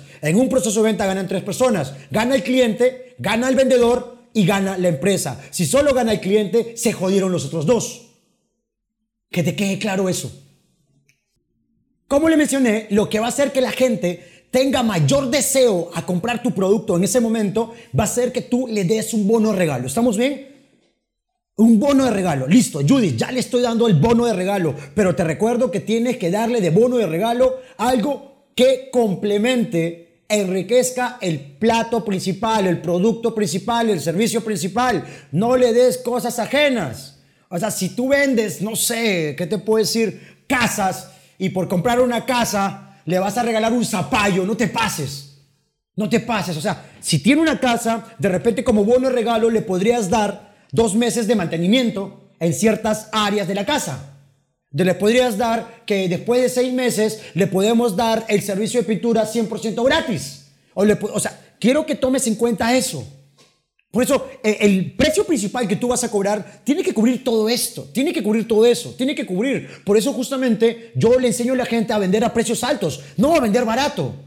Gana el cliente, gana el vendedor y gana la empresa. Si solo gana el cliente, se jodieron los otros 2. Que te quede claro eso. Como le mencioné, lo que va a hacer que la gente tenga mayor deseo a comprar tu producto en ese momento va a ser que tú le des un bono de regalo. ¿Estamos bien? Un bono de regalo. Listo, Judith, ya le estoy dando el bono de regalo, pero te recuerdo que tienes que darle de bono de regalo algo que complemente, enriquezca el plato principal, el producto principal, el servicio principal. No le des cosas ajenas. O sea, si tú vendes, no sé, ¿qué te puedo decir? Casas, y por comprar una casa le vas a regalar un zapallo, no te pases. O sea, si tiene una casa, de repente como bono de regalo le podrías dar 2 meses de mantenimiento en ciertas áreas de la casa. Le podrías dar que después de 6 meses le podemos dar el servicio de pintura 100% gratis. O sea, quiero que tomes en cuenta eso. Por eso, el precio principal que tú vas a cobrar tiene que cubrir todo esto, tiene que cubrir todo eso, tiene que cubrir. Por eso justamente yo le enseño a la gente a vender a precios altos, no a vender barato.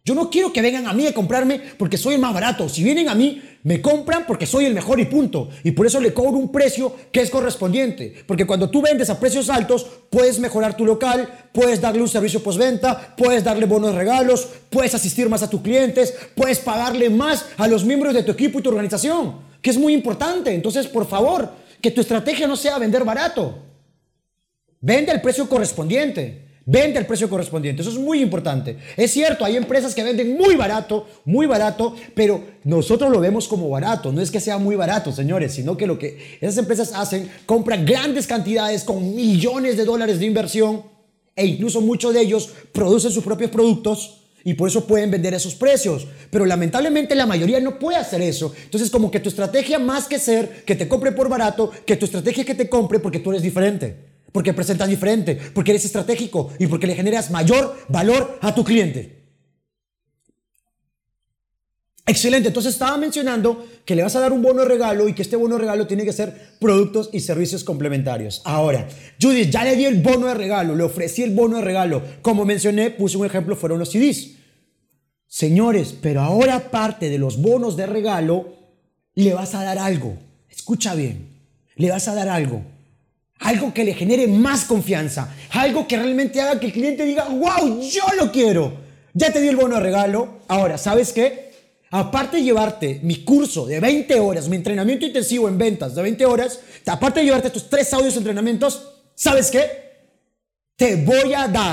Yo no quiero que vengan a mí a comprarme porque soy el más barato. Si vienen a mí, me compran porque soy el mejor y punto. Y por eso le cobro un precio que es correspondiente. Porque cuando tú vendes a precios altos, puedes mejorar tu local, puedes darle un servicio postventa, puedes darle bonos de regalos, puedes asistir más a tus clientes, puedes pagarle más a los miembros de tu equipo y tu organización, que es muy importante. Entonces, por favor, que tu estrategia no sea vender barato. Vende al precio correspondiente. Vende al precio correspondiente. Eso es muy importante. Es cierto, hay empresas que venden muy barato, pero nosotros lo vemos como barato. No es que sea muy barato, señores, sino que lo que esas empresas hacen, compran grandes cantidades con millones de dólares de inversión e incluso muchos de ellos producen sus propios productos y por eso pueden vender esos precios. Pero lamentablemente la mayoría no puede hacer eso. Entonces, como que tu estrategia, más que ser que te compre por barato, que tu estrategia es que te compre porque tú eres diferente. Porque presentas diferente, porque eres estratégico y porque le generas mayor valor a tu cliente. Excelente, entonces estaba mencionando que le vas a dar un bono de regalo y que este bono de regalo tiene que ser productos y servicios complementarios. Ahora, Judith, ya le di el bono de regalo, le ofrecí el bono de regalo. Como mencioné, puse un ejemplo, fueron los CDs. Señores, pero ahora aparte de los bonos de regalo, le vas a dar algo. Escucha bien, le vas a dar algo. Algo que le genere más confianza. Algo que realmente haga que el cliente diga, wow, yo lo quiero. Ya te di el bono de regalo. Ahora, ¿sabes qué? Aparte de llevarte mi curso de 20 horas, mi entrenamiento intensivo en ventas de 20 horas, aparte de llevarte estos 3 audios de entrenamientos, ¿sabes qué? Te voy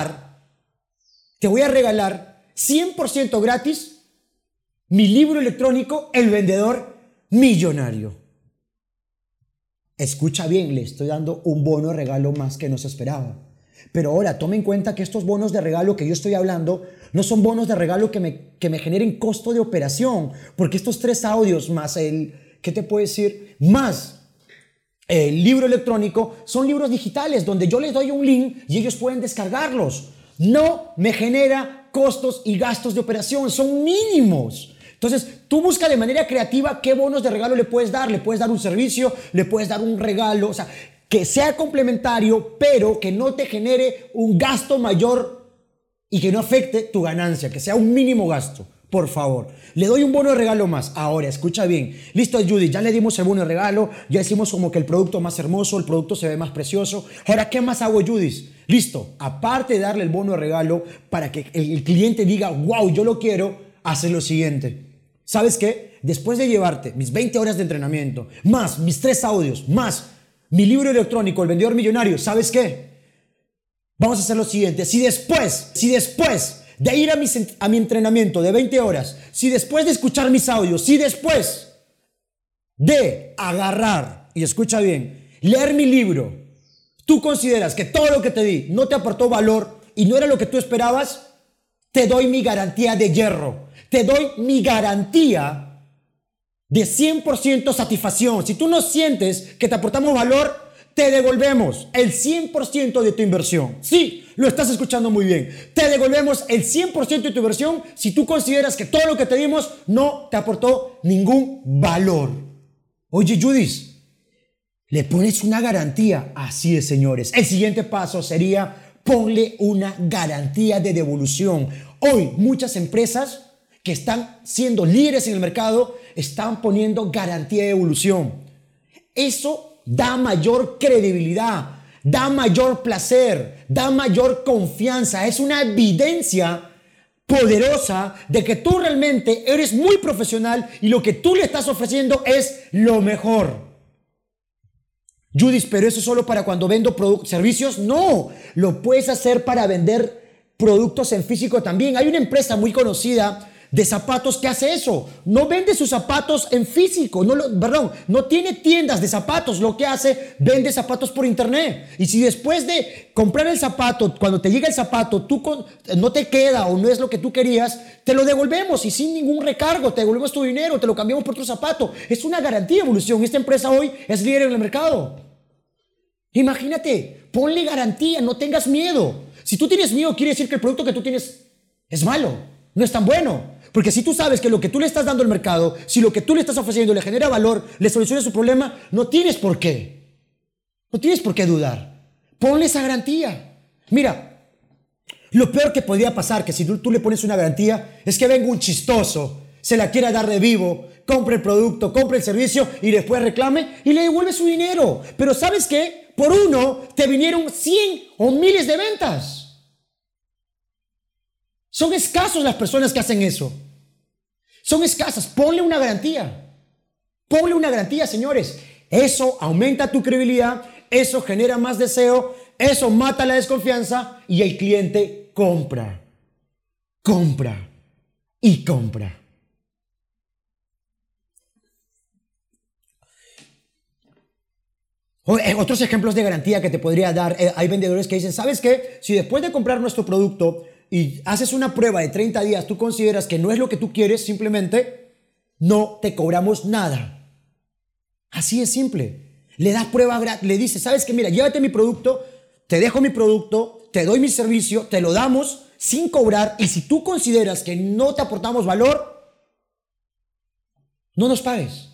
a regalar 100% gratis mi libro electrónico, El Vendedor Millonario. Escucha bien, le estoy dando un bono de regalo más que no se esperaba. Pero ahora, tome en cuenta que estos bonos de regalo que yo estoy hablando no son bonos de regalo que me generen costo de operación. Porque estos 3 audios más ¿qué te puedo decir? Más el libro electrónico son libros digitales donde yo les doy un link y ellos pueden descargarlos. No me genera costos y gastos de operación, son mínimos. Entonces, tú busca de manera creativa qué bonos de regalo le puedes dar. Le puedes dar un servicio, le puedes dar un regalo, o sea, que sea complementario, pero que no te genere un gasto mayor y que no afecte tu ganancia, que sea un mínimo gasto, por favor. Le doy un bono de regalo más. Ahora, escucha bien. Listo, Judy, ya le dimos el bono de regalo, ya hicimos como que el producto más hermoso, el producto se ve más precioso. Ahora, ¿qué más hago, Judy? Listo, aparte de darle el bono de regalo para que el cliente diga, wow, yo lo quiero, haces lo siguiente. ¿Sabes qué? Después de llevarte mis 20 horas de entrenamiento, más mis 3 audios, más mi libro electrónico, El Vendedor Millonario, ¿sabes qué? Vamos a hacer lo siguiente. Si después de ir a mi entrenamiento de 20 horas, si después de escuchar mis audios, si después de agarrar, y escucha bien, leer mi libro, tú consideras que todo lo que te di no te aportó valor y no era lo que tú esperabas, te doy mi garantía de hierro. Te doy mi garantía de 100% satisfacción. Si tú no sientes que te aportamos valor, te devolvemos el 100% de tu inversión. Sí, lo estás escuchando muy bien. Te devolvemos el 100% de tu inversión si tú consideras que todo lo que te dimos no te aportó ningún valor. Oye, Judith, le pones una garantía. Así es, señores. El siguiente paso sería ponle una garantía de devolución. Hoy muchas empresas que están siendo líderes en el mercado están poniendo garantía de devolución. Eso da mayor credibilidad, da mayor placer, da mayor confianza. Es una evidencia poderosa de que tú realmente eres muy profesional y lo que tú le estás ofreciendo es lo mejor. Judith, pero eso es solo para cuando vendo servicios. No, lo puedes hacer para vender productos en físico también. Hay una empresa muy conocida de zapatos que hace eso. No vende sus zapatos en físico, no tiene tiendas de zapatos. Lo que hace, vende zapatos por internet. Y si después de comprar el zapato, cuando te llega el zapato, no te queda o no es lo que tú querías, te lo devolvemos y sin ningún recargo, te devolvemos tu dinero, te lo cambiamos por otro zapato. Es una garantía de evolución. Esta empresa hoy es líder en el mercado. Imagínate, ponle garantía, no tengas miedo. Si tú tienes miedo, quiere decir que el producto que tú tienes es malo, no es tan bueno. Porque si tú sabes que lo que tú le estás dando al mercado, si lo que tú le estás ofreciendo le genera valor, le soluciona su problema, no tienes por qué. No tienes por qué dudar. Ponle esa garantía. Mira, Lo peor que podría pasar, que si tú le pones una garantía, es que venga un chistoso, se la quiera dar de vivo, compre el producto, compre el servicio y después reclame y le devuelve su dinero. Pero ¿sabes qué? Por uno te vinieron 100 o miles de ventas. Son escasos las personas que hacen eso. Son escasas. Ponle una garantía. Ponle una garantía, señores. Eso aumenta tu credibilidad, eso genera más deseo, eso mata la desconfianza y el cliente compra, compra y compra. Otros ejemplos de garantía que te podría dar, hay vendedores que dicen, ¿sabes qué? Si después de comprar nuestro producto y haces una prueba de 30 días, tú consideras que no es lo que tú quieres, simplemente no te cobramos nada. Así es simple. Le das prueba gratis, le dices, ¿sabes qué? Mira, llévate mi producto, te dejo mi producto, te doy mi servicio, te lo damos sin cobrar y si tú consideras que no te aportamos valor, no nos pagues.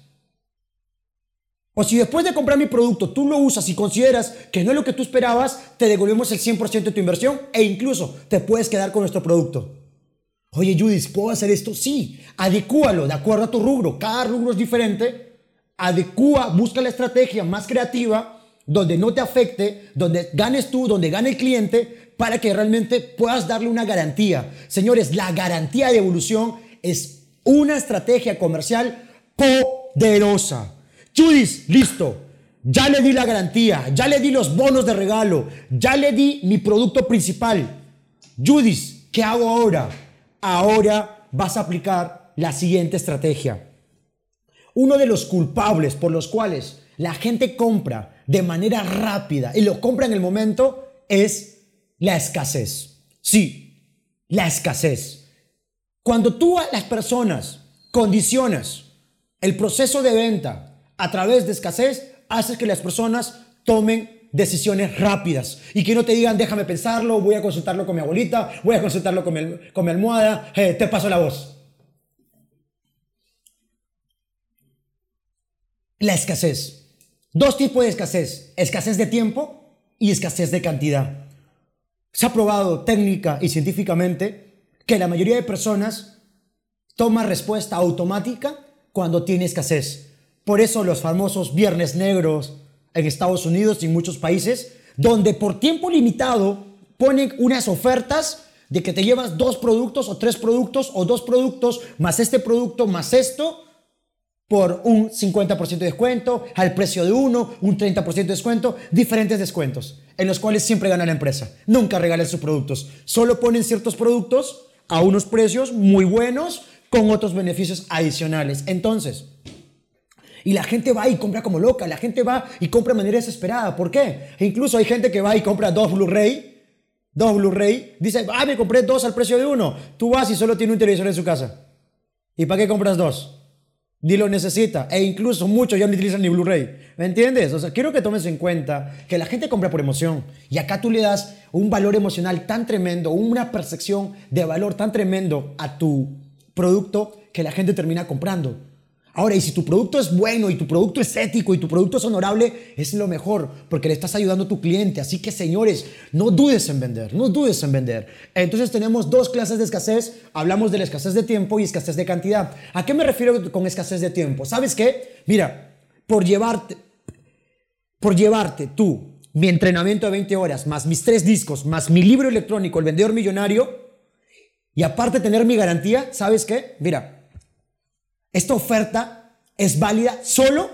O si después de comprar mi producto tú lo usas y consideras que no es lo que tú esperabas, te devolvemos el 100% de tu inversión e incluso te puedes quedar con nuestro producto. Oye, Judith, ¿puedo hacer esto? Sí, adecúalo de acuerdo a tu rubro. Cada rubro es diferente. Adecúa, busca la estrategia más creativa donde no te afecte, donde ganes tú, donde gane el cliente, para que realmente puedas darle una garantía. Señores, la garantía de devolución es una estrategia comercial poderosa. Judith, listo. Ya le di la garantía, ya le di los bonos de regalo, ya le di mi producto principal. Judith, ¿qué hago ahora? Ahora vas a aplicar la siguiente estrategia. Uno de los culpables por los cuales la gente compra de manera rápida y lo compra en el momento es la escasez. Sí, la escasez. Cuando tú a las personas condicionas el proceso de venta a través de escasez, haces que las personas tomen decisiones rápidas y que no te digan déjame pensarlo, voy a consultarlo con mi abuelita, voy a consultarlo con mi almohada, te paso la voz. La escasez. Dos tipos de escasez. Escasez de tiempo y escasez de cantidad. Se ha probado técnica y científicamente que la mayoría de personas toma respuesta automática cuando tiene escasez. Por eso los famosos viernes negros en Estados Unidos y en muchos países, donde por tiempo limitado ponen unas ofertas de que te llevas 2 productos o 3 productos o 2 productos más este producto más esto, por un 50% de descuento, al precio de uno, un 30% de descuento, diferentes descuentos, en los cuales siempre gana la empresa. Nunca regalan sus productos, solo ponen ciertos productos a unos precios muy buenos con otros beneficios adicionales. Entonces, y la gente va y compra como loca, la gente va y compra de manera desesperada. ¿Por qué? E incluso hay gente que va y compra 2 Blu-ray, dice, me compré 2 al precio de uno. Tú vas y solo tiene un televisor en su casa. ¿Y para qué compras 2? Ni lo necesita, e incluso muchos ya no utilizan ni Blu-ray, ¿me entiendes? O sea, quiero que tomes en cuenta que la gente compra por emoción y acá tú le das un valor emocional tan tremendo, una percepción de valor tan tremendo a tu producto que la gente termina comprando. Ahora, y si tu producto es bueno y tu producto es ético y tu producto es honorable, es lo mejor porque le estás ayudando a tu cliente. Así que, señores, no dudes en vender, no dudes en vender. Entonces tenemos 2 clases de escasez. Hablamos de la escasez de tiempo y escasez de cantidad. ¿A qué me refiero con escasez de tiempo? ¿Sabes qué? Mira, por llevarte tú mi entrenamiento de 20 horas, más mis 3 discos, más mi libro electrónico, El Vendedor Millonario, y aparte tener mi garantía, ¿sabes qué? Mira, esta oferta es válida solo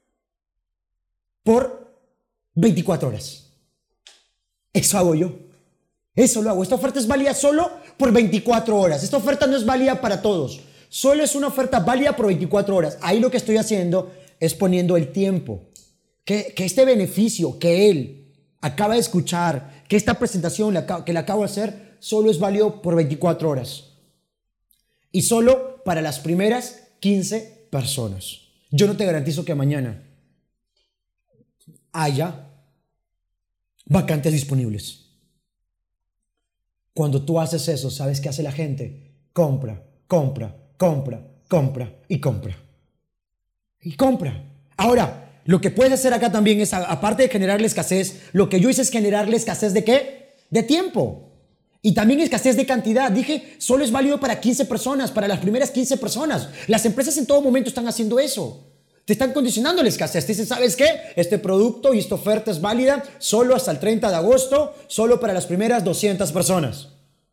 por 24 horas. Eso hago yo. Eso lo hago. Esta oferta es válida solo por 24 horas. Esta oferta no es válida para todos. Solo es una oferta válida por 24 horas. Ahí lo que estoy haciendo es poniendo el tiempo. Que este beneficio que él acaba de escuchar, que esta presentación que le acabo de hacer, solo es válido por 24 horas. Y solo para las primeras 15 personas. Yo no te garantizo que mañana haya vacantes disponibles. Cuando tú haces eso, ¿sabes qué hace la gente? Compra, compra, compra, compra y compra. Y compra. Ahora, lo que puedes hacer acá también es, aparte de generarle escasez, lo que yo hice es generarle escasez ¿de qué? De tiempo. Y también escasez de cantidad. Dije, solo es válido para 15 personas, para las primeras 15 personas. Las empresas en todo momento están haciendo eso. Te están condicionando la escasez. Te dicen, ¿sabes qué? Este producto y esta oferta es válida solo hasta el 30 de agosto, solo para las primeras 200 personas.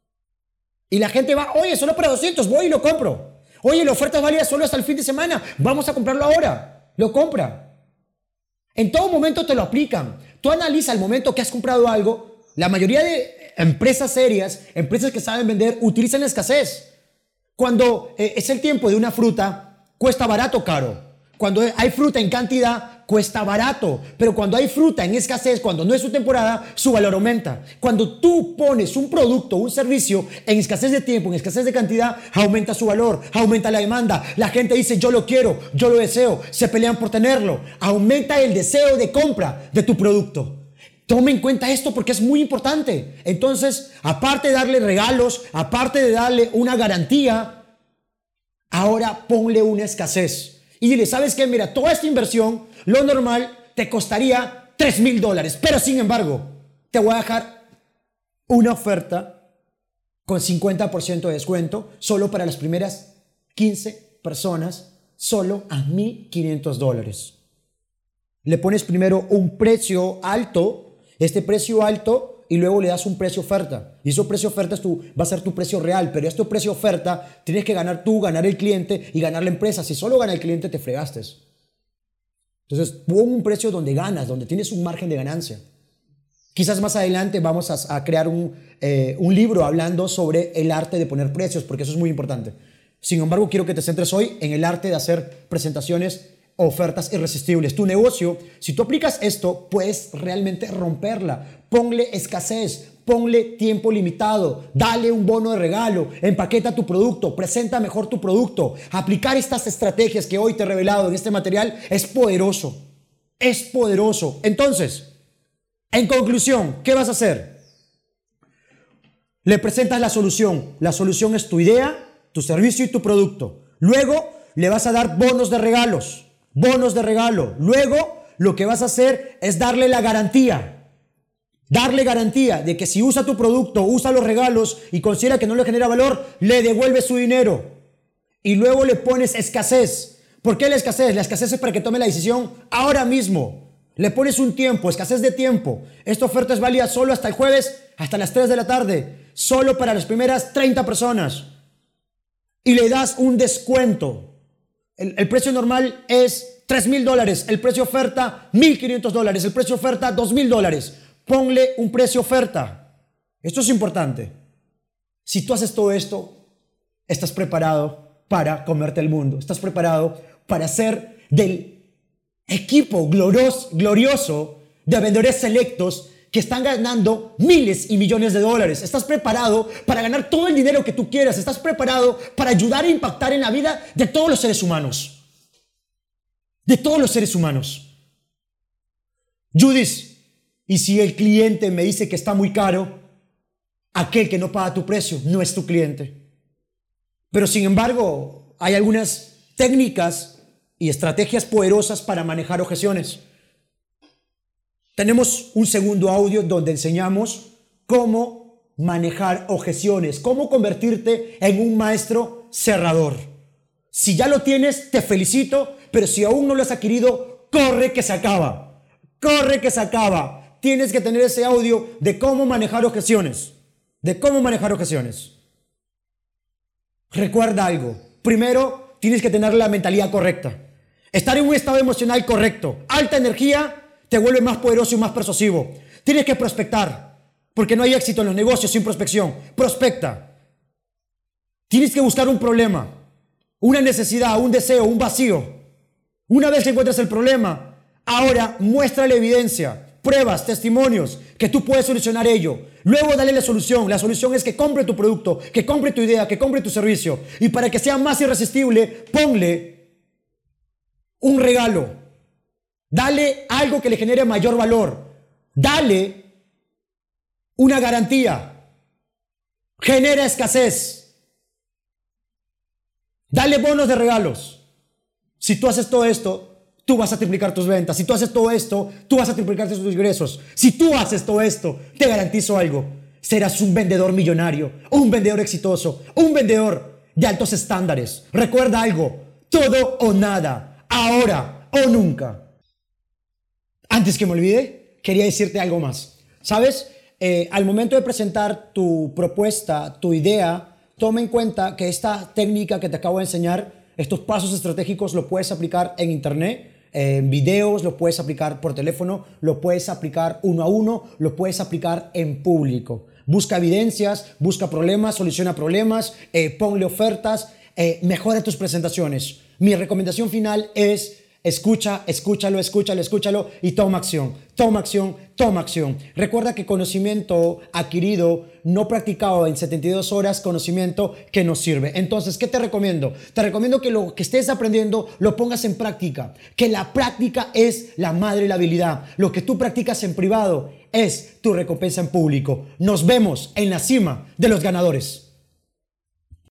Y la gente va, oye, solo para 200, voy y lo compro. Oye, la oferta es válida solo hasta el fin de semana, vamos a comprarlo ahora. Lo compra. En todo momento te lo aplican. Tú analiza el momento que has comprado algo. La mayoría de empresas serias, empresas que saben vender, utilizan la escasez. Cuando es el tiempo de una fruta, cuesta barato o caro. Cuando hay fruta en cantidad, cuesta barato. Pero cuando hay fruta en escasez, cuando no es su temporada, su valor aumenta. Cuando tú pones un producto, un servicio en escasez de tiempo, en escasez de cantidad, aumenta su valor, aumenta la demanda. La gente dice, yo lo quiero, yo lo deseo. Se pelean por tenerlo. Aumenta el deseo de compra de tu producto. Tome en cuenta esto porque es muy importante. Entonces, aparte de darle regalos, aparte de darle una garantía, ahora ponle una escasez. Y dile, ¿sabes qué? Mira, toda esta inversión, lo normal, te costaría $3,000. Pero sin embargo, te voy a dejar una oferta con 50% de descuento, solo para las primeras 15 personas, solo a $1,500. Le pones primero un precio alto, este precio alto, y luego le das un precio oferta. Y ese precio oferta va a ser tu precio real, pero este precio oferta tienes que ganar tú, ganar el cliente y ganar la empresa. Si solo gana el cliente, te fregaste. Entonces, pon un precio donde ganas, donde tienes un margen de ganancia. Quizás más adelante vamos a crear un libro hablando sobre el arte de poner precios, porque eso es muy importante. Sin embargo, quiero que te centres hoy en el arte de hacer presentaciones, ofertas irresistibles. Tu negocio, si tú aplicas esto, puedes realmente romperla. Ponle escasez, ponle tiempo limitado, dale un bono de regalo, empaqueta tu producto, presenta mejor tu producto. Aplicar estas estrategias que hoy te he revelado en este material es poderoso. Es poderoso. Entonces, en conclusión, ¿qué vas a hacer? Le presentas la solución. La solución es tu idea, tu servicio y tu producto. Luego, le vas a dar bonos de regalos. Bonos de regalo. Luego, lo que vas a hacer es darle la garantía. Darle garantía de que si usa tu producto, usa los regalos y considera que no le genera valor, le devuelves su dinero. Y luego le pones escasez. ¿Por qué la escasez? La escasez es para que tome la decisión ahora mismo. Le pones un tiempo, escasez de tiempo. Esta oferta es válida solo hasta el jueves, hasta las 3 de la tarde. Solo para las primeras 30 personas. Y le das un descuento. El precio normal es $3,000. El precio oferta, $1,500. El precio oferta, $2,000. Ponle un precio oferta. Esto es importante. Si tú haces todo esto, estás preparado para comerte el mundo. Estás preparado para ser del equipo glorioso de vendedores selectos que están ganando miles y millones de dólares. Estás preparado para ganar todo el dinero que tú quieras. Estás preparado para ayudar e impactar en la vida de todos los seres humanos. De todos los seres humanos. Judith, y si el cliente me dice que está muy caro, aquel que no paga tu precio no es tu cliente. Pero sin embargo, hay algunas técnicas y estrategias poderosas para manejar objeciones. Tenemos un segundo audio donde enseñamos cómo manejar objeciones, cómo convertirte en un maestro cerrador. Si ya lo tienes, te felicito, pero si aún no lo has adquirido, corre que se acaba. Corre que se acaba. Tienes que tener ese audio de cómo manejar objeciones. De cómo manejar objeciones. Recuerda algo. Primero, tienes que tener la mentalidad correcta. Estar en un estado emocional correcto. Alta energía te vuelve más poderoso y más persuasivo. Tienes que prospectar, porque no hay éxito en los negocios sin prospección. Prospecta. Tienes que buscar un problema, una necesidad, un deseo, un vacío. Una vez que encuentres el problema, ahora muestra la evidencia, pruebas, testimonios, que tú puedes solucionar ello. Luego dale la solución. La solución es que compre tu producto, que compre tu idea, que compre tu servicio. Y para que sea más irresistible, ponle un regalo. Dale algo que le genere mayor valor. Dale una garantía. Genera escasez. Dale bonos de regalos. Si tú haces todo esto, tú vas a triplicar tus ventas. Si tú haces todo esto, tú vas a triplicar tus ingresos. Si tú haces todo esto, te garantizo algo. serás un vendedor millonario, un vendedor exitoso, un vendedor de altos estándares. Recuerda algo, todo o nada, ahora o nunca. Antes que me olvide, quería decirte algo más. ¿Sabes? Al momento de presentar tu propuesta, tu idea, toma en cuenta que esta técnica que te acabo de enseñar, estos pasos estratégicos, lo puedes aplicar en internet, en videos, lo puedes aplicar por teléfono, lo puedes aplicar uno a uno, lo puedes aplicar en público. Busca evidencias, busca problemas, soluciona problemas, ponle ofertas, mejora tus presentaciones. Mi recomendación final es: escúchalo y toma acción, toma acción, toma acción. Recuerda que conocimiento adquirido, no practicado en 72 horas, conocimiento que nos sirve. Entonces, ¿qué te recomiendo? Te recomiendo que lo que estés aprendiendo lo pongas en práctica, que la práctica es la madre de la habilidad. Lo que tú practicas en privado es tu recompensa en público. Nos vemos en la cima de los ganadores.